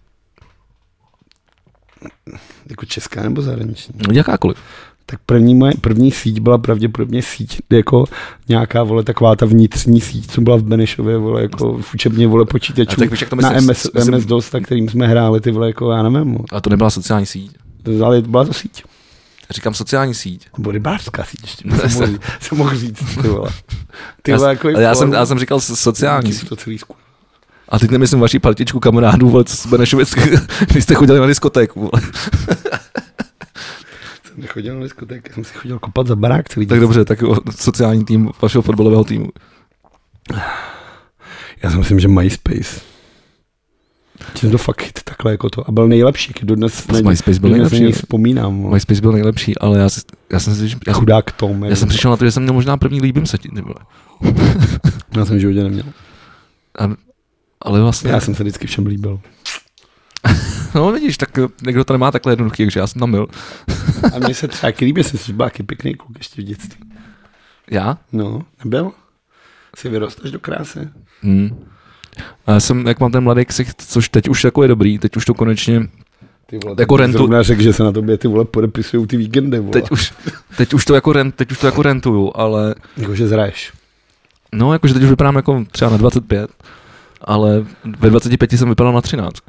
Jako česká nebo zahraniční? No, jakákoliv. Tak první moje první síť byla pravděpodobně síť jako nějaká, vole, taková ta vnitřní síť, co byla v Benešově, vole, jako v učebně, vole, počítačů na M S, M S DOS, tak kterým jsme hráli, ty, vole, jako já nevím. A to nebyla sociální síť? Ale byla to síť. Říkám sociální síť. Nebo rybářská síť, ještě jsem, jsem mohl říct, ty vole. Ty vole, já, jako já, jsem, já jsem říkal sociální síť. To celý zku. A teď nemyslím vaši partičku kamarádů, vole, co z Benešovic, když jste chodili na diskotéku, vole. Jsem nechodil na diskotéku, jsem si chodil kopat za barák celý. Tak dobře, tak sociální tým vašeho fotbalového týmu. Já si myslím, že MySpace. Jsem to fakt chyt takhle jako to. A byl nejlepší, když dodnes na MySpace byl nejlepší. Vzpomínám. Ale. MySpace byl nejlepší, ale já, já jsem si... Já Chudák Tom. Já jsem přišel na to, že jsem měl možná první líbím se ti, nebo. Já jsem v životě neměl. A, ale vlastně... Já jsem se vždycky všem líbil. No vidíš, tak někdo to nemá takhle jednoduchý, takže já jsem tam byl. A mně se třeba líbí, jsem si byl jaký pěkný kluk ještě v dětství. Já? No, nebyl? Jsi vyrosteš do krásy. Hmm. A já jsem, jak mám ten mladý ksicht, což teď už jako je dobrý, teď už to konečně ty vole, jako rentu... Zrovna řekl, že se na tobě ty vole podepisujou ty víkendy, vole. Teď už, teď už to jako rent, teď už to jako rentuju, ale... Jakože zraješ. No, jakože teď už vypadám jako třeba na dvacet pět, ale ve dvaceti pěti jsem vypadal na třináct.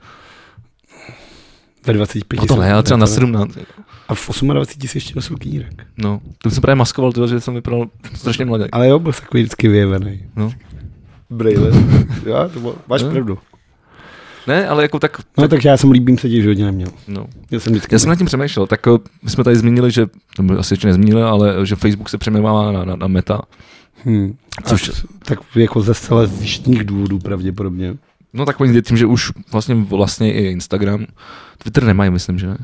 Ve dvaceti pěti no to ne, ale třeba na sedmnáct. A v dvaceti osmi jsi ještě nosil knírek. No, to jsem právě maskoval, to, že jsem vypadal strašně mladý. Ale jo, byl takový vždycky vyjevený. No. Brejle. Jo, to bylo, máš no. pravdu. Ne, ale jako tak... No tak já jsem líbím se ti v životě neměl. No. Já jsem, já jsem nad tím přemýšlel, tak my jsme tady zmínili, že, nebo asi ještě nezmínili, ale že Facebook se přeměňová na, na, na Meta. Hmm. Což... A, tak jako ze zcela zjištních důvodů pravděpodobně. No tak oni tím, že už vlastně, vlastně i Instagram, Twitter nemají, myslím, že ne?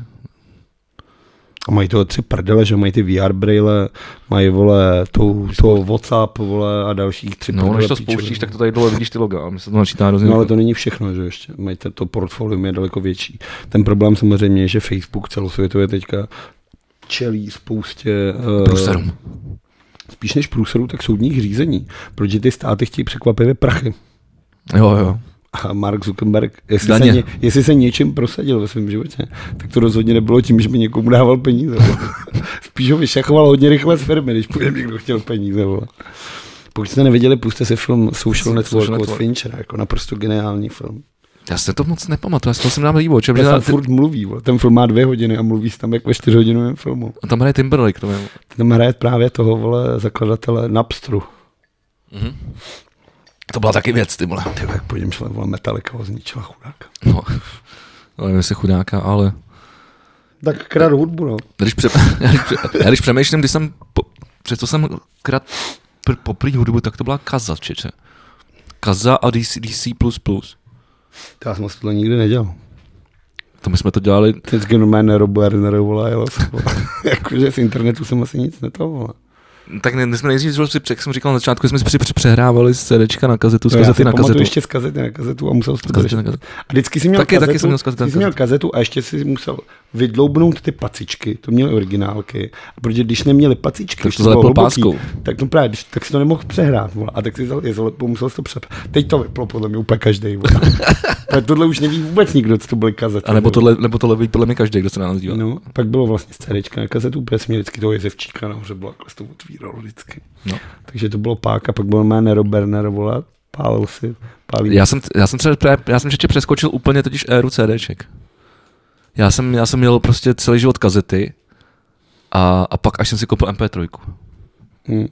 A mají toho tři prdele, že mají ty V R braille, mají, vole, to, to WhatsApp, vole, a dalších tři no, prdele. No, než to spouštíš, tak to tady dole vidíš ty loga, a my se to načítá hrozně. No, ale to není všechno, že ještě, mají to, to portfolium je daleko větší. Ten problém samozřejmě je, že Facebook celosvětově teďka čelí spoustě... Průserům. Uh, spíš než průserů, tak soudních řízení, protože ty státy chtějí překvapivě prachy. Jo, jo. A Mark Zuckerberg, jestli se, ně, jestli se něčím prosadil ve svém životě, tak to rozhodně nebylo tím, že by někomu dával peníze. Spíš ho vyšachoval hodně rychle z firmy, když půjde někdo chtěl peníze. Vole. Pokud jste neviděli, puste si film Social Network od Finchera, jako naprosto geniální film. Já se to moc nepamatuju, já si to jsem dám líbo. Já tam furt mluví, vole. Ten film má dvě hodiny a mluví tam jako ve čtyřhodinovém filmu. A tam hraje Timberlake, to je. Tam hraje právě toho, vole, zakladatele Napsteru. Mhm. To byla taky věc, ty vole. Ty jak po něm šla, vole, Metallica ho zničila, chudáka. No, ale nevím, jestli chudáka, ale... Tak krát hudbu, no. Když, pře... já když přemýšlím, když jsem, po... přesto jsem krát pr... poprý hudbu, tak to byla Kaza, čeče. Kaza a D C, D C plus plus. Já jsem tohle nikdy nedělal. To my jsme to dělali... Vždycky normálně Robo Erner, vole, jelo se, vole. Jakože z internetu jsem asi nic netoval, vole. Tak ne, jsme nejdřív, jak jsem říkal na začátku, jsme si přehrávali z CDčka na kazetu, z no, kazety na kazetu. Já ještě z kazety na kazetu a musel jsi to držet. A vždycky jsi měl taky, kazetu, taky jsem měl, kazetu, jsi měl kazetu a ještě si musel vydloubnout ty pacičky, to měly originálky, a protože když neměli pacičky, tak to zalepil páskou. Tak no právě, když, tak si to nemohl přehrát, vole, a tak si je zalepil, musel si to přehrát. Teď to vyplo podle mě úplně každej. Tohle už neví vůbec nikdo, co to byly kazety. A nebo tohle, nebo tohle ví podle mě každý, kdo se na nás dívá. No, pak bylo vlastně z CDčka na kazetu, protože jsme vždycky toho Jezevčíka nahoře bylo, takhle to otvíralo vždycky. No. Takže to bylo pák a pak byl jméno Roberner, vole, pálil si, pálí. Já jsem, já jsem třeba já jsem ještě přeskočil úplně totiž éru CDček. Já jsem, já jsem měl prostě celý život kazety a, a pak až jsem si koupil em pé tři. Hmm.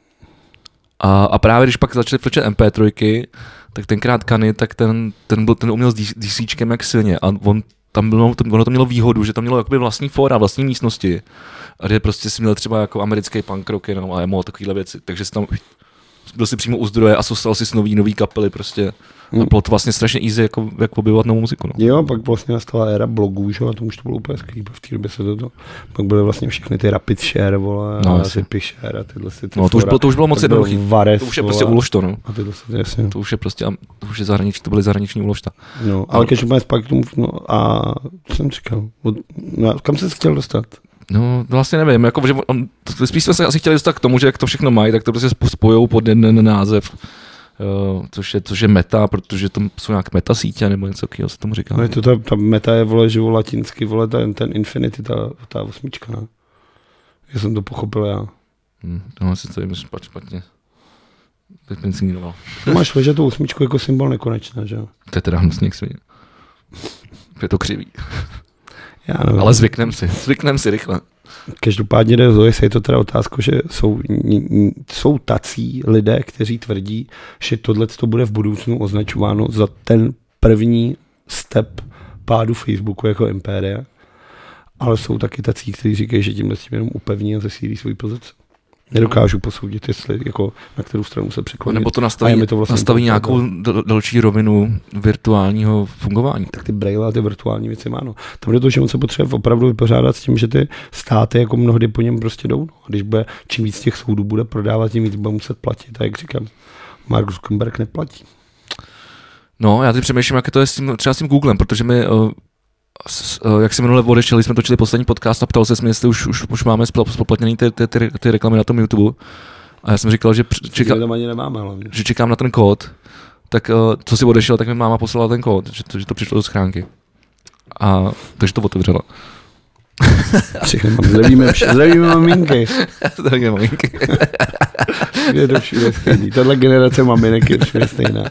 A, a právě když pak začaly fločet em pé tři, tak tenkrát Kany, tak ten, ten, byl, ten uměl s DCčkem jak svině a on tam bylo, ono to mělo výhodu, že tam mělo jakoby vlastní fóra, vlastní místnosti a kde prostě si měl třeba jako americký punk rock jenom a emo a takovýhle věci, takže si tam byl si přímo u zdroje a sostal si s nový, nový kapely prostě. Hmm. A bylo to vlastně strašně easy, jako, jak objevovat novou muziku. No. Jo, pak vlastně nastala éra blogů, že? A to už to bylo úplně skvělý, v té době se to, to pak byly vlastně všechny ty Rapid Share, vole, no, a Zippy Share a tyhle ty no, to už bylo, to už bylo moc jednoduchý. Vares, to už je prostě uložto, no. A tyhle ty, jasně. To už je prostě, to už je zahraniční, to byly zahraniční uložta. No, ale když úplně zpátky k tomu, no a co jsem říkal, no, kam jsi chtěl dostat? No, vlastně nevím, jako, že on, spíš jsme se asi chtěli dostat k tomu, že jak to všechno mají, tak to prostě spojou pod jeden název. Uh, což, je, což je meta, protože tam jsou nějak meta sítě nebo něco takového se tomu říká. No je to ta, ta meta je, vole, živo latinsky, vole, ten, ten Infinity, ta, ta osmička, ne? Já jsem to pochopil já. Hmm, no, asi to je špatně. špatně. Tak mi signoval. To máš ležet tu osmičku jako symbol nekonečná, že jo? To je teda hnusně k svině. Je to křivý. Já nevím. Ale zvyknem si, zvyknem si rychle. Každopádně jde o je to teda otázka, že jsou, jsou tací lidé, kteří tvrdí, že tohle to bude v budoucnu označováno za ten první step pádu Facebooku jako impéria, ale jsou taky tací, kteří říkají, že tímhle s tím jenom upevní a zesílí svůj pozici. Nedokážu posoudit, jestli jako na kterou stranu se přiklonit. Nebo to nastaví, to vlastně nastaví nějakou dal, další rovinu virtuálního fungování. Tak ty braille a ty virtuální věci má. No. Tam jde to, že on se potřebuje opravdu vypořádat s tím, že ty státy jako mnohdy po něm prostě jdou. No. A když bude, čím víc těch soudů bude prodávat, tím víc bude muset platit. A jak říkám, Mark Zuckerberg neplatí. No, já teď přemýšlím, jak to je s tím, třeba s tím Googlem, protože my uh, jak se minule odešli, jsme točili poslední podcast a ptal se, jestli už, už, už máme spoplatněný ty, ty, ty, ty reklamy na tom YouTube. A já jsem říkal, že, čeká, nemáme, že čekám na ten kód. Tak co si odešel, tak mi máma poslala ten kód, že to, že to přišlo do schránky. A takže to otevřela. Všechny mám, zdravíme, zdravíme maminky. Zdravíme maminky. Je to všude stejný. Tahle generace maminek je všude stejná.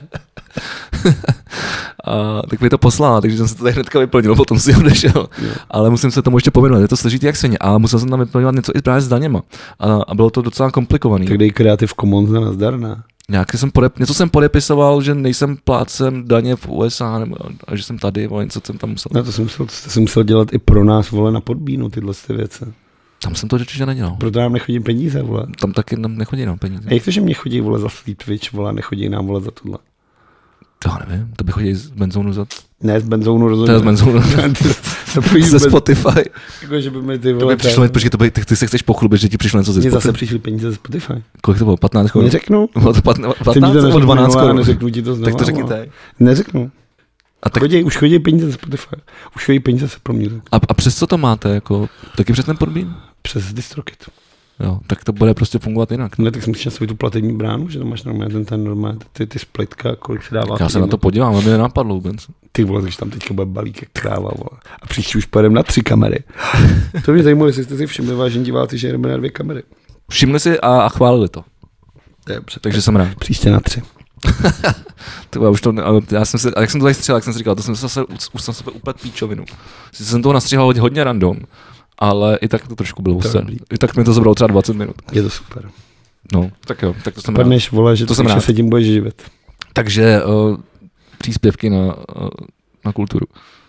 A, tak mi to poslala, takže jsem se to tady hnedka vyplnil, potom si odešel. Ale musím se tomu ještě pověnovat, je to složitý jak svině. A musel jsem tam vyplňovat něco i právě s daněma. A, a bylo to docela komplikovaný. Tak dej Creative Commons na nazdarná. Nějaký jsem podep, něco jsem podepisoval, že nejsem plátcem daně v U S A, nebo a že jsem tady, vole, něco jsem tam musel. No to jsem musel, to jsem musel dělat i pro nás, vole, na Podbínu tyhle ty věci. Tam jsem to určitě nedělal. Proto nám nechodí peníze, vole. Tam taky nám nechodí nám peníze. A jak to, že mě chodí, vole, za Sleep Twitch, vole, nechodí nám, vole, za tohle? To nevím, to by chodí z Benzónu za... Ne, z Benzónu rozhodně. To je z Benzónu. Ze Spotify. Jako, že by mi ty, vole, to by přišlo, počkej, to by, ty, ty se chceš pochlubit, že ti přišlo něco ze Spotify. Mně Spotify. zase přišly peníze ze Spotify. Kolik to bylo? patnáct korun? Neřeknu. Bylo to patnáct, patnáct nebo dvanáct korun? Neřeknu ti to znovu. Tak to řekni tady. Neřeknu. A tak... chodí, už chodí peníze ze Spotify. Už chodí peníze ze Pro Music. A, a přes co to máte? Jako, taky přes ten Podbean? Přes DistroKid. Jo, tak to bude prostě fungovat jinak. Ne, tak si musíš nastavit tu platební bránu, že tam máš normálně ten, ten normálně, ty, ty splitka, kolik se dává. Já se na to podívám, aby mě nenapadlo vůbec. Ty vole, když tam teďka bude balík, jak kráva, vole. A příští už pojedeme na tři kamery. To mě zajímalo, jestli jste si všimli, vážení diváci, že jdeme na dvě kamery. Všimli si a, a chválili to. Dobře, takže tak jsem rád. Příště na tři. To já už to, já jsem se, jak jsem to tady střihal, jak jsem si říkal, to jsem se zase, už jsem sebe úplně píčovinu. Sice jsem toho nastřihal hodně random, ale i tak to trošku bylo husté. I tak mi to zabralo třeba dvacet minut. Je to super. No, tak jo, tak to jsem Padneš, rád. vole, že to jsem rád. Se tím budeš živit. Takže uh, příspěvky na, uh, na kulturu.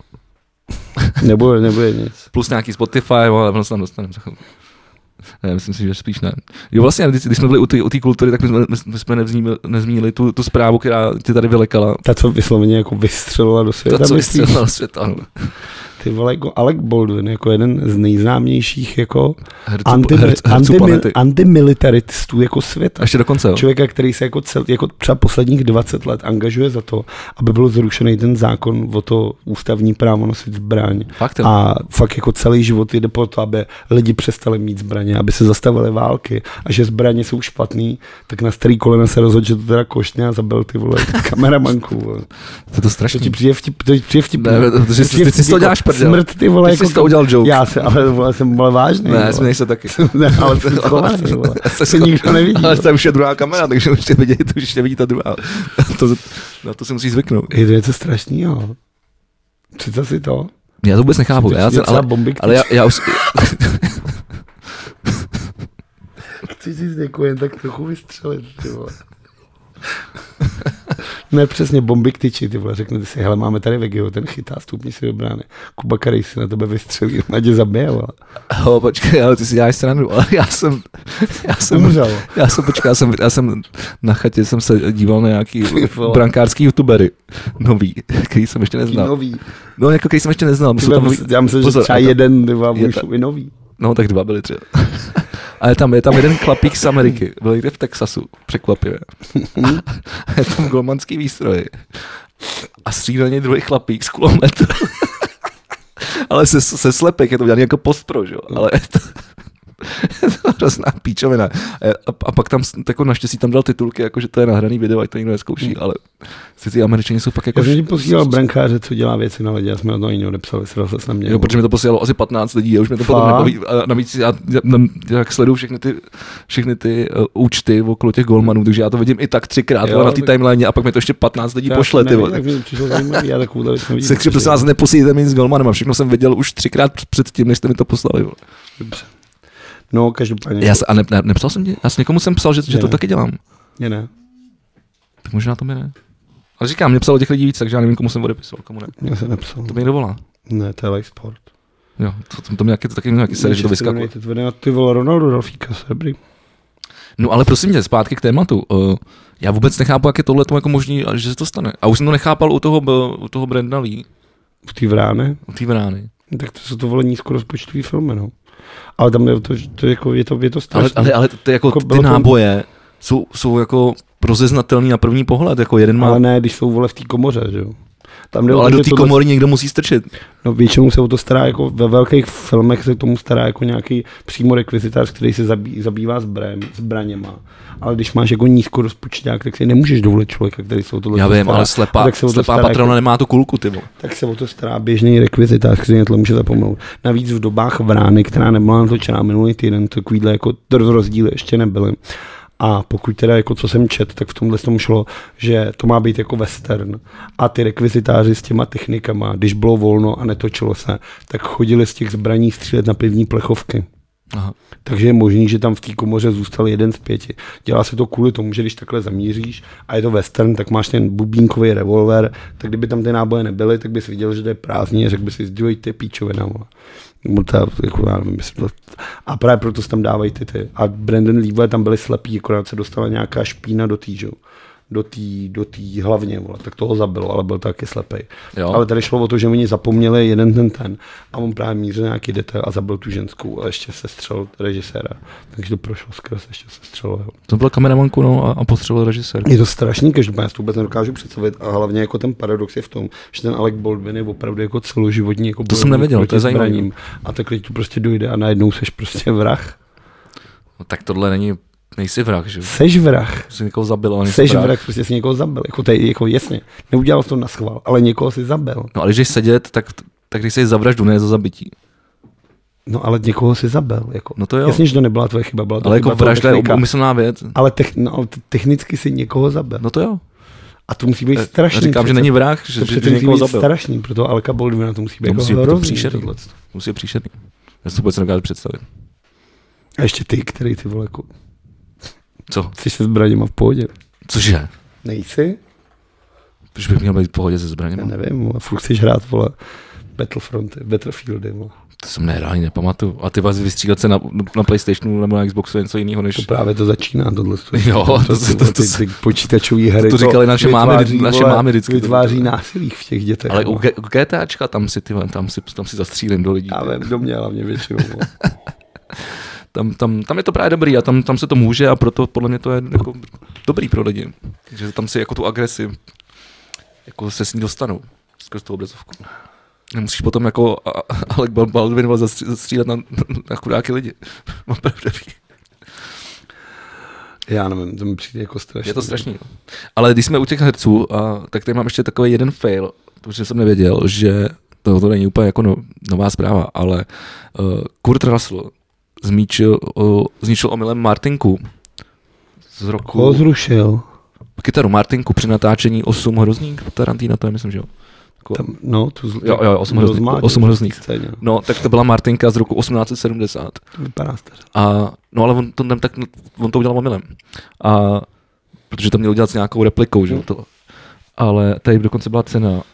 Nebude, nebude nic. Plus nějaký Spotify, ale ono se tam dostaneme. Ne, myslím si, že spíš ne. Jo, vlastně, když, když jsme byli u té kultury, tak my jsme, my jsme nezmínili, nezmínili tu, tu zprávu, která ty tady vylekala. Ta, co vysloveně jako vystřelila do světa. Ta, co vystřelila do světa, no. Ty vole, jako Alec Baldwin, jako jeden z nejznámějších jako herců, anti, herců, herců anti, antimilitaritů jako světa. Ještě dokonce, jo. Člověka, který se jako, cel, jako třeba posledních dvacet let angažuje za to, aby byl zrušený ten zákon o to ústavní právo nosit zbraň. Fakt, jo. A fakt jako celý život jde po to, aby lidi přestali mít zbraně, aby se zastavily války a že zbraně jsou špatný, tak na starý kolena se rozhodl, že to teda koštně a zabil ty vole kameramanku. Vole. To je to strašný. To ti přijde vtip, to ti přijde vtip. Ne, protože ty si to děláš prdel. Smrt, ty vole, ty jako... jsi to udělal joke. Já se, ale vole, jsem byl vážný. Ne, směj se taky. Ne, ale jsem schovaný, vole. To nikdo nevidí. Ale to už je druhá kamera, takže už tě vidí, to už tě vidí ta druhá. To, na to si musíš zvyknout. Je to něco strašného. Představ si to. Já to vůbec nechápu. Já jsem, ale, ale já, já už... Chci si jako jen tak trochu vystřelit, ty vole. Ne, přesně, bomby k tyči, ty vole, řeknete si, hele, máme tady Vegio, ten chytá, stupni si do brány. Kuba Karej si na tebe vystřelí, na tě zabije, vole. Oh, počkej, ale ty si děláš srandu, ale já jsem, já jsem, Umřel. já jsem, počkej, já jsem, já jsem na chatě jsem se díval na nějaký brankářský youtubery, nový, který jsem ještě neznal. Nový. No, jako který jsem ještě neznal. Tyhle, Tam nový... Já myslím, Pozor, že třeba tam... jeden, dva, je jsou i nový. No, tak dva byly třeba. Ale tam je tam jeden chlapík z Ameriky, byl někde v Texasu, překvapivě. A je tam golmanský výstroj. A střídal něj druhý chlapík z kulometu. Ale se, se slepek, je to udělaný jako postpro, že jo? Ale je to, je to hrozná píčovina. A, a pak tam jako naštěstí tam dal titulky, jako že to je nahraný video, ať to nikdo neskouší, ale ty Američani jsou fakt jako... Já jsem ti posílal brankáře, co dělá věci na ledě, já jsme na to ani odepsali, sral se s na mě. Jo, protože mi to posílalo asi patnáct lidí, a už mi to potom nebaví. A navíc já, já, jak sleduju všechny ty, všechny ty uh, účty okolo těch golmanů, takže já to vidím i tak třikrát jo, na té tak... timeline a pak mi to ještě patnáct lidí pošle. Ty tak mi to přišlo zajímavý, já takovou věc nevidím. Takže prosím vás, neposílíte mi s golmanem a všechno jsem viděl už třikrát předtím, než jste mi to poslali. Dobře. No, každopádně. Já se, a ne, ne, nepsal jsem ti? Já s někomu jsem psal, že, že to taky dělám. Je ne. Tak možná to mi ne. Ale říkám, mě psalo těch lidí víc, takže já nevím, komu jsem odepisoval, komu ne. Já jsem nepsal. To mi někdo volá. Ne, to je Like Sport. Jo, to, to, to, mě, to taky nějaký série, že to vyskakuje. To vede na ty vole Ronaldo dal fíka, dobrý. No ale prosím tě, zpátky k tématu. Uh, já vůbec nechápu, jak je tohle jako možný, že se to stane. A už jsem to nechápal u toho, u toho Brandona Lee. U té Vrány? U té Vrány. Tak to jsou to vole nízkorozpočtový filmy, no. Ale tam je to, to, jako, je to, je to strašné. Ale, ale, ale to, jako, jako ty náboje jsou, jsou jako rozeznatelný na první pohled, jako jeden má... Ale ne, když jsou vole v té komoře, že jo. Tam no, ale do té komory někdo musí strčit. No většinou se o to stará, jako ve velkých filmech se tomu stará jako nějaký přímo rekvizitář, který se zabý, zabývá zbraň, zbraněma. Ale když máš jako nízkorozpočťák, tak si nemůžeš dovolit člověka, který se o tohle Já vím, stará. Ale slepá, slepá patrona jako, nemá tu kulku, ty vole. Tak se o to stará běžný rekvizitář, který to může zapomenout. Navíc v dobách Vrány, která nebyla natočená minulý týden, takovýhle jako rozdíly ještě nebyly. A pokud teda, jako co jsem čet, tak v tomhle tom šlo, že to má být jako western. A ty rekvizitáři s těma technikama, když bylo volno a netočilo se, tak chodili z těch zbraní střílet na pivní plechovky. Aha. Takže je možný, že tam v té komoře zůstal jeden z pěti. Dělá se to kvůli tomu, že když takhle zamíříš a je to western, tak máš ten bubínkový revolver, tak kdyby tam ty náboje nebyly, tak bys viděl, že to je prázdný a řekl bys si, dělejte píčovina. Jako, já nevím, to... A právě proto se tam dávají ty ty. A Brandon Lee tam byli slepí, akorát se dostala nějaká špína do týžu. do té do tý hlavně, vole, tak toho zabilo, ale byl taky slepej. Jo. Ale tady šlo o to, že oni zapomněli jeden ten ten a on právě mířil nějaký detail a zabil tu ženskou a ještě se střelil režiséra. Takže to prošlo skrz, ještě se střelil. To byl kameramanku, no, a, a postřelil režisér. Je to strašný, každopádně to vůbec nedokážu představit a hlavně jako ten paradox je v tom, že ten Alec Baldwin je opravdu jako celoživotní jako to jsem nevěděl, to je zajímavé. A takhle to prostě dojde a najednou seš prostě vrah. No, tak tohle není nejsi vrah, že? Seš vrah. Jsi někoho zabil, ale Seš vrah, vrah prostě jsi někoho zabil. Jako, tady, jako jasně, neudělal jsi to na schvál, ale někoho si zabil. No ale když jdeš sedět, tak, tak když jsi za vraždu, ne za zabití. No ale někoho si zabil. Jako. No to jo. Jasně, že to nebyla tvoje chyba, byla to ale chyba jako vražda je umyslná věc. Ale, tech, no, ale technicky si někoho zabil. No to jo. A to musí být strašný. Říkám, že není vrah, že, to že, že někoho zabil. Strašný, proto Aleka Baldwina to musí být to musí jako hrozný. Příšerný. Musí být příšerný. Já si to vůbec nedokážu představit. A ještě ty, který ty vole jako... Co? Jsi se zbraněma v pohodě. Cože? Nejsi? Proč bych měl být v pohodě se zbraněma? Já nevím, ale furt chceš hrát, vole, Battlefronty, Battlefieldy, vole. To jsem nehrál, ani nepamatuju. A ty vás vystřílet se na, na PlayStationu nebo na Xboxu něco jiného než... To právě to začíná, tohle. Jo, to, to, to, to, to, ty, ty počítačový hry. To, to říkali naše mámy, naše mámy vždycky. Vytváří násilí v těch dětech. Ale u, G, u GTAčka tam si, ty, tam si, tam si zastřílím do lidí. Já vím, do mě hlavně většinou. Tam, tam, tam je to právě dobrý a tam, tam se to může a proto podle mě to je jako dobrý pro lidi. Takže tam si jako tu agresi jako se s ní dostanou skrz tu obrazovku. Nemusíš potom jako Alec Baldwin zastřílet na, na chudáky lidi. Já nevím, to mi přijde jako strašný. Je to strašný. No. Ale když jsme u těch herců, a, tak tady mám ještě takový jeden fail, protože jsem nevěděl, že to, to není úplně jako no, nová zpráva, ale uh, Kurt Russell zmíčil, uh, zničil omylem Martinku z roku... Koho zrušil? Kytaru Martinku při natáčení osm hrozných Tarantina, to je myslím, že jo. Tam, no, tu zl... Jo, jo, osm hrozných. osm hrozných. Scéně. No, tak to byla Martinka z roku osmnáct set sedmdesát. To vypadá staře. A, no ale on to, tak, on to udělal omylem. A, protože to měl udělat s nějakou replikou, že jo. To. Ale tady dokonce byla cena.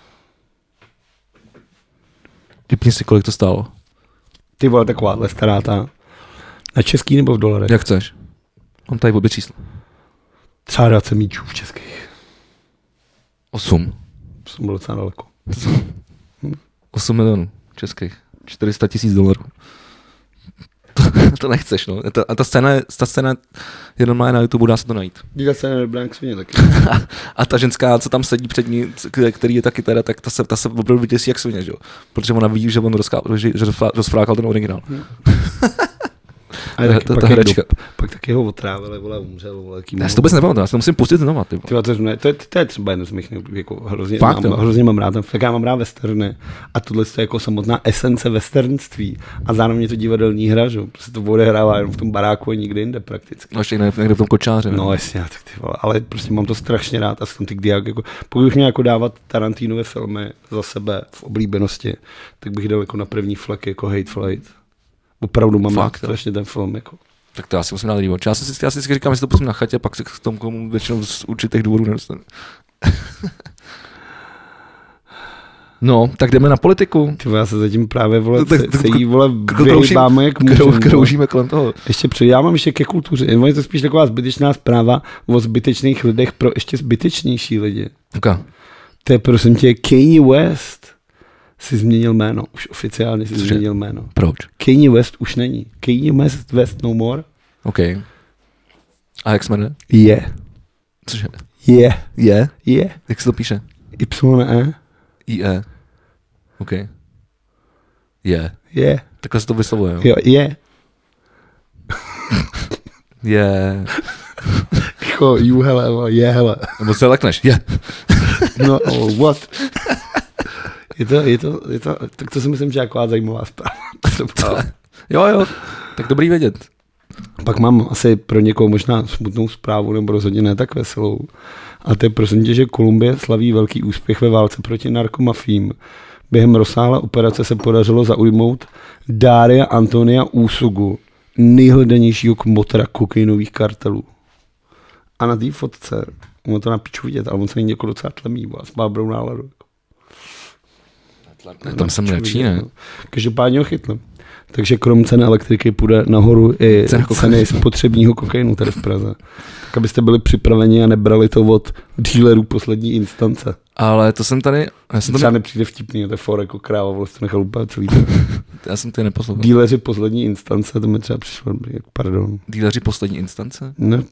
Typni si, kolik to stálo. Ty vole, takováhle stará ta. Na český nebo v dolarech? Jak chceš. Mám tady obě čísla. Třeba dvacet míčů v českých. osm. Jsem byl docela daleko. osm milionů českých. čtyři sta tisíc dolarů. To, to nechceš, no. Ta, a ta scéna, je, ta scéna je normálně na YouTube, dá se to najít. Díka se nebyla jak svině taky. A ta ženská, co tam sedí před ní, který je taky teda, tak ta se, ta se opravdu vyděsí jak svině, že jo. Protože ona ví, že on rozká, že, že rozfrákal ten originál. Hmm. A taky, to, pak, ta hračka. Do, pak taky ho otrávili, vole, umřel, vole, já si to vůbec nepamatuju, já si to musím pustit znova, ty. Tyva, to, to, to, to je třeba jeden z mých jako hrozně, Fakt, mám, hrozně mám rád, tak já mám rád westerny a tohle je jako samotná esence westernství a zároveň je to divadelní hra, že prostě to odehrává jenom v tom baráku a nikdy jinde prakticky. No ještě někde v tom kočáře. Ne? No jasně, tak ty vole, ale prostě mám to strašně rád a jsem ty dialog, jako, pokud bych měl jako dávat Tarantinové filmy za sebe v oblíbenosti, tak bych dal jako na první flek jako Hateful Eight. Opravdu mám rád strašně ten film, jako. Tak to já si musím dát rývoč. Já si, já si říkám, že to pustím na chatě, pak se k tomu komu většinou z určitých důvodů nedostane. No, tak jdeme na politiku. Tyvo, já se zatím právě, vole, no, tak, se, se jí, vole, vyhýbáme, jak můžeme. Kroužíme kolem toho. Ještě před, já mám ještě ke kultuře. Je to spíš taková zbytečná zpráva o zbytečných lidech pro ještě zbytečnější lidi. Okay. To je, prosím tě, Kanye West si změnil jméno. Už oficiálně si Cože? změnil jméno. Proč? Kanye West už není. Kanye West, West no more. OK. A jak se jmenuje? Je. Yeah. Cože? Je. Yeah. Je? Je. Yeah. Jak se to píše? Y-E. I-E. OK. Je. Je. Yeah. Takhle se to vyslovuje, jo? Jo, je. Je. Jako, ju hele, je hele. Nebo se lekneš, je. No, oh, what? Je to, je to, je to, tak to si myslím, že je taková zajímavá zpráva. Jo, jo, tak dobrý vědět. Pak mám asi pro někoho možná smutnou zprávu, nebo rozhodně ne tak veselou. A to je prosím tě, že Kolumbie slaví velký úspěch ve válce proti narkomafím. Během rozsáhlé operace se podařilo zaujmout Daria Antonia Úsugu, nejhledanějšího kmotra kokainových kartelů. A na té fotce, on to na piču vidět, ale on se někdo docela tlemí, s bábrou náladu. Ne, tam jsem radší, ne? Každopádně ho chytl. Takže krom ceny elektriky půjde nahoru i cena ceny spotřebního kokainu tady v Praze. Tak abyste byli připraveni a nebrali to od dealerů poslední instance. Ale to jsem tady... Já jsem třeba tady... nepřijde vtipný, to je for jako kráva, vlastně to nechal úplně celý to. Já jsem tady neposlouchal. Dealeři poslední instance, to mi třeba přišlo, pardon. Dealeři poslední instance? Ne.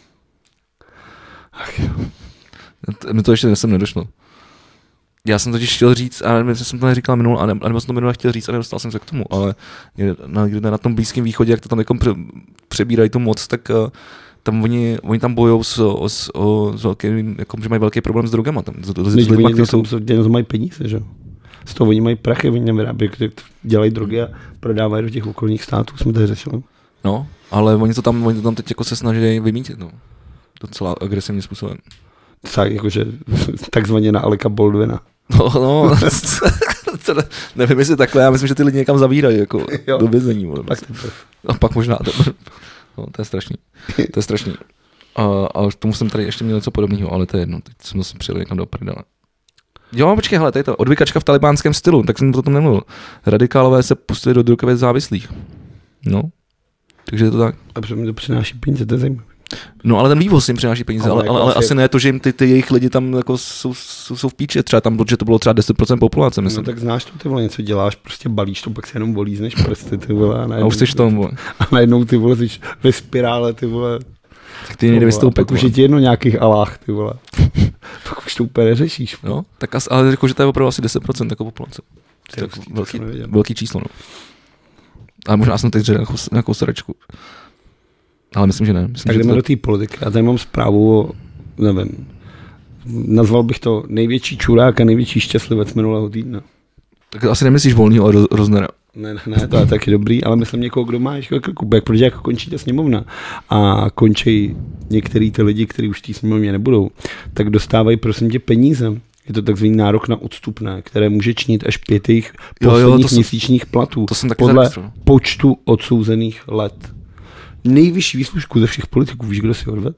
Ach jo. Mi to ještě jsem nedošlo. Já jsem totiž chtěl říct, ale jsem to neříkal minul, anebo jsem to minule chtěl říct, ale dostal jsem se k tomu, ale na, na tom Blízkém východě, jak to tam jako pře, přebírají tu moc, tak uh, tam oni, oni tam bojou s, s, o, s velkým, jako, že mají velký problém s drogama. Tam, s, s, s lidma, kteří jsou... jsou mají peníze, že? Z toho oni mají prachy, oni nevyrábějí, dělají drogy a prodávají do těch okolních států, jsme tady řešili. No, ale oni to tam, oni to tam teď jako se snaží vymítit, no. Docela agresivním způsobem. Tak, jakože takzvaně na Aleka Baldwina. No, no, nevím, jestli takhle, já myslím, že ty lidi někam zavírají, jako jo. Do vězení. Pak, no, pak možná, to, no, to je strašný, to je strašný. A, a tomu jsem tady ještě měl něco podobného, ale to je jedno, teď jsme se přijeli někam do prdele. Jo, počkej, hele, tady to, odvykačka v talibánském stylu, tak jsem o tom nemluvil. Radikálové se pustili do drogově závislých. No, takže je to tak. A protože mi to přináší peníze, to je zajímavé. No ale ten vývoz jim přináší peníze, ale, ale, ale, ale asi ne to, že jim ty, ty jejich lidi tam jako jsou, jsou, jsou v píči, třeba tam, protože to bylo třeba deset procent populace, myslím. No tak znáš to, ty vole, něco děláš, prostě balíš to, pak si jenom volízneš prsty, ty vole. A, a už jsi v tom, vole. A najednou ty vole, jsi ve spirále, ty vole. Tak ty nejde vystoupit. Pak už je ti jedno nějakých alách, ty vole. Pak už to úplně neřešíš. No, tak as, ale řekl, že to je opravdu asi deset procent jako populace. To je tak velký, velký číslo, no. Ale možná jsem teď řekl nějakou, nějakou sračku. Ale myslím, že ne. Myslím, tak jdeme to... do té politiky. Já tady mám zprávu o, nevím, nazval bych to největší čurák a největší šťastlivec minulého týdne. Tak asi nemyslíš Volnýho a Roznera. Ne, ne, ne, to je taky dobrý, ale myslím někoho, kdo má ještě krku, protože jako končí ta sněmovna a končí některý ty lidi, kteří už v té sněmovně nebudou, tak dostávají prosím tě peníze. Je to takzvaný nárok na odstupné, které může činit až pět jejich posledních jo, jo, měsíčních platů to jsem taky podle počtu odsouzených let. Nejvyšší výslužku ze všech politiků, víš, kdo si odved?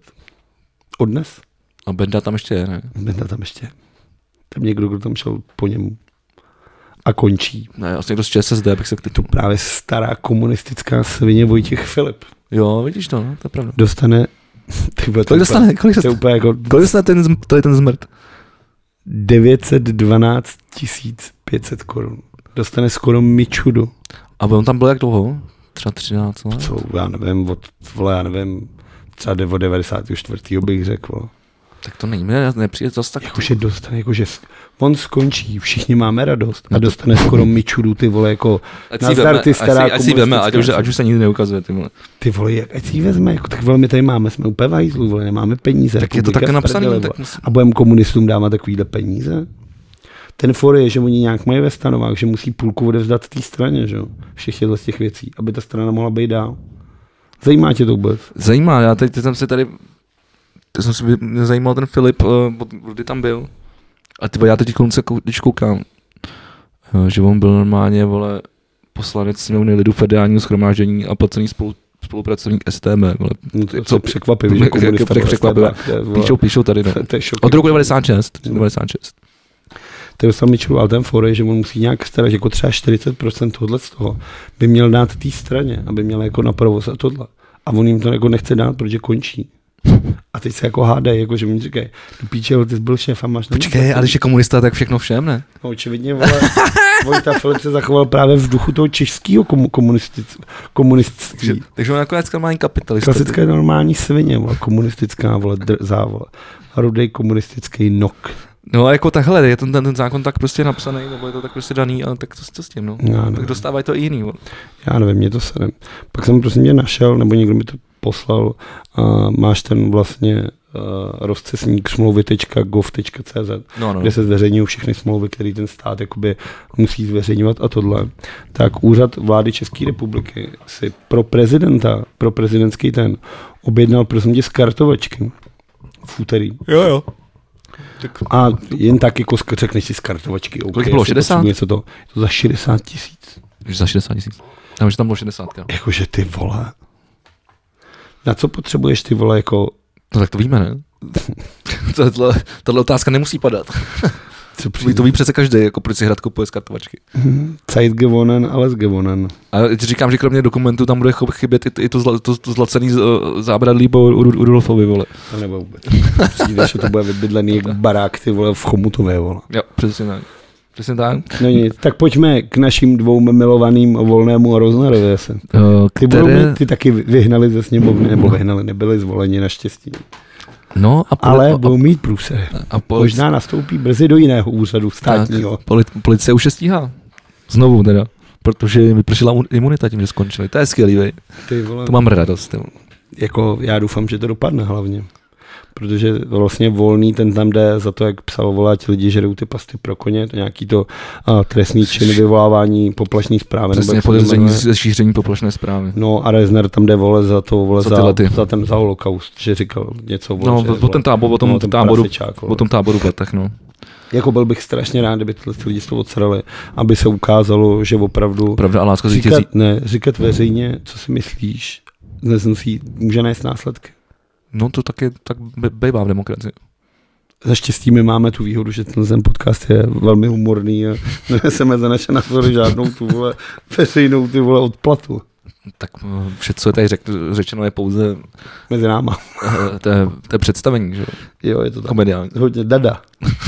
Odnes? A Benda tam ještě je, ne? Benda tam ještě je. Tam někdo, kdo tam šel po němu. A končí. Ne, asi někdo z ČSSD, bych se k to právě stará komunistická svině Vojtěch Filip. Jo, vidíš to, no, to je pravda. Dostane... Tyhle, kolik dostane? Kolik dostane? To je jako... Kolik dostane ten, to je ten zmrt? devět set dvanáct tisíc pět set korun. Dostane skoro mičudu. A on tam byl jak dlouho? Třeba třináct let? Co, já nevím, od, vole, já nevím, třeba od devadesátého čtvrtého bych řekl. Vole. Tak to není, ne, nepřijde zase tak. Jakože dostane, jakože on skončí, všichni máme radost a dostane skoro mičudu, ty vole, jako nazdar ty stará ať si veme, ať už, ať už se nikdy neukazuje, ty vole. Ty vole, jak, ať si ji vezme, jako, tak vole, my tady máme, jsme úplně vajzlu, vole, nemáme peníze. Tak je to také napsané. Tak musí... A budeme komunistům dávat takovýhle peníze? Ten for je, že oni nějak mají ve stanovách, že musí půlku odevzdat té straně, že jo, všech z těch věcí, aby ta strana mohla být dál. Zajímá tě to vůbec? Zajímá, já teď jsem se tady Teď jsem si zajímal ten Filip, kdy tam byl. A ty, já teď konce, když koukám, že on byl normálně, vole, poslanec sněmovny lidu federálního shromáždění a placený spolu, spolupracovník S T B. Vole. No to, co překvapivý, že komunista byl překvapivé. Píšou, píšou tady, no. Od roku devadesát šest. devadesát šest. To je dostal Mičuru, ale ten for, že on musí nějak starat, jako třeba čtyřicet procent tohle z toho by měl dát té straně, aby měl jako na provoz a tohle. A on jim to jako nechce dát, protože končí. A teď se jako hádají, jako že mi říkají, do píče, ty jsi byl šéf a máš... Počkej, ale když je komunista, tak všechno všem, ne? No očividně, vole, Vojta Filip se zachoval právě v duchu toho českého komunistství. Takže on nakonec normální kapitalista. Klasická normální svině, vole, komunistická, vole, drzá, vole, rudej komunistický nok. No a jako takhle, je ten, ten, ten zákon tak prostě napsaný, nebo je to tak prostě daný, ale tak to, to s tím, no. Tak dostávají to i jiný, vole. Já nevím, mě to sere. Pak jsem prostě mě našel, nebo někdo mi to poslal, uh, máš ten vlastně uh, rozcesník smlouvy tečka gov tečka cé zet, no, no. kde se zveřejňují všechny smlouvy, které ten stát jakoby musí zveřejňovat a tohle. Tak úřad vlády České republiky si pro prezidenta, pro prezidentský ten, objednal prosím tě z kartovačky v úterý. Jo, jo. Tak. A jen tak jako řekneš si z kartovačky. Okay, kolik bylo, šedesát? Něco to, to za šedesát tisíc. Za šedesát tisíc. Já myslím, že tam bylo šedesát. Jakože ty vole. Na co potřebuješ ty vole jako... No tak to víme, ne? Tato, tato otázka nemusí padat. Co to ví přece každý, jako proč si hrad kupuje z kartovačky. Zeit gewonnen, alles gewonnen. A teď říkám, že kromě dokumentů tam bude chybět i, i to, zla, to, to zlacený zábradlí po u Rudolfovi, vole. To nebo vůbec. Přijdeš, že to bude vybydlený jak barák, ty vole, v Chomutově, vole. Jo, přesně tak. Přesně tak. No nic, tak pojďme k našim dvou milovaným Volnému a Roznerovi. Ty, které... mít, ty taky vyhnali ze sněmovny, nebo vyhnali, nebyli zvoleni naštěstí. No a poli- ale budou mít průsery. A polic- Možná nastoupí brzy do jiného úřadu státního. Tak, poli- policie už je stíhá. Znovu teda. Protože jim vypršela imunita tím, že skončili. To je skvělý, vej. To mám radost. Jo. Jako já doufám, že to dopadne hlavně. Protože vlastně Volný, ten tam jde za to, jak psal, volá ti lidi, že jdou ty pasty pro koně, to nějaký to a, trestný čin vyvolávání poplašné zprávy. Přesně podezření ze šíření poplašné zprávy. No a Rezner tam jde vole za to, vole za, za, za ten za holokaust, že říkal něco. Vole, no, že, o tom táboru, o tom no, táboru, o tom táboru v letech, no. Jako byl bych strašně rád, kdyby tyhle lidi to odsrali, aby se ukázalo, že opravdu... Pravda a láska říkat, zvítězí. Ne, říkat veřejně, co si myslíš, neznosí, může nést následky. No to taky tak bývá v demokracii. Za štěstí my máme tu výhodu, že ten podcast je velmi humorný a neneseme za naše názory žádnou tu vole veřejnou ty vole odplatu. Tak vše, co je tady řek, řečeno, je pouze mezi náma. To je, to je představení, že jo? Je to tak. Komediální. Hodně dada.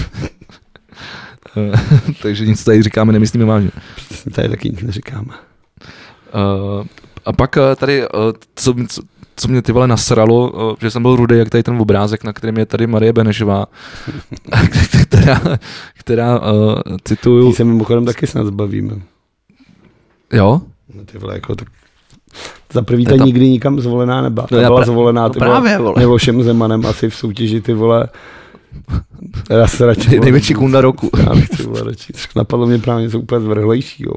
Takže nic tady říkáme, nemyslíme vážně. Tady taky nic neříkáme. Uh, a pak tady, uh, co, co co mě ty vole nasralo, že jsem byl rudej, jak tady ten obrázek, na kterém je tady Marie Benešová, která, která uh, cituju... Ty se mimochodem taky snad zbavíme. Jo? No ty vole, jako tak... Za prvý ta nikdy nikam zvolená nebyla. Ta no byla pra... zvolená ty no právě, vole. Milošem Zemanem asi v soutěži ty vole Já se radši... Největší kunda roku. Já bych to bylo radši. Napadlo mě právě něco úplně zvrhlejšího.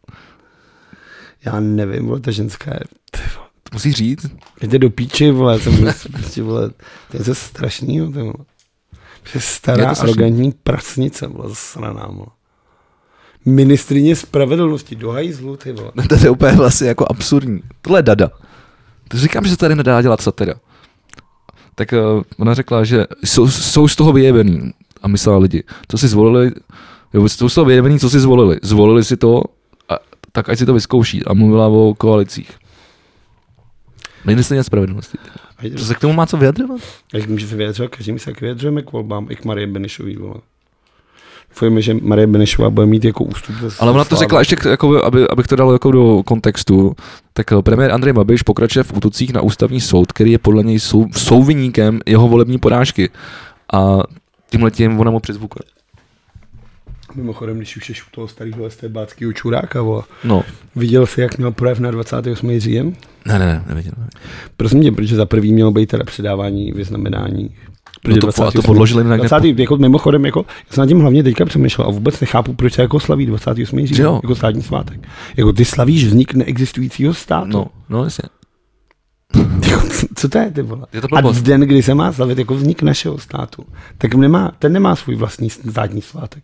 Já nevím, vole, ta ženská je... To musíš říct. Jde do píči, vole, to je prostě, vole, to je něco strašnýho, to je, vole. Je stará, je arrogantní prasnice, vole, zasraná, vole. Ministryně spravedlnosti, do hajzlu, ty vole. To je úplně vlastně jako absurdní. Tohle je dada. To říkám, že se tady nedá dělat satira. Tak uh, ona řekla, že jsou, jsou z toho vyjevený a myslela lidi, co si zvolili, jo, jsou z toho vyjevený, co si zvolili. Zvolili si to, a, tak ať si to vyzkouší. A mluvila o koalicích. Ministryně spravedlnosti. To se k tomu má co vyjadřovat? Jak může se vyjadřovat, každý my se jak vyjadřujeme k volbám, i k Marie Benešový, vole. Doufujeme, že Marie Benešová bude mít jako ústup. Ale ona to řekla ještě, jako, aby, abych to dal jako do kontextu, tak premiér Andrej Babiš pokračuje v útocích na ústavní soud, který je podle něj sou, souviníkem jeho volební porážky. A tímhletím ona mu přizvukuje. Mimochodem, když už jsi u toho starého estébáckého čuráka, vole. No. Viděl jsi, jak měl projev na dvacátého osmého říjen? Ne, ne, ne, neviděl. Prosím tě, protože za prvý mělo být teda předávání vyznamenání. No to, a to podložili na dvacátého jako mimochodem, jako, já jsem nad tím hlavně teďka přemýšlel a vůbec nechápu, proč se jako slaví dvacátého osmého říjen, jako státní svátek. Jako ty slavíš vznik neexistujícího státu. No, no jasně. Jako, co to je, ty vole? Je to a v den, kdy se má slavit jako vznik našeho státu, tak nemá, ten nemá svůj vlastní státní svátek.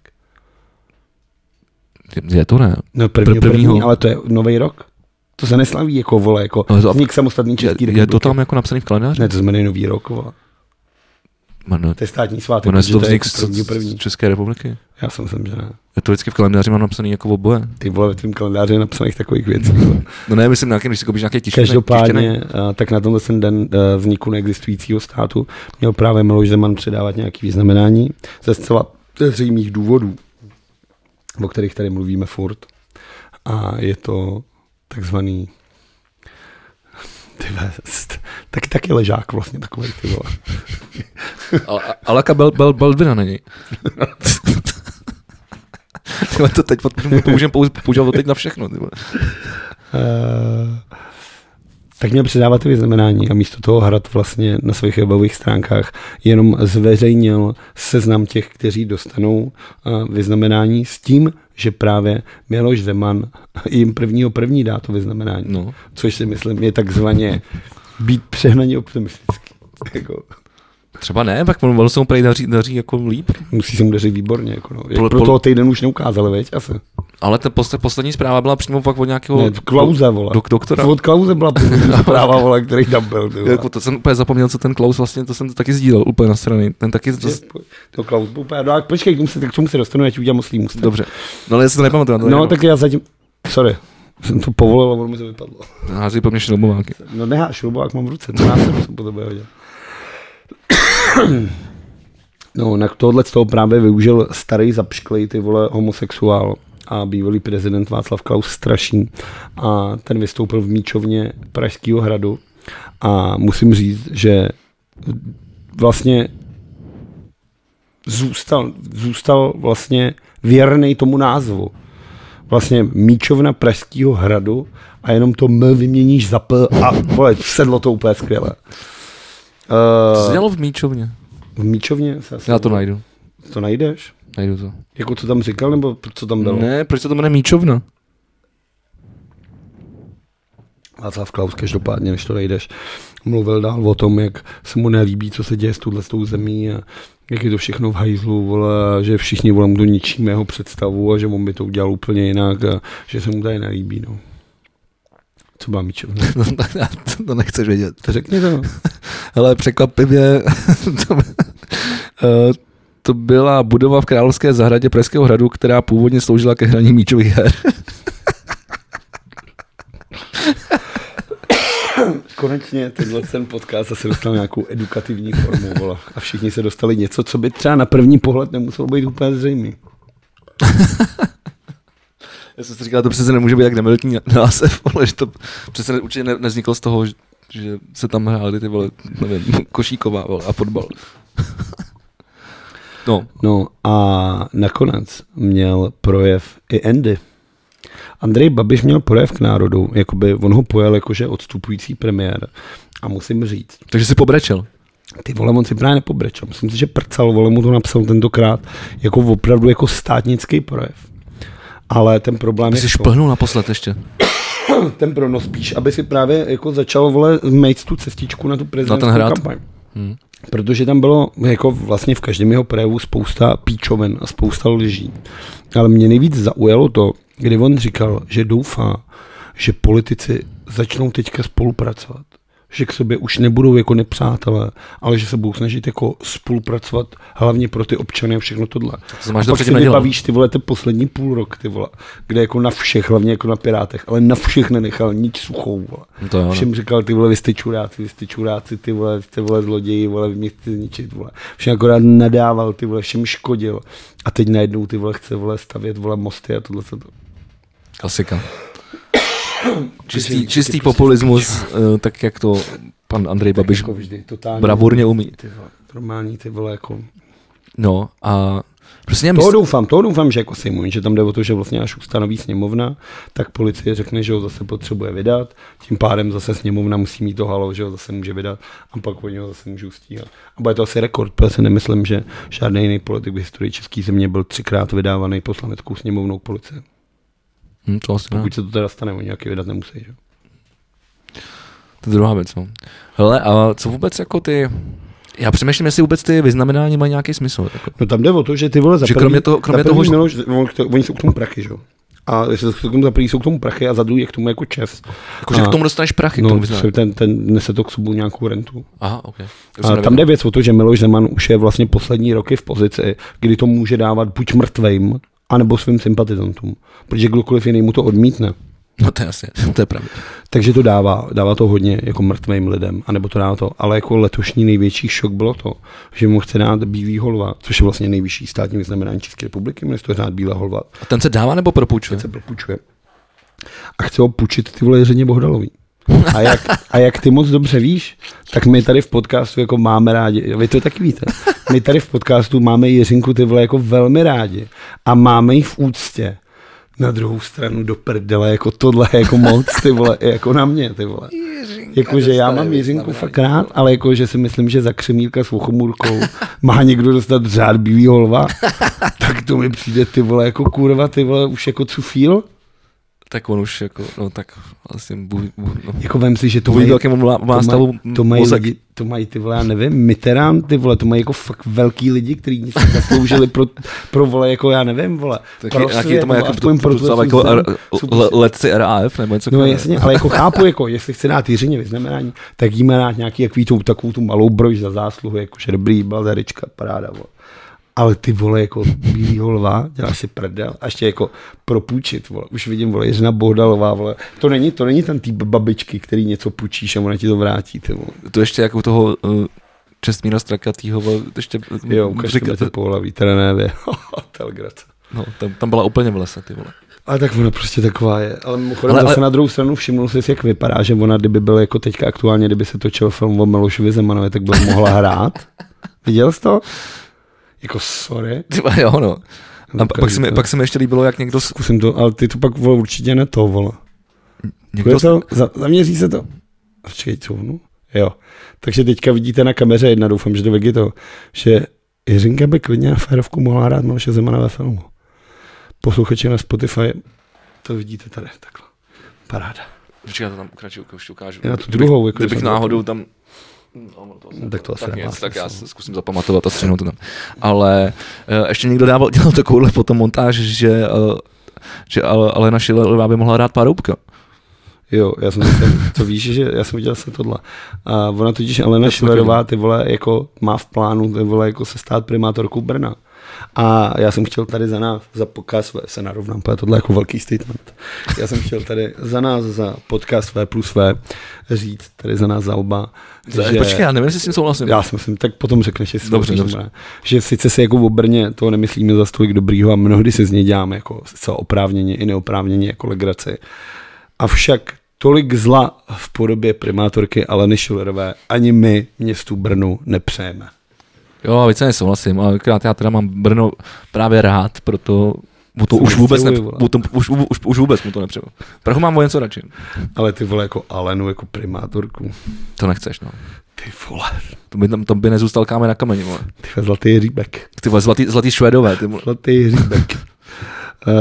Je to ne. No prvního, prvního, ale to je nový rok. To se neslaví jako, vole, jako vznik samostatný Český republiky. Je to tam jako napsaný v kalendáři? Ne, to znamená nový rok, vole. Man, to je státní svátek. To je to vznik z České republiky? Já jsem myslím, že ne. Já to vždycky v kalendáři mám napsaný jako oboje. Ty vole, ve tvým kalendáři je napsaných takových věcí. No ne, myslím, nějaký, když si koupíš nějaké tištěné. Každopádně, tak na tomhle ten den vzniku neexistujícího státu měl právě Miloš Zeman předávat nějaké vyznamenání ze zcela zřejmých důvodů, o kterých tady mluvíme furt. A je to takzvaný tak taky ležák vlastně takový, ty vole. Ale Alaka Bel, Bel, Baldwina není. to teď můžeme používat teď na všechno. Ty vole. Uh, tak měl předávat ty vyznamenání a místo toho Hrad vlastně na svých webových stránkách jenom zveřejnil seznam těch, kteří dostanou uh, vyznamenání s tím, že právě Miloš Zeman jim prvního první dá to vyznamenání. No. Což si myslím je takzvaně být přehnaně optimistický. Jako. Třeba ne, tak ono se mu prý daří, daří jako líp. Musí se mu dařit výborně. Jako no. Pol, pro toho týden už neukázali, veď? Asi. Ale ta poslední zpráva byla přímo fakt od nějakého... Ne, Klause, vole. Dok, doktora. Od Klause byla zpráva, vole, který tam byl. Jako to jsem úplně zapomněl, co ten Klaus vlastně, to jsem to taky sdílel úplně na strany. Ten taky... To, to Klaus byl úplně... No, počkej, k tomu se, k tomu se dostanu, já ti udělám muslím. Dobře. No ale já si to nepamatuju. No, no tak já zatím... Sorry. Jsem to povolil a ono mi to vypadlo. Hází po mě šroubováky. No neháš, šroubovák mám v ruce, to já jsem po tebe hodil. No, na tohle z toho právě využil starý zapšklej, ty vole, homosexuál a bývalý prezident Václav Klaus Strašný a ten vystoupil v míčovně Pražského hradu a musím říct, že vlastně zůstal, zůstal vlastně věrný tomu názvu. Vlastně míčovna Pražského hradu a jenom to M vyměníš za P a vole, sedlo to úplně skvěle. Uh, Co jsi dělal v míčovně? V míčovně? Já to najdu. To najdeš? Najdu to. Jako co tam říkal, nebo co tam bylo? Ne, proč se to jmenuje míčovna? Václav Klaus, každopádně, než to najdeš, mluvil dál o tom, jak se mu nelíbí, co se děje s touhletou zemí a jak je to všechno v hajzlu, vole, a že všichni vole, mu to ničí jeho představu a že on by to udělal úplně jinak a že se mu tady nelíbí. No. Co má míčovna? to, to nechceš vědět. To řekni to. Ale překvapivě to, to byla budova v Královské zahradě Pražského hradu, která původně sloužila ke hraní míčových her. Konečně tenhle ten podcast zase dostal nějakou edukativní formu, vole. A všichni se dostali něco, co by třeba na první pohled nemuselo být úplně zřejmý. Já jsem si říkal, to přece nemůže být jak nemelitní název, ale že to přece určitě ne, nevzniklo z toho, že, že se tam hráli ty vole, nevím, košíková vole, a fotbal. No. No a nakonec měl projev i Andy. Andrej Babiš měl projev k národu, jakoby on ho pojel jakože odstupující premiér. A musím říct. Takže si pobrečel. Ty vole, on si právě nepobrečel. Myslím si, že prcal, vole, mu to napsal tentokrát jako opravdu jako státnický projev. Ale ten problém Ty je... jsi šplhnul naposled ještě. Ten pro no spíš, aby si právě jako začal, vole, mít tu cestičku na tu prezidentskou kampaň. Hmm. Protože tam bylo jako vlastně v každém jeho projevu spousta píčoven a spousta lží. Ale mě nejvíc zaujalo to, kdy on říkal, že doufá, že politici začnou teďka spolupracovat. Že k sobě už nebudou jako nepřátelé, ale že se budou snažit jako spolupracovat hlavně pro ty občany a všechno tohle. To a pak si vybavíš ty vole ten poslední půl rok, ty vole, kde jako na všech, hlavně jako na Pirátech, ale na všech nenechal nic suchou, vole. To jo, všem říkal, ty vole, vy jste čuráci, vy jste čuráci, ty vole, ty vole zloději, vole, vy mě chcete zničit, vole. Všem akorát nadával, ty vole, všem škodil. A teď najednou ty vole chce, vole, stavět, vole, mosty a tohle. Klasika. Čistý, čistý populismus, tak jak to pan Andrej Babiš jako vždy, bravurně umí. Ty vole, normální, ty vole, jako... No a prostě toho doufám, toho doufám, že jako si můj, že tam jde o to, že vlastně až ustanoví sněmovna, tak policie řekne, že ho zase potřebuje vydat, tím pádem zase sněmovna musí mít to halo, že ho zase může vydat a pak oni ho zase můžou stíhat. A bude to asi rekord, protože si nemyslím, že žádný jiný politik v historii české země byl třikrát vydávaný poslaneckou sněmovnou policie. Hmm, to asi Pokud ne. se to teda stane, oni nějaký vydat nemusí, že? To je druhá věc, no. Hele, a co vůbec jako ty... Já přemýšlím, jestli vůbec ty vyznamenání mají nějaký smysl. Jako. No tam jde o to, že ty vole za že první, kromě toho, kromě za první toho že... Miloš, oni jsou k tomu prachy, že jo? A jestli jsou k tomu za první jsou k tomu prachy a za druhý je k tomu jako čest. Jakože k tomu dostaneš prachy, no, k tomu ten, ten nese to k sobou nějakou rentu. Aha, okay. A tam jde věc o to, že Miloš Zeman už je vlastně poslední roky v pozici, kdy to může dávat buď mrtvejm, anebo svým sympatizantům. Protože kdokoliv jiný mu to odmítne. No to je asi, to je pravda. Takže to dává, dává to hodně jako mrtvým lidem, anebo to dává to. Ale jako letošní největší šok bylo to, že mu chce dát bílý holva, což je vlastně nejvyšší státní vyznamenání České republiky, jmenuje to řád bílá holva. A ten se dává nebo propůjčuje? Ten se propůjčuje. A chce ho půjčit ty vole Jiřině Bohdalový. A jak, a jak ty moc dobře víš, tak my tady v podcastu jako máme rádi, vy to taky víte, my tady v podcastu máme Jiřinku ty vole jako velmi rádi a máme ji v úctě. Na druhou stranu do prdele, jako tohle, jako moc, ty vole, jako na mě, ty vole. Jakože já mám Jiřinku fakt rád, ale jakože si myslím, že za Křemílka s Vochomůrkou má někdo dostat řád bílýho lva, tak to mi přijde, ty vole, jako kurva, ty vole, už jako cufíl. Tak on už jako, no tak vlastně bůj, bůj, no. Jako vem si, že to mají, to mají, to mají lidi, to mají ty vole, já nevím, Mitterrand, ty vole, to mají jako fakt velký lidi, kteří se zasloužili pro, pro vole, jako já nevím, vole. Taky nějaký to mají jako letci R A F nebo něco. No jasně, ale jako chápu, jako, jestli chce dát Jiřině vyznamenání, tak jíme dát nějaký jaký tu, takovou tu malou brož za zásluhu, jakože dobrý, balzarička, paráda, vole. Ale ty vole, jako bílýho lva, děláš si prdel a ještě jako propůjčit, vole. Už vidím, vole, Jiřina Bohdalová, vole. To není, to není ten typ babičky, který něco půjčíš a ona ti to vrátí, ty vole. To ještě jako toho uh, Čestmíra Strakatýho, vole, ještě... Jo, ukažte mi to pohlaví, teda nevě. Telegrace. No, tam, tam byla úplně v lese, ty vole. Ale tak ona prostě taková je. Ale mimochodem zase ale... na druhou stranu všimnul jsi, jak vypadá, že ona, kdyby byl jako teďka aktuálně, kdyby se točil film o Milošovi Zemanovi, tak by mohla hrát. Viděl jsi to? Jako sorry. Tyba jo, no. A pak se, mi, pak se mi ještě líbilo, jak někdo... Zkusím to, ale ty to pak vole, určitě ne to, vole. Někdo... To, za, zaměří se to. Počkej, co, no? Jo. Takže teďka vidíte na kameře jedna, doufám, že to vidí to, že Jiřinka by klidně na férovku mohla hrát Miloše Zemana ve filmu. Posluchači na Spotify, to vidíte tady, takhle. Paráda. Počkej, já to tam ukraču, už ukážu. Já tu druhou. Jako kdybych náhodou tam... No, to tak to asi tak, nic, tak já zkusím zapamatovat a střihnout to tam. Ale uh, ještě někdo dával, dělal takovouhle fotomontáž, že, uh, že Alena Schillerová by mohla hrát Paroubka. Jo, já jsem to, to víš, že já jsem viděl se tohle. A ona totiž Alena Schillerová, ty vole, jako má v plánu, ty vole, jako se stát primátorkou Brna. A já jsem chtěl tady za nás, za podcast, se narovnám, protože tohle je jako velký statement. Já jsem chtěl tady za nás, za podcast V plus V říct, tady za nás za oba. Že, počkej, já nevím, jestli s tím souhlasím. Já si myslím, tak potom řekneš, jestli dobře, dobře. Že sice si jako v Brně toho nemyslíme za stolik dobrýho a mnohdy se z něj děláme jako zcela oprávněně i neoprávněně jako legraci. Avšak tolik zla v podobě primátorky Aleny Schillerové ani my městu Brnu nepřejeme. Jo, více nesouhlasím, ale já teda mám Brno právě rád, proto mu to už vůbec, ne, mu to, už, už, už vůbec mu to nepřeju. Prahu mám o něco radši. Ale ty vole jako Alenu, jako primátorku. To nechceš, no. Ty vole. To by, tam, to by nezůstal kámen na kameni, vole. Ty vole, zlatý hříbek. Ty vole, zlatý, zlatý Švédové, ty vole. Zlatý hříbek. Uh,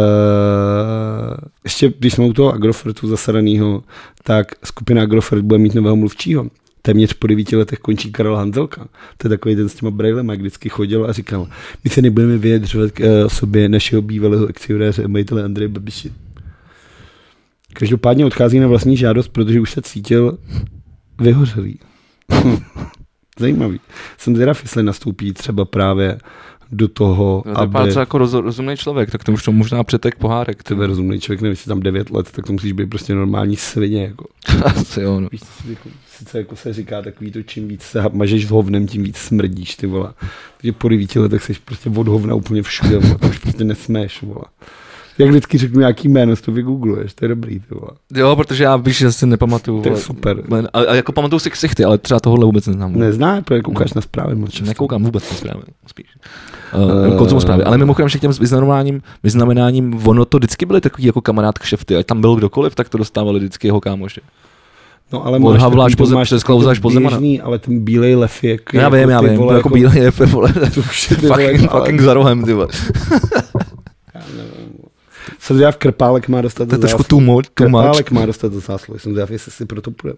ještě když jsme u toho Agrofertu zasadanýho, tak skupina Agrofert bude mít nového mluvčího. Téměř po devíti letech končí Karel Hanzelka. To je takový ten s těma brejlema, jak vždycky chodil a říkal, my se nebudeme vyjadřovat k uh, sobě našeho bývalého akcionáře a majitele Andreje Babiše. Každopádně odchází na vlastní žádost, protože už se cítil vyhořelý. Zajímavý. Jsem zvědav, jestli nastoupí třeba právě do toho, no, to aby... To jako roz, rozumný člověk, tak to už to možná přetek pohárek. Ty rozumný člověk, nevím, jestli tam devět let, tak to musíš být prostě normální svině. Jako. Asi jo, no. Víš, jako, sice jako se říká takový to, čím víc se mažeš s hovnem, tím víc smrdíš, ty vole. Takže po devíti letech seš prostě od hovna úplně všude, vole. To už prostě nesmeš, vole. Jak vždycky řeknu nějaký jméno, to vygoogluješ, to je dobrý, ty vole. Jo, protože já víš, že si nepamatuju. To je super. A, a jako pamatuju si ksichty, ale třeba tohohle vůbec neznám. Nezná, protože koukáš na zprávy moc často. Nekoukám vůbec na zprávy, spíš. Uh, konzumu zprávy. Ale mimochodem však těm vyznamenáním, vyznamenáním, ono to vždycky byly takový jako kamarád kšefty, ať tam byl kdokoliv, tak to dostávali vždycky jeho kámoši. No ale od máš Havla až takový, po, máš přes Klauze až po Zemana. Ale ten bílej lev je jak, já vím, jako já vím, vole, jako, jako bílej lev je vole. fucking, fucking za rohem, ty vole. Já nevím. Jsem zvědav, Krpálek má dostat to je trošku too much. Krpálek má dostat do zásluhy. Jsem zvědav, jestli si proto půjde.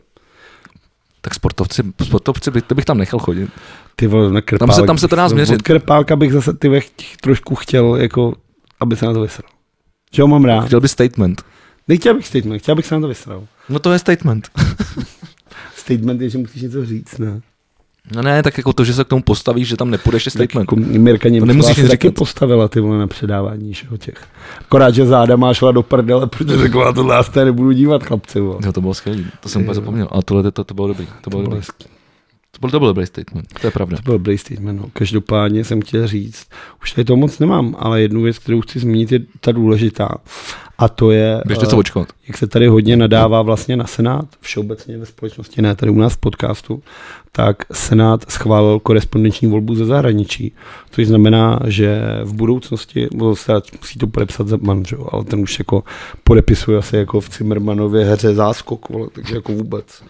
Tak sportovci, sportovci by, to bych tam nechal chodit. Ty vole, na Krpálek. Tam se, tam se to dá změřit. Od Krpálka bych zase ty vech trošku chtěl, jako, aby se na to vysral. Že ho mám rád. Chtěl by statement. Nechtěl bych statement, chtěl bych se na to vysral. No to je statement. Statement je, že musíš něco říct, ne? No ne, tak jako to, že se k tomu postavíš, že tam nepůjdeš, je statement. Jako Mirka Němcová se taky říkat. postavila ty vole na předávání všeho těch. Akorát, že záda má šla do prdele, protože řekla, tohle já se nebudu dívat, chlapci. Vole. Jo, to bylo skvělý, to jsem úplně zapomněl, ale tohle to, to bylo dobrý. To bylo dobrý. To byl, to byl dobrý statement, to je pravda. To byl dobrý statement, no. Každopádně jsem chtěl říct, už tady to moc nemám, ale jednu věc, kterou chci zmínit, je ta důležitá. A to je, Běžte co očkovat. Jak se tady hodně nadává vlastně na Senát, všeobecně ve společnosti, ne tady u nás v podcastu, tak Senát schválil korespondenční volbu ze zahraničí, což znamená, že v budoucnosti, musí to podepsat Zeman, že jo, ale ten už jako podepisuje asi jako v Zimmermanově hře záskok, vole, takže jako vůbec.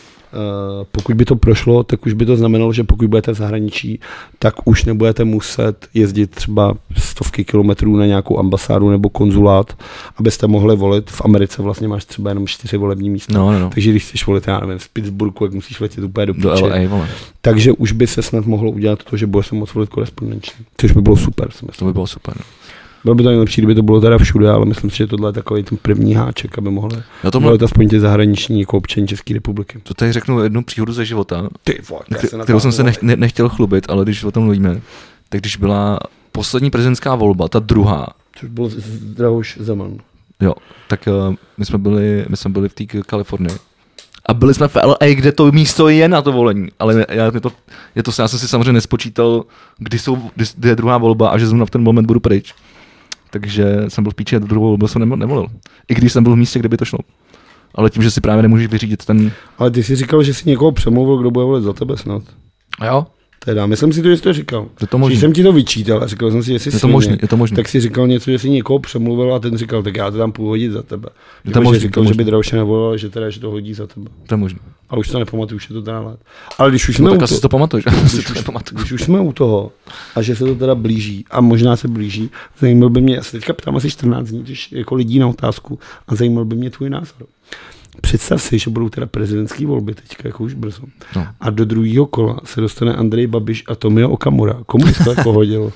Uh, pokud by to prošlo, tak už by to znamenalo, že pokud budete v zahraničí, tak už nebudete muset jezdit třeba stovky kilometrů na nějakou ambasádu nebo konzulát, abyste mohli volit. V Americe vlastně máš třeba jenom čtyři volební místa. No, no, no. Takže když chceš volit, já nevím, v Pittsburghu, jak musíš letět úplně do do L A, vole. Takže už by se snad mohlo udělat to, že bude se moct volit korespondenčně. Což by bylo super. To by bylo super. No. Bylo by to nejlepší, kdyby to bylo teda všude, ale myslím si, že tohle je takový ten první háček, aby mohli no to volit aspoň ty zahraniční jako občané České republiky. To tady řeknu jednu příhodu ze života, ty vole, kterou jsem se nech, ne, nechtěl chlubit, ale když o tom mluvíme, tak když byla poslední prezidentská volba, ta druhá. Což byl Drahoš Zeman. Jo, tak uh, my jsme byli, my jsme byli v té Kalifornii. A byli jsme v L A, kde to místo je na to volení, ale já, je to, je to, já jsem si samozřejmě nespočítal, kdy, jsou, kdy je druhá volba a že zrovna v ten moment budu pryč. Takže jsem byl v píči a do druhou volbu jsem nevolil. I když jsem byl v místě, kde by to šlo. Ale tím, že si právě nemůžeš vyřídit ten... Ale ty jsi říkal, že jsi někoho přemluvil, kdo bude volit za tebe snad. Jo. Teda, myslím si to, že jsi to říkal. Je to možný. Když jsem ti to vyčítal a říkal jsem si, že jsi je to svině, možný, je to možný. Tak si říkal něco, že jsi někoho přemluvil a ten říkal, tak já to dám půl hodit za tebe. Je to Jako, možný, že říkal, to že by Drahoše nevolil, že teda, že to hodí za tebe. To je možný. A už to nepamatuju, už je to teda let. Ale když už No jsme tak u asi to... to pamatuješ. Když, to když už jsme u toho a že se to teda blíží a možná se blíží, zajímal by mě, já se teďka ptám asi čtrnáct dní, když jako lidí na otázku a zajímal by mě tvůj názor. Představ si, že budou teda prezidentské volby teďka, jako už brzo. No. A do druhého kola se dostane Andrej Babiš a Tomio Okamura. Komu jsi to jako hodil?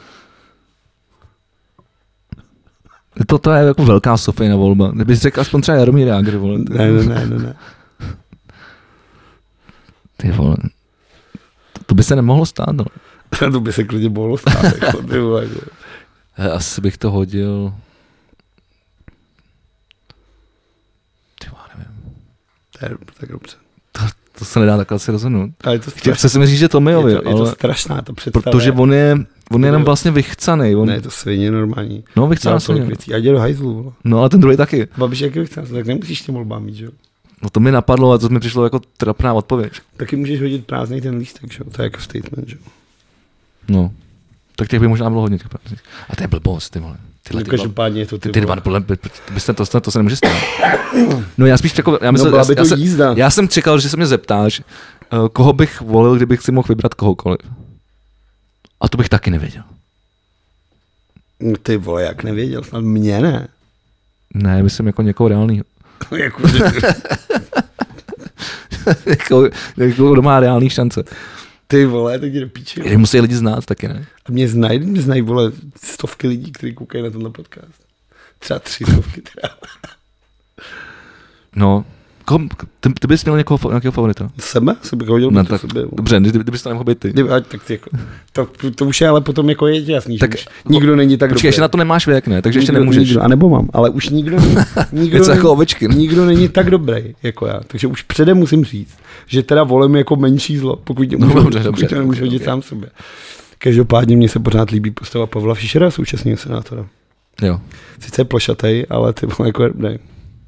To, to je jako velká Sofijna volba. Kdybych řekl aspoň třeba Jaromír Jágr, vole. Ne, ne, ne, ne, ne. Ty vole. To, to by se nemohlo stát, no. To by se klidně mohlo stát. Jako, ty vole, jako. Asi bych to hodil... Ty vole, nevím. To je tak dobře. To, to se nedá takhle si rozhodnout. Ale je to strašná. Chce se mi říct, že Tomiovi, je to, je to ale... strašná to představa. Protože on je, on je jenom vlastně vychcanej. On... Ne, je to svině normální. No, vychcaná svině. A jde do hajzlu, vole. No, ale ten druhý taky. Babiš jaký vychcaná, tak nemusíš těm volbám mít, že jo? No to mi napadlo a to mi přišlo jako trapná odpověď. Taky můžeš hodit prázdnej ten lístek, že jo? To je jako statement, že jo? No, tak těch by možná bylo hodně těch prázdných. A to je blbost, ty vole. Tyhle, No, ty každopádně je to ty, ty dva, podle mě, byste to, to, to se nemůže stát. No já spíš jako, já myslel, no, byla já, by to já, se, jízda. já jsem čekal, že se mě zeptáš, uh, koho bych volil, kdybych si mohl vybrat kohokoliv. A to bych taky nevěděl. Ty vole, jak nevěděl, snad mě ne. Ne, myslím jako někoho reálného. jako, že... jako, jako, kdo má reální šance. Ty vole, tak jde do píči. Když musí lidi znát, taky ne. A mě znají, mě znají, vole, stovky lidí, kteří koukají na tenhle podcast. Třeba tři stovky teda. No, koho, ty, ty bys měl někoho, nějakého favorita? Sebe? Sebe hodil No, bych tak, to sobě. dobře, kdybys to nemohl být ty. Kdyby, ať, tak ty jako, to, to už je ale potom jako je jasný, Tak, že už nikdo není tak Počkej, dobrý. ještě na to nemáš věk, ne? Takže nikdo, ještě nemůžeš. Nikdo, a nebo mám, ale už nikdo, nikdo, Něco není, jako ovečky. Ne? nikdo není tak dobrý jako já. Takže už předem musím říct, že teda volím jako menší zlo, pokud tě No, můžu, dobře, pokud dobře, tě nemůžu okay, hodit okay. sám sobě. Každopádně mně se pořád líbí postava Pavla Fischera, současného senátora. Jo. Sice je plošatej, ale ty vole jako ne.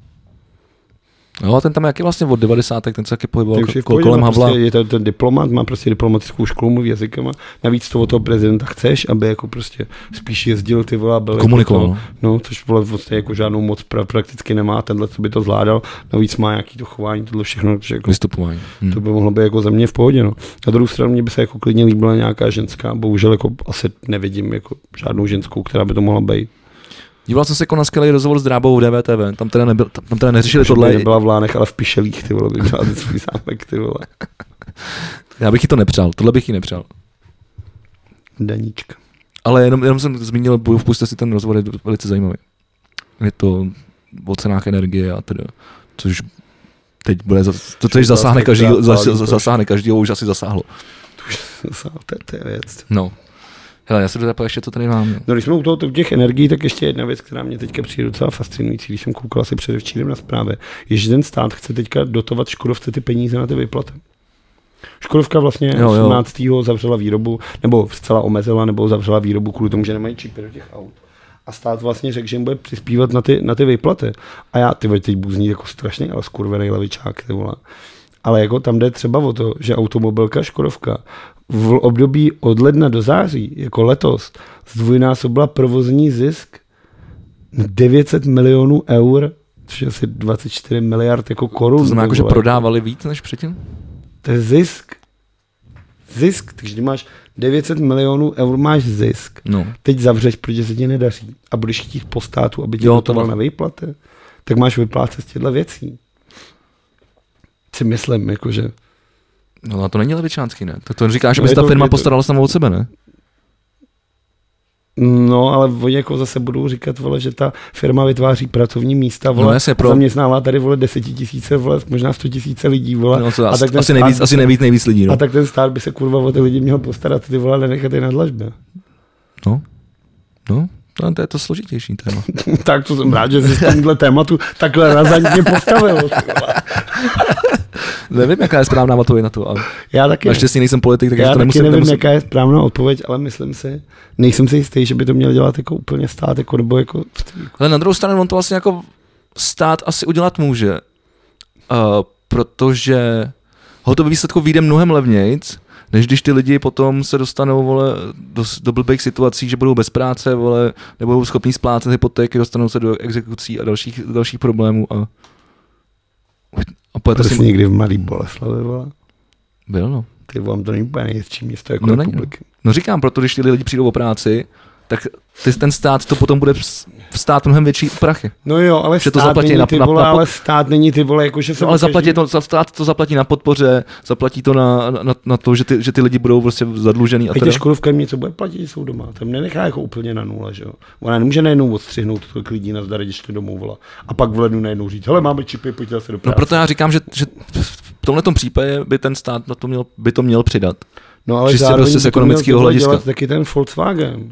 No a ten tam jaký vlastně od devadesátek, ten se taky pohyboval Ten kol, kolem Havla. prostě, je to ten diplomat, má prostě diplomatickou školu, mluví jazykama. Navíc to od toho prezidenta chceš, aby jako prostě spíš jezdil ty vole, byl komunikoval. Jako to, no, což vole vlastně jako žádnou moc pra, prakticky nemá, tenhle, co by to zvládal. Navíc má nějaký to chování, tohle všechno, že jako, Vystupování. Hmm. to by mohlo být jako za mě v pohodě. No. Na druhou stranu mě by se jako klidně líbila nějaká ženská, bohužel jako asi nevidím jako žádnou ženskou, která by to mohla být. Díval jsem se jako na skvělý rozhovor s Drábou v D V T V, tam teda, nebyl, tam, tam teda neřešili Že tohle. by nebyla v Lánech, ale v Pišelích, ty vole, by měla ten svůj zámek, ty vole. Já bych jí to nepřál, tohle bych jí nepřál. Daníčka. Ale jenom, jenom jsem zmínil, vpuste si ten rozhovor, je velice zajímavý. Je to o cenách energie a teda, což teď bude, to teď zasáhne každýho, zasáhne každýho, už asi zasáhlo. To, to je věc. No. Hele, já se dotápu ještě, co tady mám. No, když jsme u toho těch energií, tak ještě jedna věc, která mě teďka přijde docela fascinující, když jsem koukal asi předevčírem na zprávy, je, že ten stát chce teďka dotovat Škodovce ty peníze na ty výplaty. Škodovka vlastně jo, jo. osmnáctého zavřela výrobu, nebo zcela omezila, nebo zavřela výrobu kvůli tomu, že nemají čipy do těch aut. A stát vlastně řekl, že jim bude přispívat na ty, na ty výplaty. A já, ty teď budu znít jako strašný, ale skurvený levičák, ty vole. Ale jako tam jde třeba o to, že automobilka Škodovka v období od ledna do září, jako letos, zdvojnásobila provozní zisk devět set milionů eur, což je asi dvacet čtyři miliard jako korun. To znamená, jako, že prodávali víc než předtím? To je zisk. Zisk, takže když máš devět set milionů eur, máš zisk. No. Teď zavřeš, protože se ti nedaří. A budeš chtít po státu, aby ti jo, to dal na výplaty. Tak máš vyplácet z těchto věcí. Si myslím, jakože... No a to není levičánský, ne? Tak to říkáš, no aby se ta to, firma to... postarala sama od sebe, ne? No, ale oni jako zase budou říkat, vole, že ta firma vytváří pracovní místa, vole, no, jasně, pro... zaměstnává tady, vole, desetitisíce, vole, možná sto tisíce lidí, vole. No, co, a tak asi, nejvíc, asi nejvíc, nejvíc lidí, no. A tak ten stát by se kurva o ty lidi měl postarat, ty vole, nenechat je na dlažbě. No, no. No, to je to složitější téma. Tak to jsem rád, že jsi z tomhle tématu takhle razantně postavil. Nevím, jaká je správná odpověď na to. Ale já taky naštěstí nejsem politik, takže já to nemusím. Já taky nevím, nemusím... jaká je správná odpověď, ale myslím si, nejsem si jistý, že by to měl dělat jako úplně stát, jako, nebo jako... Ale na druhou stranu on to vlastně jako stát asi udělat může, uh, protože hotový výsledku vyjde mnohem levnějc, než když ty lidi potom se dostanou, vole, do, do blbých situací, že budou bez práce, vole, nebudou schopní splácet hypotéky, dostanou se do exekucí a dalších, dalších problémů. A, a to jsi někdy v Mladý Boleslavi, vole? Byl, no. Ty vám to není úplně nejhezčí město jako no, republiky. No říkám, proto když ty lidi přijdou o práci, tak ty, ten stát to potom bude stát mnohem větší prachy. No jo, ale že stát to zaplatí není na, ty na, vole, na, ale stát není ty vole, jakože se... No, ale zaplatí to, stát to zaplatí na podpoře, zaplatí to na, na, na to, že ty, že ty lidi budou prostě zadlužený. A teď Škodovka jim něco bude platit, že jsou doma. Tam nenechá jako úplně na nule, že jo. Ona nemůže najednou odstřihnout tolik lidí na zdar, když ty domů volá. A pak v lednu najednou říct, hele, máme čipy, pojďte se do práce. No proto já říkám, že, že v tomhletom případě by ten stát na to měl, by to měl přidat. No ale zároveň prostě z ekonomického hlediska. Taky ten Volkswagen.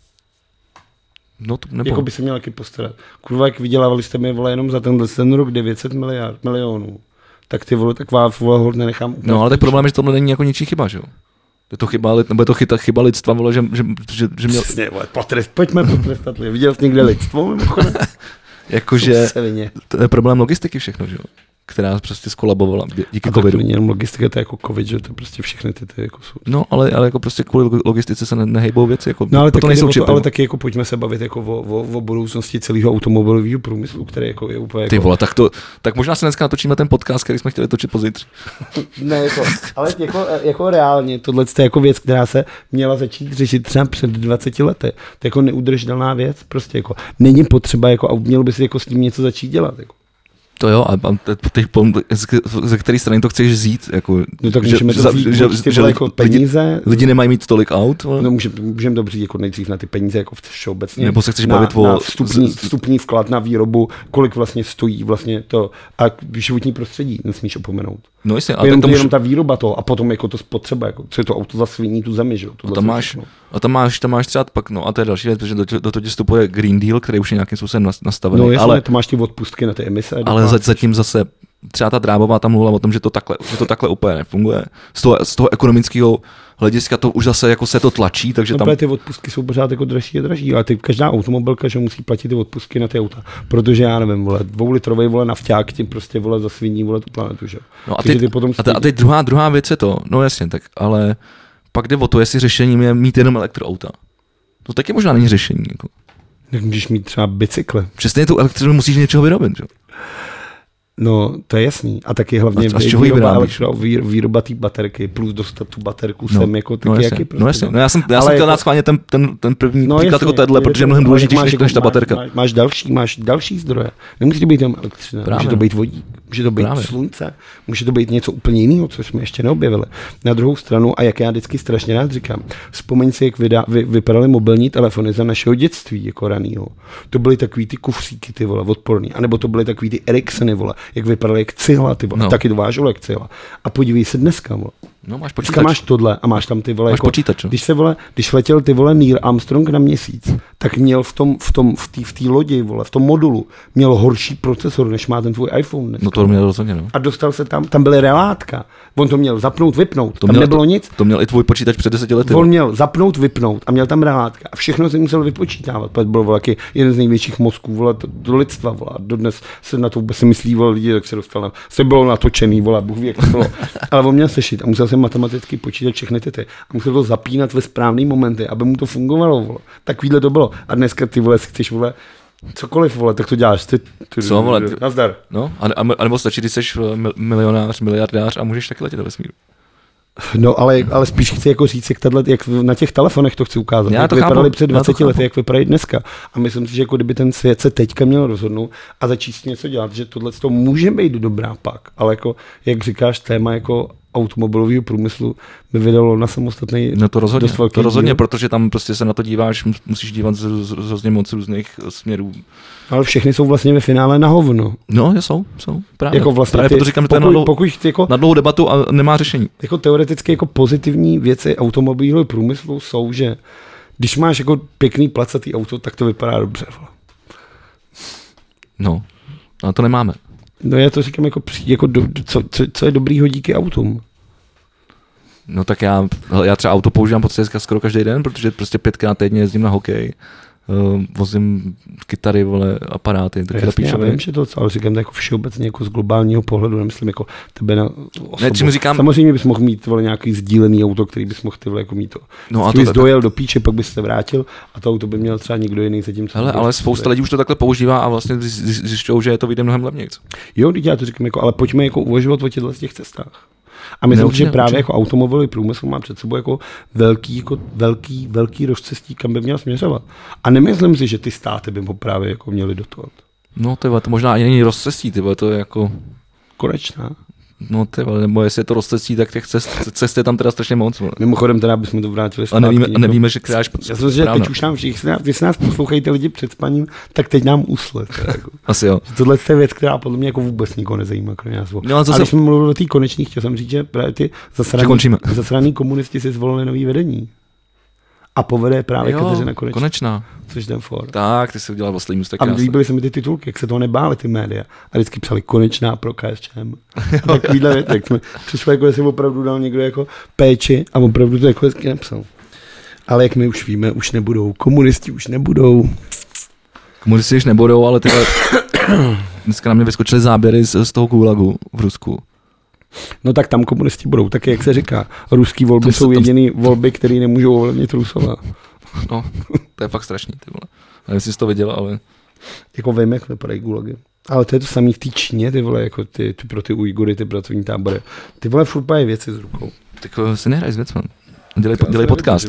No to nebo. Jako by se měl taky postarat. Kurva, jak vydělávali jste mi, vole, jenom za tenhle ten rok devět set miliard, milionů. Tak ty vole, taková vole, hold nenechám úplně. No ale tak problém je, že tohle není jako ničí chyba, že jo? Je to chyba, nebo je to chyba, chyba lidstva, vole, že, že, že, že měl... Přesně, vole, potrest, pojďme potrestat lidi. Viděl jsi někde lidstvo, mimochodem? Jakože to je problém logistiky všechno, že jo? která prostě skolabovala díky a covidu. To není jenom logistika, to je jako covid, že to je prostě všechny ty, ty jako jsou. No, ale, ale jako prostě kvůli logistice se ne, nehejbou věci, jako no, ale to taky, nejsou to, čipy. ale taky jako pojďme se bavit jako o, o, o budoucnosti celého automobilového průmyslu, který jako je úplně Ty jako... vole, tak to, tak možná se dneska natočíme ten podcast, který jsme chtěli točit pozítří. Ne, jako, ale jako, jako reálně, tohle je jako věc, která se měla začít řešit třeba před dvaceti lety. To je jako neudržitelná věc, prostě jako není potřeba, jako, a měl by si jako s tím něco začít dělat, jako. To jo, a teď ze které strany to chceš vzít? Jako, no tak že, můžeme to vzít, že, že, že jako peníze. Lidi, lidi nemají mít tolik aut? No můžeme můžem to vzít jako nejdřív na ty peníze, jako všeobecně. Nebo se chceš na, bavit o... Na vstupní, vstupní vklad na výrobu, kolik vlastně stojí vlastně to a životní prostředí nesmíš opomenout. No jasně, a jenom, to může... jenom ta výroba toho a potom jako to spotřeba, jako, co je to auto zasviní tu zemi, že jo. A tam máš, a tam máš, tam máš třeba pak, no a to je další věc, protože do, do toho vstupuje Green Deal, který už je nějakým způsobem nastavený. No jasně, ale to máš ty odpustky na ty emise. Ale za, zatím zase třeba ta Drábová tam mluvila o tom, že to takhle, že to takhle úplně nefunguje. Z toho, z toho ekonomického hlediska to už zase jako se to tlačí, takže no, tam... ty odpustky jsou pořád jako dražší a dražší, ale ty, každá automobilka, že musí platit ty odpustky na ty auta, protože já nevím, vole, dvoulitrovej vole nafťák tím prostě vole zasviní vole tu planetu, že? No a teď, ty potom a, te, a teď druhá, druhá věc je to, no jasně, tak, ale pak jde o to, jestli řešením je mít jenom elektroauta. To taky možná není řešení. Jako. Tak můžeš mít třeba bicykle. Přesně tu elektřinu musíš něčeho vyrobit, že? No, to je jasný. A taky hlavně a, a výroba, výroba, výroba té baterky, plus dostat tu baterku no, sem, jako taky no jaký prostě. No jasně, no já jsem, já jsem chtěl jako, dát schválně ten, ten, ten první no příklad jako tohle, protože je mnohem důležitější než, než ta baterka. Máš, máš, další, máš další zdroje. Nemusí to být jenom elektřina, může to být vodík, může to být Právě. slunce, může to být něco úplně jiného, co jsme ještě neobjevili. Na druhou stranu, a jak já vždycky strašně rád říkám, vzpomeň si, jak vydá, vy, vypadaly mobilní telefony za našeho dětství, jako ranýho. To byly takový ty kufříky, ty vole, odporný, anebo to byly takový ty Ericssony, vole, jak vypadaly jak cihla, ty vole, no. Taky to vážilo jak cihla. A podívej se dneska, vole. No, máš počítač. Dneska máš tohle a máš tam ty vole, máš jako, počítač, když se vole, když letěl ty vole Neil Armstrong na měsíc, tak měl v tom, v tom, v té v té lodi, vole, v tom modulu, měl horší procesor, než má ten tvůj iPhone dneska. No to měl rozhodně, no. A dostal se tam, tam byly relátka. On to měl zapnout, vypnout, to tam měl, nebylo to, nic. To měl i tvůj počítač před deseti lety. On měl zapnout, vypnout a měl tam relátka. A všechno si musel vypočítávat. Protože byl vole, jeden z největších mozků vole, do lidstva. Vole. Dodnes se na to vůbec si myslí vole, lidi, jak se dostal na, se bylo natočený, vole, Bůh ví, jak to bylo. Ale on měl sešit a musel se matematicky počítat všechny ty ty. A musel to zapínat ve správný momenty, aby mu to fungovalo. Vole. Takovýhle to bylo. A dneska ty vole, chceš vole, cokoliv, vole, tak to děláš. Ty, ty, Co, vole? Ty, nazdar. No, a, a, a nebo stačí, když jsi milionář, miliardář a můžeš taky letět do vesmíru. No, ale, ale spíš chci jako říct, jak, tato, jak na těch telefonech to chci ukázat. Já jak to vypadaly chápu, před dvaceti lety, jak vypadají dneska. A myslím si, že jako kdyby ten svět se teďka měl rozhodnout a začít s něco dělat, že tohle to může být dobrá pak. Ale jako, jak říkáš, téma jako automobilového průmyslu by vydalo na samostatný no to rozhodně, dost velký to rozhodně, díl. Protože tam prostě se na to díváš, musíš dívat z, z, z hrozně moc různých směrů. Ale všechny jsou vlastně ve finále na hovno. No, jsou, jsou. Právě, jako vlastně právě ty, proto říkám, že to je na dlouhou, pokud jako, na dlouhou debatu a nemá řešení. Jako teoreticky jako pozitivní věci automobilového průmyslu jsou, že když máš jako pěkný placatý auto, tak to vypadá dobře. No, ale to nemáme. No já to říkám jako, jako do, co, co, co je dobrýho díky autům. No tak já, já třeba auto používám po cestě skoro každý den, protože prostě pětkrát týdně jezdím na hokej, uh, vozím kytary, vole, aparáty, taky Jasně, já vím, že to, ale říkám to jako všeobecně jako z globálního pohledu, nemyslím jako tebe na osobu. Ne, čím říkám... Samozřejmě bys mohl mít vole, nějaký sdílený auto, který bys mohl ty vole, jako mít to. No a Kdybys to, dojel do píče, pak bys se vrátil a to auto by měl třeba někdo jiný za tím. Hele, ale spousta lidí už to takhle používá a vlastně zjišťují, že je to vyjde mnohem levněji. Jo, teď já to říkám, jako, ale pojďme jako uvažovat o těchto těch cestách. A myslím, neučím, že právě neučím. jako automobilový průmysl má před sebou jako velký, jako velký, velký rozcestí, kam by měl směřovat. A nemyslím si, že ty státy by ho právě jako měly dotovat. No tyhle, to možná i není rozcestí, tyhle, to je jako... Konečná. No tyhle, nebo jestli je to rozcestí, tak těch cest, cest je tam teda strašně moc. Ne? Mimochodem teda bychom to vrátili zpátky. A nevíme, a nevíme že která je špatná. Já jsem si, že teď už nám všichni, když nás poslouchají ty lidi před spaním, tak teď nám usle. Jako. Asi jo. Tohle je věc, která podle mě jako vůbec nikoho nezajímá, kromě nás. No, a zase... když jsme mluvili o té konečných, chtěl jsem říct, že právě ty zasraný, zasraný komunisti si zvolili nový vedení. A povede právě Kateřina Konečná. Konečná. Což ten for. Tak, ty si udělal poslední můstek. A líbily se mi ty titulky, jak se toho nebáli ty média. A vždycky psali Konečná pro K S Č M. Takovýhle věc, jak jsme přišli, jako jestli opravdu dal někdo jako péči a opravdu to jako hezky nepsal. Ale jak my už víme, už nebudou. Komunisti už nebudou. Komunisti už nebudou, ale tyhle... dneska na mě vyskočily záběry z, z toho gulagu v Rusku. No tak tam komunisti budou, taky jak se říká. Ruský volby Tom, jsou tom, jediný volby, které nemůžou ovlivnit Rusové. No, to je fakt strašný, ty vole. Nevím, jestli jsi to viděl, ale... Jako vím, jak vypadají gulagy. Ale to je to samý v té Číně, ty vole, jako ty, ty pro ty Ujgury, ty pracovní tábory. Ty vole furt pají věci s rukou. Tak si nehraj s věcma. Dělej, dělej podcast.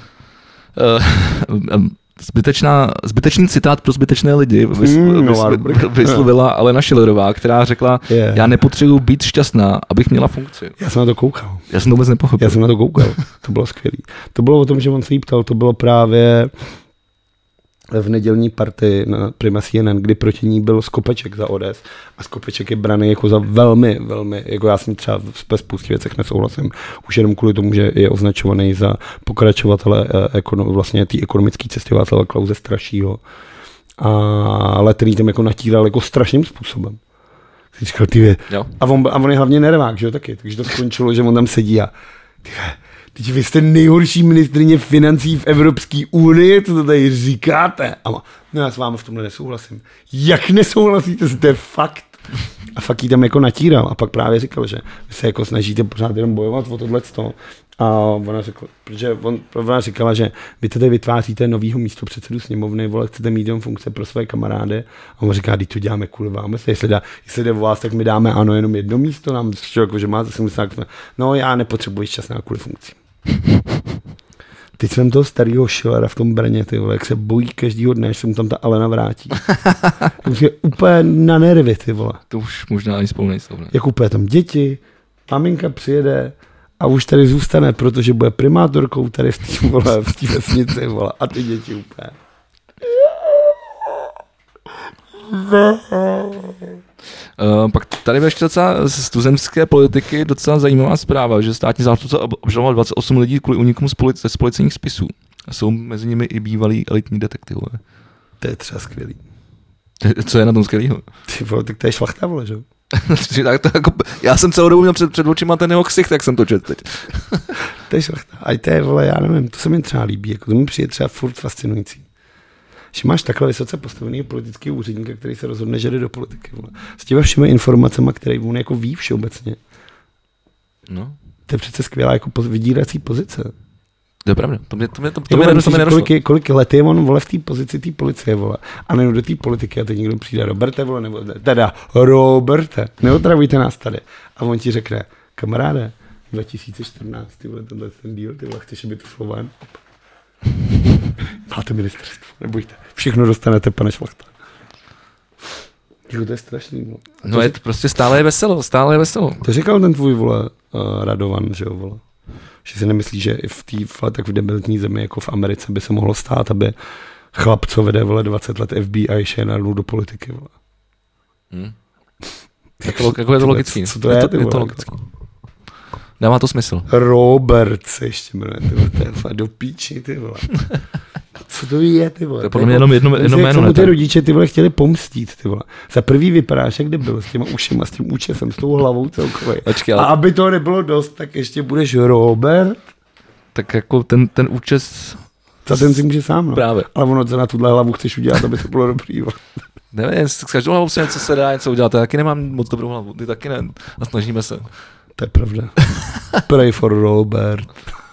Uh, Zbytečná, zbytečný citát pro zbytečné lidi vys, mm, vys, vyslovila Alena Schillerová, která řekla, yeah. já nepotřebuji být šťastná, abych měla funkci. Já jsem na to koukal. Já jsem to vůbec nepochopil. Já jsem na to koukal, to bylo skvělý. To bylo o tom, že on se jí ptal, to bylo právě v nedělní partii na Prima C N N, kdy proti ní byl Skopeček za O D S a Skopeček je braný jako za velmi, velmi, jako já jsem třeba ve spoustě věcech nesouhlasím, už jenom kvůli tomu, že je označovaný za pokračovatele ekono, vlastně té ekonomické cesty Václava Klause Strašího, ale který tam jako natíral jako strašným způsobem. Říkal, ty a, on, a on je hlavně nervák, že jo, taky, takže to skončilo, že on tam sedí a ty Teď vy jste nejhorší ministryně financí v Evropské unii, co to tady říkáte? A no já s vámi v tomhle nesouhlasím. Jak nesouhlasíte, to je fakt. A fakt jí tam jako natíral a pak právě říkal, že vy se jako snažíte pořád jenom bojovat o tohleto. A ona řekla, protože on, ona říkala, že vy tady vytváříte novýho místopředsedu sněmovny, vole, chcete mít jen funkce pro své kamarády. A on říká, když to děláme kvůli vám, jestli, dá, jestli jde o vás, tak my dáme ano, jenom jedno místo, nám jako, že máte si myslet, no já nepotřebuji časná kvůli funkci. Teď jsem toho starého Schillera v tom Brně, ty vole, jak se bojí každýho dne, až se mu tam ta Alena vrátí. To už je úplně na nervy, ty vole. To už možná ani spolu nejsou. Ne? Jak úplně tam děti, maminka přijede a už tady zůstane, protože bude primátorkou tady v té, vole, v té vesnici, vole, a ty děti úplně. Uh, pak tady ještě docela z tuzemské politiky docela zajímavá zpráva, že státní zástupce obžaloval dvacet osm lidí kvůli únikům z, polic- z policejních spisů. A jsou mezi nimi i bývalí elitní detektivové. To je třeba skvělý. Co je na tom skvělýho? Ty vole, tak to je šlachta, vole, že? tak to jako, já jsem celou dobu měl před, před očima ten jeho ksicht, tak jsem to četl teď. To je šlachta. A to je, vole, já nevím, to se mi třeba líbí, jako to mi přijde třeba furt fascinující. Že máš takhle vysoce postaveného politického úředníka, který se rozhodne, že jde do politiky. Vole. S těmi všemi informacemi, které on jako ví všeobecně. No. To je přece skvělá jako poz, vydírací pozice. To je pravda. To mě, to mě, to, to mě, to mě kolik, je, kolik let je on, vole, v té pozici té policie, vole. A nebo do té politiky a teď někdo přijde, Roberte, vole, nebo teda, Roberte, neotravujte nás tady. A on ti řekne, kamaráde, dva tisíce čtrnáct, ty vole, tenhle ten díl, ty vole, chceš být Slovén? Máte ministerstvo, nebojte. Všechno dostanete, pane Šlachta. To je strašný. No, no je to prostě stále je veselo, stále je veselo. To říkal ten tvůj, vole, uh, Radovan, že jo, vole. Že si nemyslí, že i v té tak v debilní zemi, jako v Americe, by se mohlo stát, aby chlap, co vede, vole, dvacet let F B I, šénarnul do politiky, vole. Hmm. Jako, jako je to logický. Co to je, je, to, je to logický. Dává to smysl. Robert se ještě jmenuje, ty vole, to je do píči, ty vole. Co to je, ty vole? To je podle mě jenom jedno, jedno jméno. Jak ty rodiče, ty vole, chtěli pomstít, ty vole. Za prvý vypadáš, jak debil, s těma ušima, s tím účesem, s tou hlavou celkově. Ale... A aby to nebylo dost, tak ještě budeš Robert. Tak jako ten, ten účes... Za ten si může sám, no. Právě. Ale ono, co na tuhle hlavu chceš udělat, aby to bylo dobrý, vole. Nevím, s každou hlavou si něco se dá, něco udělat. Já taky nemám moc dobrou hlavu, ty taky ne. A snažíme se. To je pravda. Pray for Robert.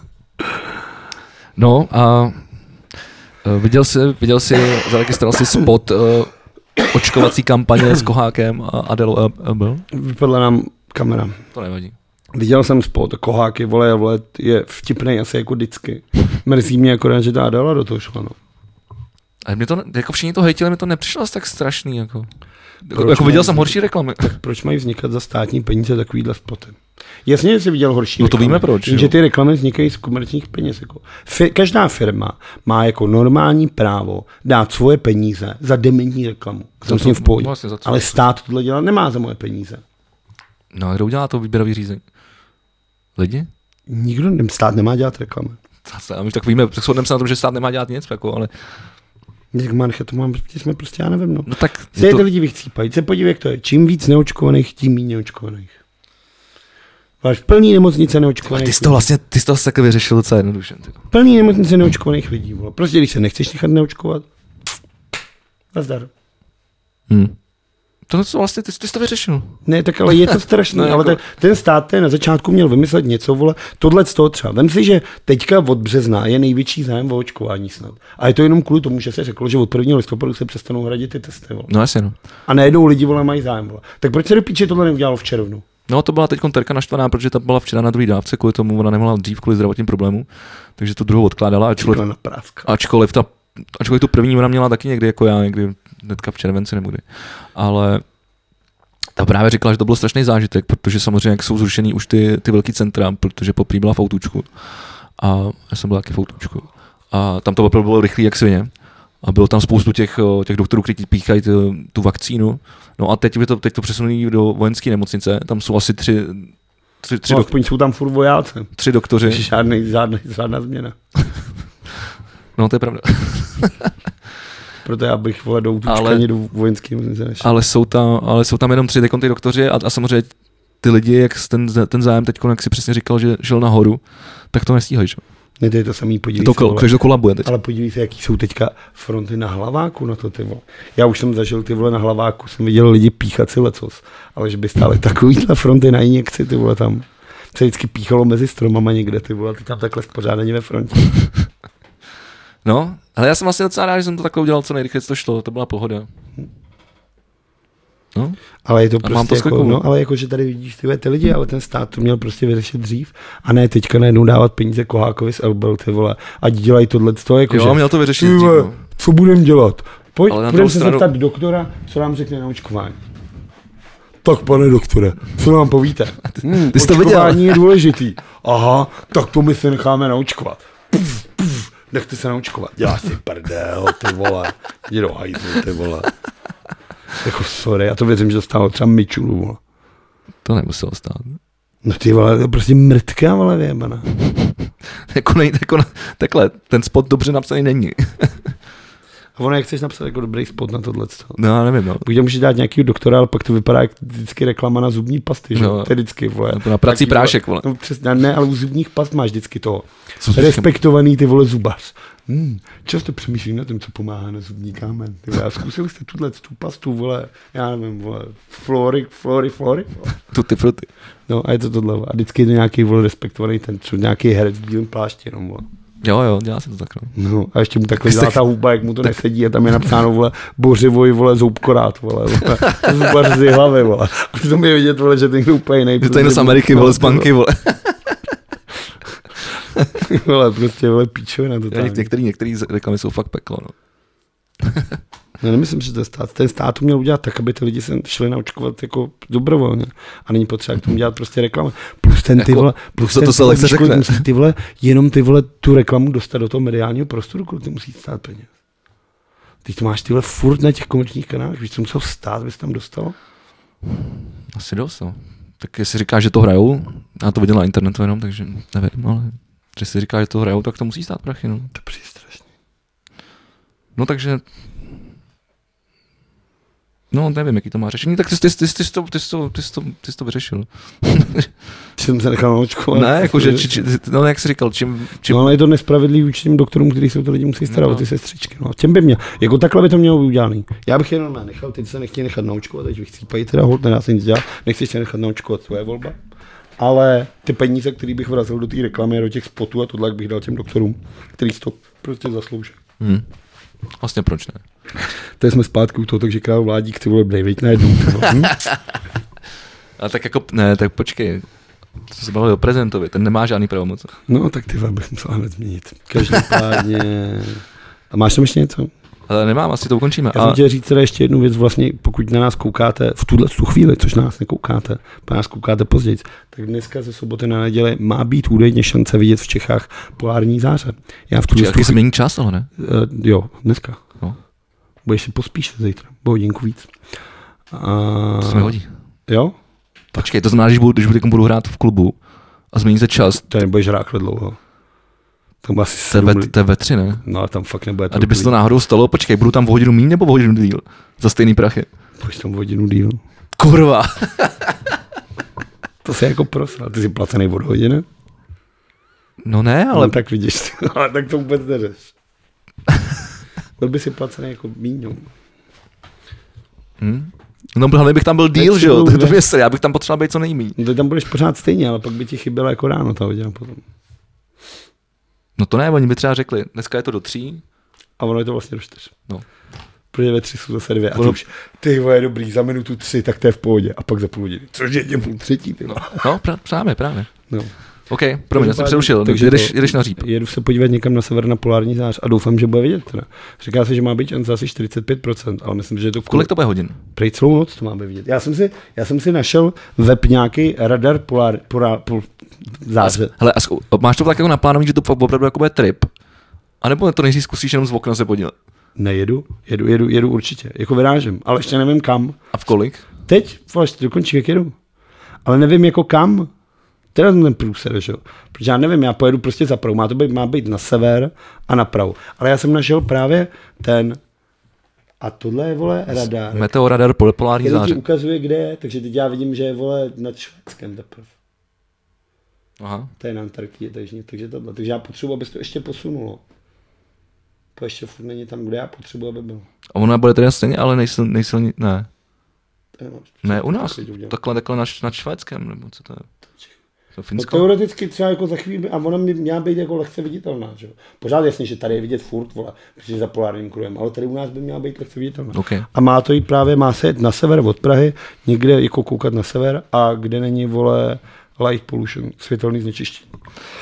No a viděl jsi, viděl jsi, zaregistroval jsi spot uh, očkovací kampaně s Kohákem a Adelou byl? Vypadla nám kamera. To nevadí. Viděl jsem spot, Koháky, vole, vole, je vtipnej asi jako vždycky. Mrzí mě akorát, že ta Adela do toho šla, no. Ale mě to, jako všichni to hejtili, mi to nepřišlo tak strašný, jako. Jako, jako viděl jsem horší reklamy. Tak proč mají vznikat za státní peníze takovýhle spoty? Jasně, že jsi viděl horší no to reklamy. Víme proč. Že ty reklamy vznikají z komerčních peněz. Jako. Fir- každá firma má jako normální právo dát svoje peníze za dementní reklamu. Jsem s tím v pohodě. Vlastně ale stát tohle dělat nemá za moje peníze. No a kdo udělá to výběrový řízení? Lidi? Nikdo, stát nemá dělat reklamy. A my tak víme, shodneme se na tom, že stát nemá dělat nic, jako, ale... Jak manche, to mám, jsme prostě, já nevím, no. No tak... Se to... ty lidi vychcípají, se podívej, jak to je. Čím víc neočkovaných, tím méně neočkovaných. Máš plný nemocnice neočkovaných. Ty jsi to vlastně, ty jsi to takhle vyřešil docela jednoduše. Plný nemocnice neočkovaných lidí, vole. Prostě když se nechceš nechat neočkovat, nazdar. Hmm. To co vlastně, ty, ty jsi to vyřešil. Ne, tak ale je to strašný, no, ale jako... ten, ten stát ten na začátku měl vymyslet něco, vole, tohle z toho třeba. Vem si, že teďka od března je největší zájem o očkování snad. A je to jenom kvůli tomu, že se řeklo, že od prvního listopadu se přestanou hradit ty testy, vole. No jasně, no. A najednou lidi, vole, mají zájem, vole. Tak proč se do píče tohle neudělalo v červnu? No to byla teď Terka naštvaná, protože ta byla včera na druhý dávce, kvůli tomu ona nemohla dřív kvůli zdravotním problémům, takže to druhou odkládala, ačkoliv, ačkoliv, ta, ačkoliv tu první ona měla taky někdy jako já, někdy hnedka v červenci nebo kdy. Ale ta právě říkala, že to byl strašný zážitek, protože samozřejmě jak jsou zrušený už ty, ty velký centra, protože poprvé byla v Autůčku a já jsem byl taky v Autůčku a tam to opravdu bylo rychlý jak svině. A bylo tam spoustu těch, těch doktorů, kteří píchají tu, tu vakcínu. No a teď to, teď to přesunují do vojenské nemocnice. Tam jsou asi tři, tři, tři no, dok- aspoň jsou tam furt vojáci. Tři doktoři. Žádný, žádný, žádná změna. No to je pravda. Proto já bych vole do ale, do vojenské nemocnice nešel. Ale jsou tam, ale jsou tam jenom tři ty doktoři a, a samozřejmě ty lidi, jak ten, ten zájem teď, jak si přesně říkal, že šel nahoru, tak to nestíhají. Že? Ne, to je to samý, podívej to, se. Kol, to kolabuje teď. Ale podívej se, jaký jsou teďka fronty na Hlaváku na to, ty vole. Já už jsem zažil ty vole na Hlaváku, jsem viděl lidi píchat si lecos, ale že by stále takovýhle fronty na injekci, ty vole, tam se vždycky píchalo mezi stromama někde, ty vole, ty tam takhle spořádaně ve frontě. No, ale já jsem vlastně docela rád, že jsem to takhle udělal, co nejrychleji to šlo, to byla pohoda. No. Ale je to prostě to jako, no, ale jako, že tady vidíš ty, ty lidi, ale ten stát to měl prostě vyřešit dřív a ne teďka najednou dávat peníze Kohákovi z Elbel, ty vole, ať dělají tohle z toho, jako jo, že, měl to vyřešit dřív, no. Co budem dělat? Pojď, budeme se stranu... zeptat doktora, co nám řekne na očkování. Tak pane doktore, co nám povíte? Hmm, očkování je důležitý. Aha, tak to my se necháme naočkovat. Puf, puf, nechte se naočkovat. Dělá si prdel, ty vole. Jdi do hajzlu, ty vole. Jako sorry, já to věřím, že to stálo třeba Mičulu, vole. To nemuselo stát. No ty vole, to je prostě mrtka, vole, vyjebaná. jako nej, jako na, takhle, ten spot dobře napsaný není. A ono, jak chceš napsat jako dobrý spot na tohle? No, já nevím, no. Buď můžeš dát nějakýho doktora, ale pak to vypadá jak vždycky reklama na zubní pasty, že? No, to je vždycky, vole. Na prací prášek, vole. No, přesně, ne, ale u zubních past máš vždycky toho. Respektovaný, ty vole, zubař. Hmm, často přemýšlím na tom, co pomáhá na zubní kámen. Ty vole, zkusil jste tuhle tu pastu, vole, já nevím, vole, flory, flory, flory. Tuty fruty. No a je to tohle, a vždycky je to nějaký, vole, respektovaný ten, co nějaký herec v bílém plášti, jenom, vole. Jo, jo, dělá se to tak, no. No, a ještě mu takhle dělá ta huba, jak mu to nesedí a tam je napsáno, vole, bořivoj, vole, zoubkorát, vole, vole, zubař z hlavy, vole. A přitom je vidět, vole, že ten je úplně nejprve. Že to je z Ameriky, vole, z panky, vole. Vole, prostě, vole, píčovina totálně. Některý, některý reklamy jsou fakt peklo, no. No, nemyslím, že to stát. Ten stát to měl udělat tak, aby ty lidi se šli naočkovat jako dobrovolně. A není potřeba k tomu dělat prostě reklamu. Plus ten ty vole, plus ten, to se lehce řekne. Musí ty vole, jenom ty vole tu reklamu dostat do toho mediálního prostoru, kolik ty musí stát peněz. Teď to máš ty vole furt na těch komerčních kanálech, víš, co musel stát, aby se tam dostalo? Asi dost, no. Tak jestli říkáš, že to hrajou, já to viděl na internetu jenom, takže nevím, ale že si říkáš, že to hrajou, tak to musí stát prachy, no. To přijde strašně. No takže no, nevím, jaký to má řešení, tak ty, ty, ty, ty, ty, to, ty, to, ty, to, ty to vyřešil. Jsem se nechal naočkovat. Ne, jakože, či, či, no jak jsi říkal, čím, čím... No ale je to nespravedlivý vůči těm doktorům, kteří se to lidi musí starat, no. Ty sestřičky. No, těm by měl, jako takhle by to mělo být udělaný. Já bych jenom nechal, teď se nechtěl nechat naočkovat, teď bych chcípají teda hold, nedá se nic dělat, nechci se nechat naočkovat, svoje volba. Ale ty peníze, které bych vrazil do té reklamy, do těch spotů a tohle, bych dal těm doktorům, kteří to prostě zaslouží. Hmm. Vlastně proč ne? Teď jsme zpátky u toho, takže král Vládík, ty vole, nejvěť najednou. Hm? A tak jako, ne, tak počkej, co se bavili o prezidentovi, ten nemá žádný pravomoc. No tak ty vole, bych musel hned změnit. Každopádně. A máš tam ještě něco? Ale nemám, asi to ukončíme. Já jsem chtěl říct teda ještě jednu věc, vlastně pokud na nás koukáte v tuhle tu chvíli, což na nás nekoukáte, na nás koukáte později, tak dneska ze soboty na neděli má být údajně šance vidět v Čechách polární záře. Já v tuhle Jaký se mění čas, ale ne? Uh, jo, dneska. No. Budeš si pospíšet zítra, bo hodinku víc. Uh, to se mi hodí. Jo? Počkej, to znamená, když budu, když budu, budu hrát v klubu a změní se čas. To nebudeš rákle dlouho. Tam asi to, je ve, to je ve tři, ne? No ale tam fakt nebude. A kdyby se to náhodou stalo, počkej, budu tam v hodinu míň nebo v hodinu díl? Za stejný prachy. Pojď tam v hodinu díl. Kurva. To se jako prosal. Ty jsi placený od hodiny? No ne, ale... No, tak vidíš, ale tak to vůbec neřeš. Byl by si placený jako míň, no. Hmm? No hlavně bych tam byl díl, že jo, to je já bych tam potřeboval být co nejmíň. No, ty tam budeš pořád stejně, ale pak by ti chyběla jako ráno ta hodina potom. No to ne, oni by třeba řekli, dneska je to do tří. A ono je to vlastně do čtyř. No. Protože ve tři jsou zase dvě. A ty už, ty vole, dobrý, za minutu tři, tak to je v pohodě. A pak za půl hodiny. Což je půl třetí, ty. No, no pra, právě, právě. No. OK, promiň, já jsem přerušil, takže jdeš, jdeš na říp. Jedu se podívat někam na sever na polární zář a doufám, že bude vidět. Teda. Říká se, že má být šance asi čtyřicet pět procent, ale myslím, že je to... Kolik to bude hodin? Prej celou noc to má být vidět. Já jsem si, já jsem si našel web nějaký radar polár, polár, polár záře. Hele, a máš to tak jako naplánovaný, že to opravdu jako bude trip? A nebo to nejdřív zkusíš jenom z okna se podívat? Nejedu, jedu, jedu, jedu určitě, jako vyrážím, ale ještě nevím kam. A v kolik? Teď, vlastně dokončí, jak jedu. Ale nevím jako kam. Teda ten průser, že jo. Protože já nevím, já pojedu prostě za pravou. Má to být, má být na sever a na pravou. Ale já jsem našel právě ten, a tohle je, vole, radar. Meteoradar polární záře. Který ti ukazuje, kde je, takže teď já vidím, že je, vole, nad Švédskem teprve. Aha. To je na Antarktidě, takže, takže tohle. Takže já potřebuji, aby se to ještě posunulo. To ještě furt není tam, kde já potřebuji, aby bylo. A ona bude teda stejně, ale nejsil, nejsilní, ne. To je, no, ne, u nás. Takhle, takhle nad, nad Švédskem, nebo co to je? To Finsko? No, teoreticky třeba jako za chvíli, a ona by měla být jako lehce viditelná, že jo. Pořád jasně, že tady je vidět furt, vole, protože za polárním kruhem, ale tady u nás by měla být lehce viditelná. Okay. A má to jít právě, má se jet na sever od Prahy, někde jako koukat na sever a kde není, vole, light pollution, světelný znečištění.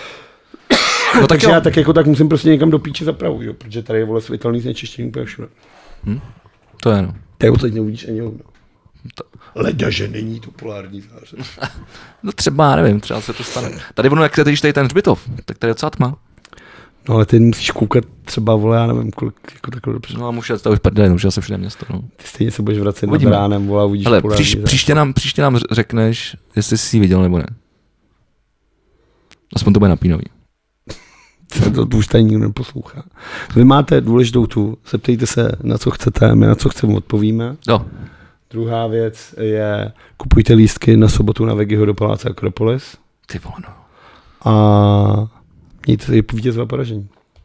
No, takže tak já tak jako tak musím prostě někam do píče za Prahu, jo, protože tady je, vole, světelný znečištění úplně všude. Hm? To je no. Tady teď neuvidíš ani hovno. Leda, že není to polární záře. No třeba, nevím, třeba se to stane. Tady ono, jak se tady ten hřbitov, tak tady je docela tma. No ale ty musíš koukat třeba, vole, já nevím, kolik, jako takhle dobře. No a můžu jet, to už prdele, už se všude město, no. Ty stejně se budeš vracet nad ránem, vole, a uvidíš hele, polární příš, záře. příště nám, příště nám řekneš, jestli jsi ji viděl nebo ne. Aspoň to bude napínový. To, to už tady nikdo neposlouchá. Vy máte důležitou tu, zeptejte se, na co chcete, my na co chceme odpovíme. Jo. Druhá věc je, kupujte lístky na sobotu na Vegiho do paláce Akropolis. Ty vole, no. A mějte se i vítězové poražení.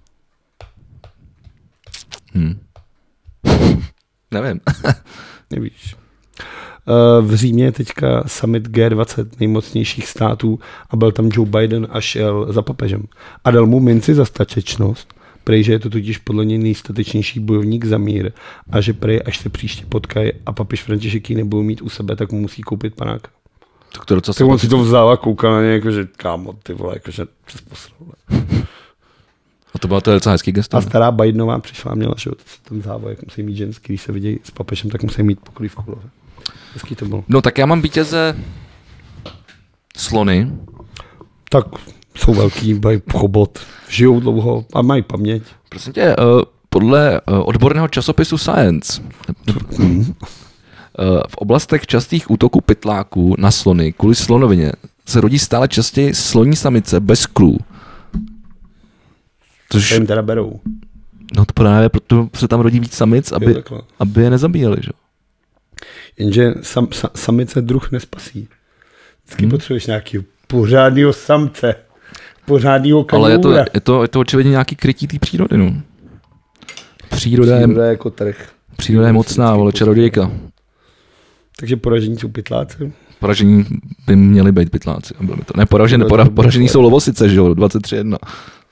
Hmm. Nevím. Nevíš. V Římě je teďka summit G dvacet nejmocnějších států a byl tam Joe Biden a šel za papežem. A dal mu minci za statečnost, prej, že je to totiž podle něj nejstatečnější bojovník za mír a že prej, až se příště potkají a papež František ji nebudou mít u sebe, tak mu musí koupit panáka. Tak, to docela tak on si to vzal a koukal na něj, jakože kámo, ty vole, jakože přes posral. A to bylo to docela hezký gesto. A stará Bidenová přišla a měla, že ten závoj, jak musí mít ženský, když se vidějí s papežem, tak musí mít pokrývku. Hezký to bylo. No tak já mám vítěze slony. Tak jsou velký, mají chobot, žijou dlouho a mají paměť. Prosím tě, podle odborného časopisu Science v oblastech častých útoků pytláků na slony kvůli slonovině se rodí stále častěji sloní samice bez klů. Což jim teda berou. No to právě, proto se tam rodí víc samic, aby, aby je nezabíjeli, že? Jenže sam, sa, samice druh nespasí. Vždycky hmm. potřebuješ nějakého pořádného samce, pořádného kanůra. Ale je to, je to, je to očividně nějaký krytí té přírody, no. Příroda, příroda je jako trh. Příroda je mocná, vole, čarodějka. Takže poražení jsou pytláci? Poražení by měli být pytláci. To. Ne, poražení, pora, poražení jsou lovosice, že jo, dvacet tři jedna.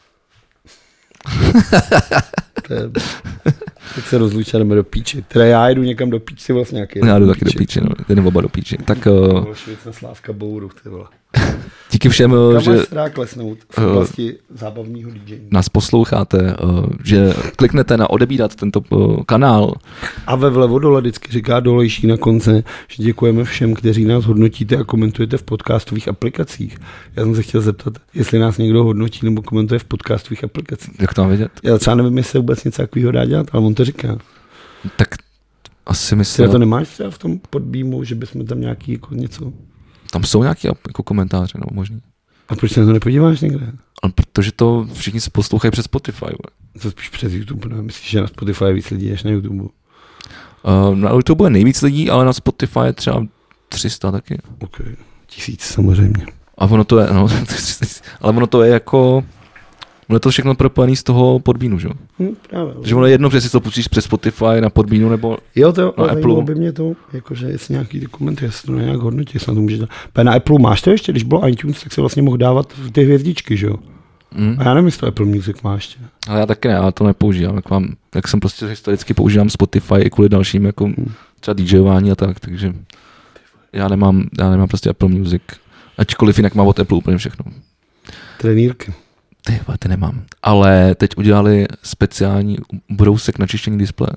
To je... Teď se rozlučujeme do píči. Teda já jdu někam do píči vlastně nějaký. Já jdu taky do píči, no. Jdeme oba do píči. Tak... Uh... na Slávka Bouru, ty vole. Díky všem, Kam že... Kam se dá klesnout v oblasti uh, zábavního DJingu. Nás posloucháte, uh, že kliknete na odebírat tento uh, kanál. A ve vlevo dole vždycky říká dolejší na konce, že děkujeme všem, kteří nás hodnotíte a komentujete v podcastových aplikacích. Já jsem se chtěl zeptat, jestli nás někdo hodnotí nebo komentuje v podcastových aplikacích. Jak to mám vědět? Já třeba nevím, jestli se vůbec něco takového dá dělat, ale on to říká. Tak asi myslím... Ty to nemáš třeba v tom podbímu, že bychom tam nějaký jako něco... Tam jsou nějaké jako komentáře, no možný. A proč se na to nepodíváš někde? Ale protože to všichni se poslouchají přes Spotify. Ne? To spíš přes YouTube, ne? Myslíš, že na Spotify je víc lidí než na YouTube? Uh, na YouTube je nejvíc lidí, ale na Spotify je třeba tři sta taky. Ok, tisíc samozřejmě. A ono to je, no, ale ono to je jako Ono je to všechno propojený z toho Podbeanu, že jo? Hm, právě. Že ono je jedno, že si to pustíš přes Spotify na Podbeanu nebo jo, to na Apple. by mě to, jakože jestli nějaký ty komenty, jestli to nějak hodnotí, jestli na to můžete. Na Apple máš to ještě, když bylo iTunes, tak se vlastně mohl dávat ty hvězdičky, že jo? Mm. A já nevím, jestli to Apple Music má ještě. Ale já taky ne, já to nepoužívám. Jak, mám, jak jsem prostě historicky používám Spotify i kvůli dalším, jako mm. třeba DJování a tak, takže já nemám, já nemám prostě Apple Music. Ačkoliv jinak mám od Apple úplně všechno. Trenýrky. Ty, ty nemám. Ale teď udělali speciální brousek na čištění displeje.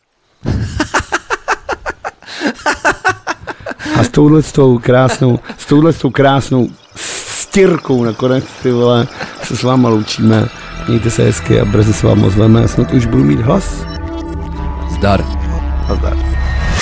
A s touhle s tou krásnou, s touhle s tou krásnou stírkou nakonec, ty vole, se s váma loučíme. Mějte se hezky a brzy se vám ozveme. Snad už budu mít hlas. Zdar. A zdar.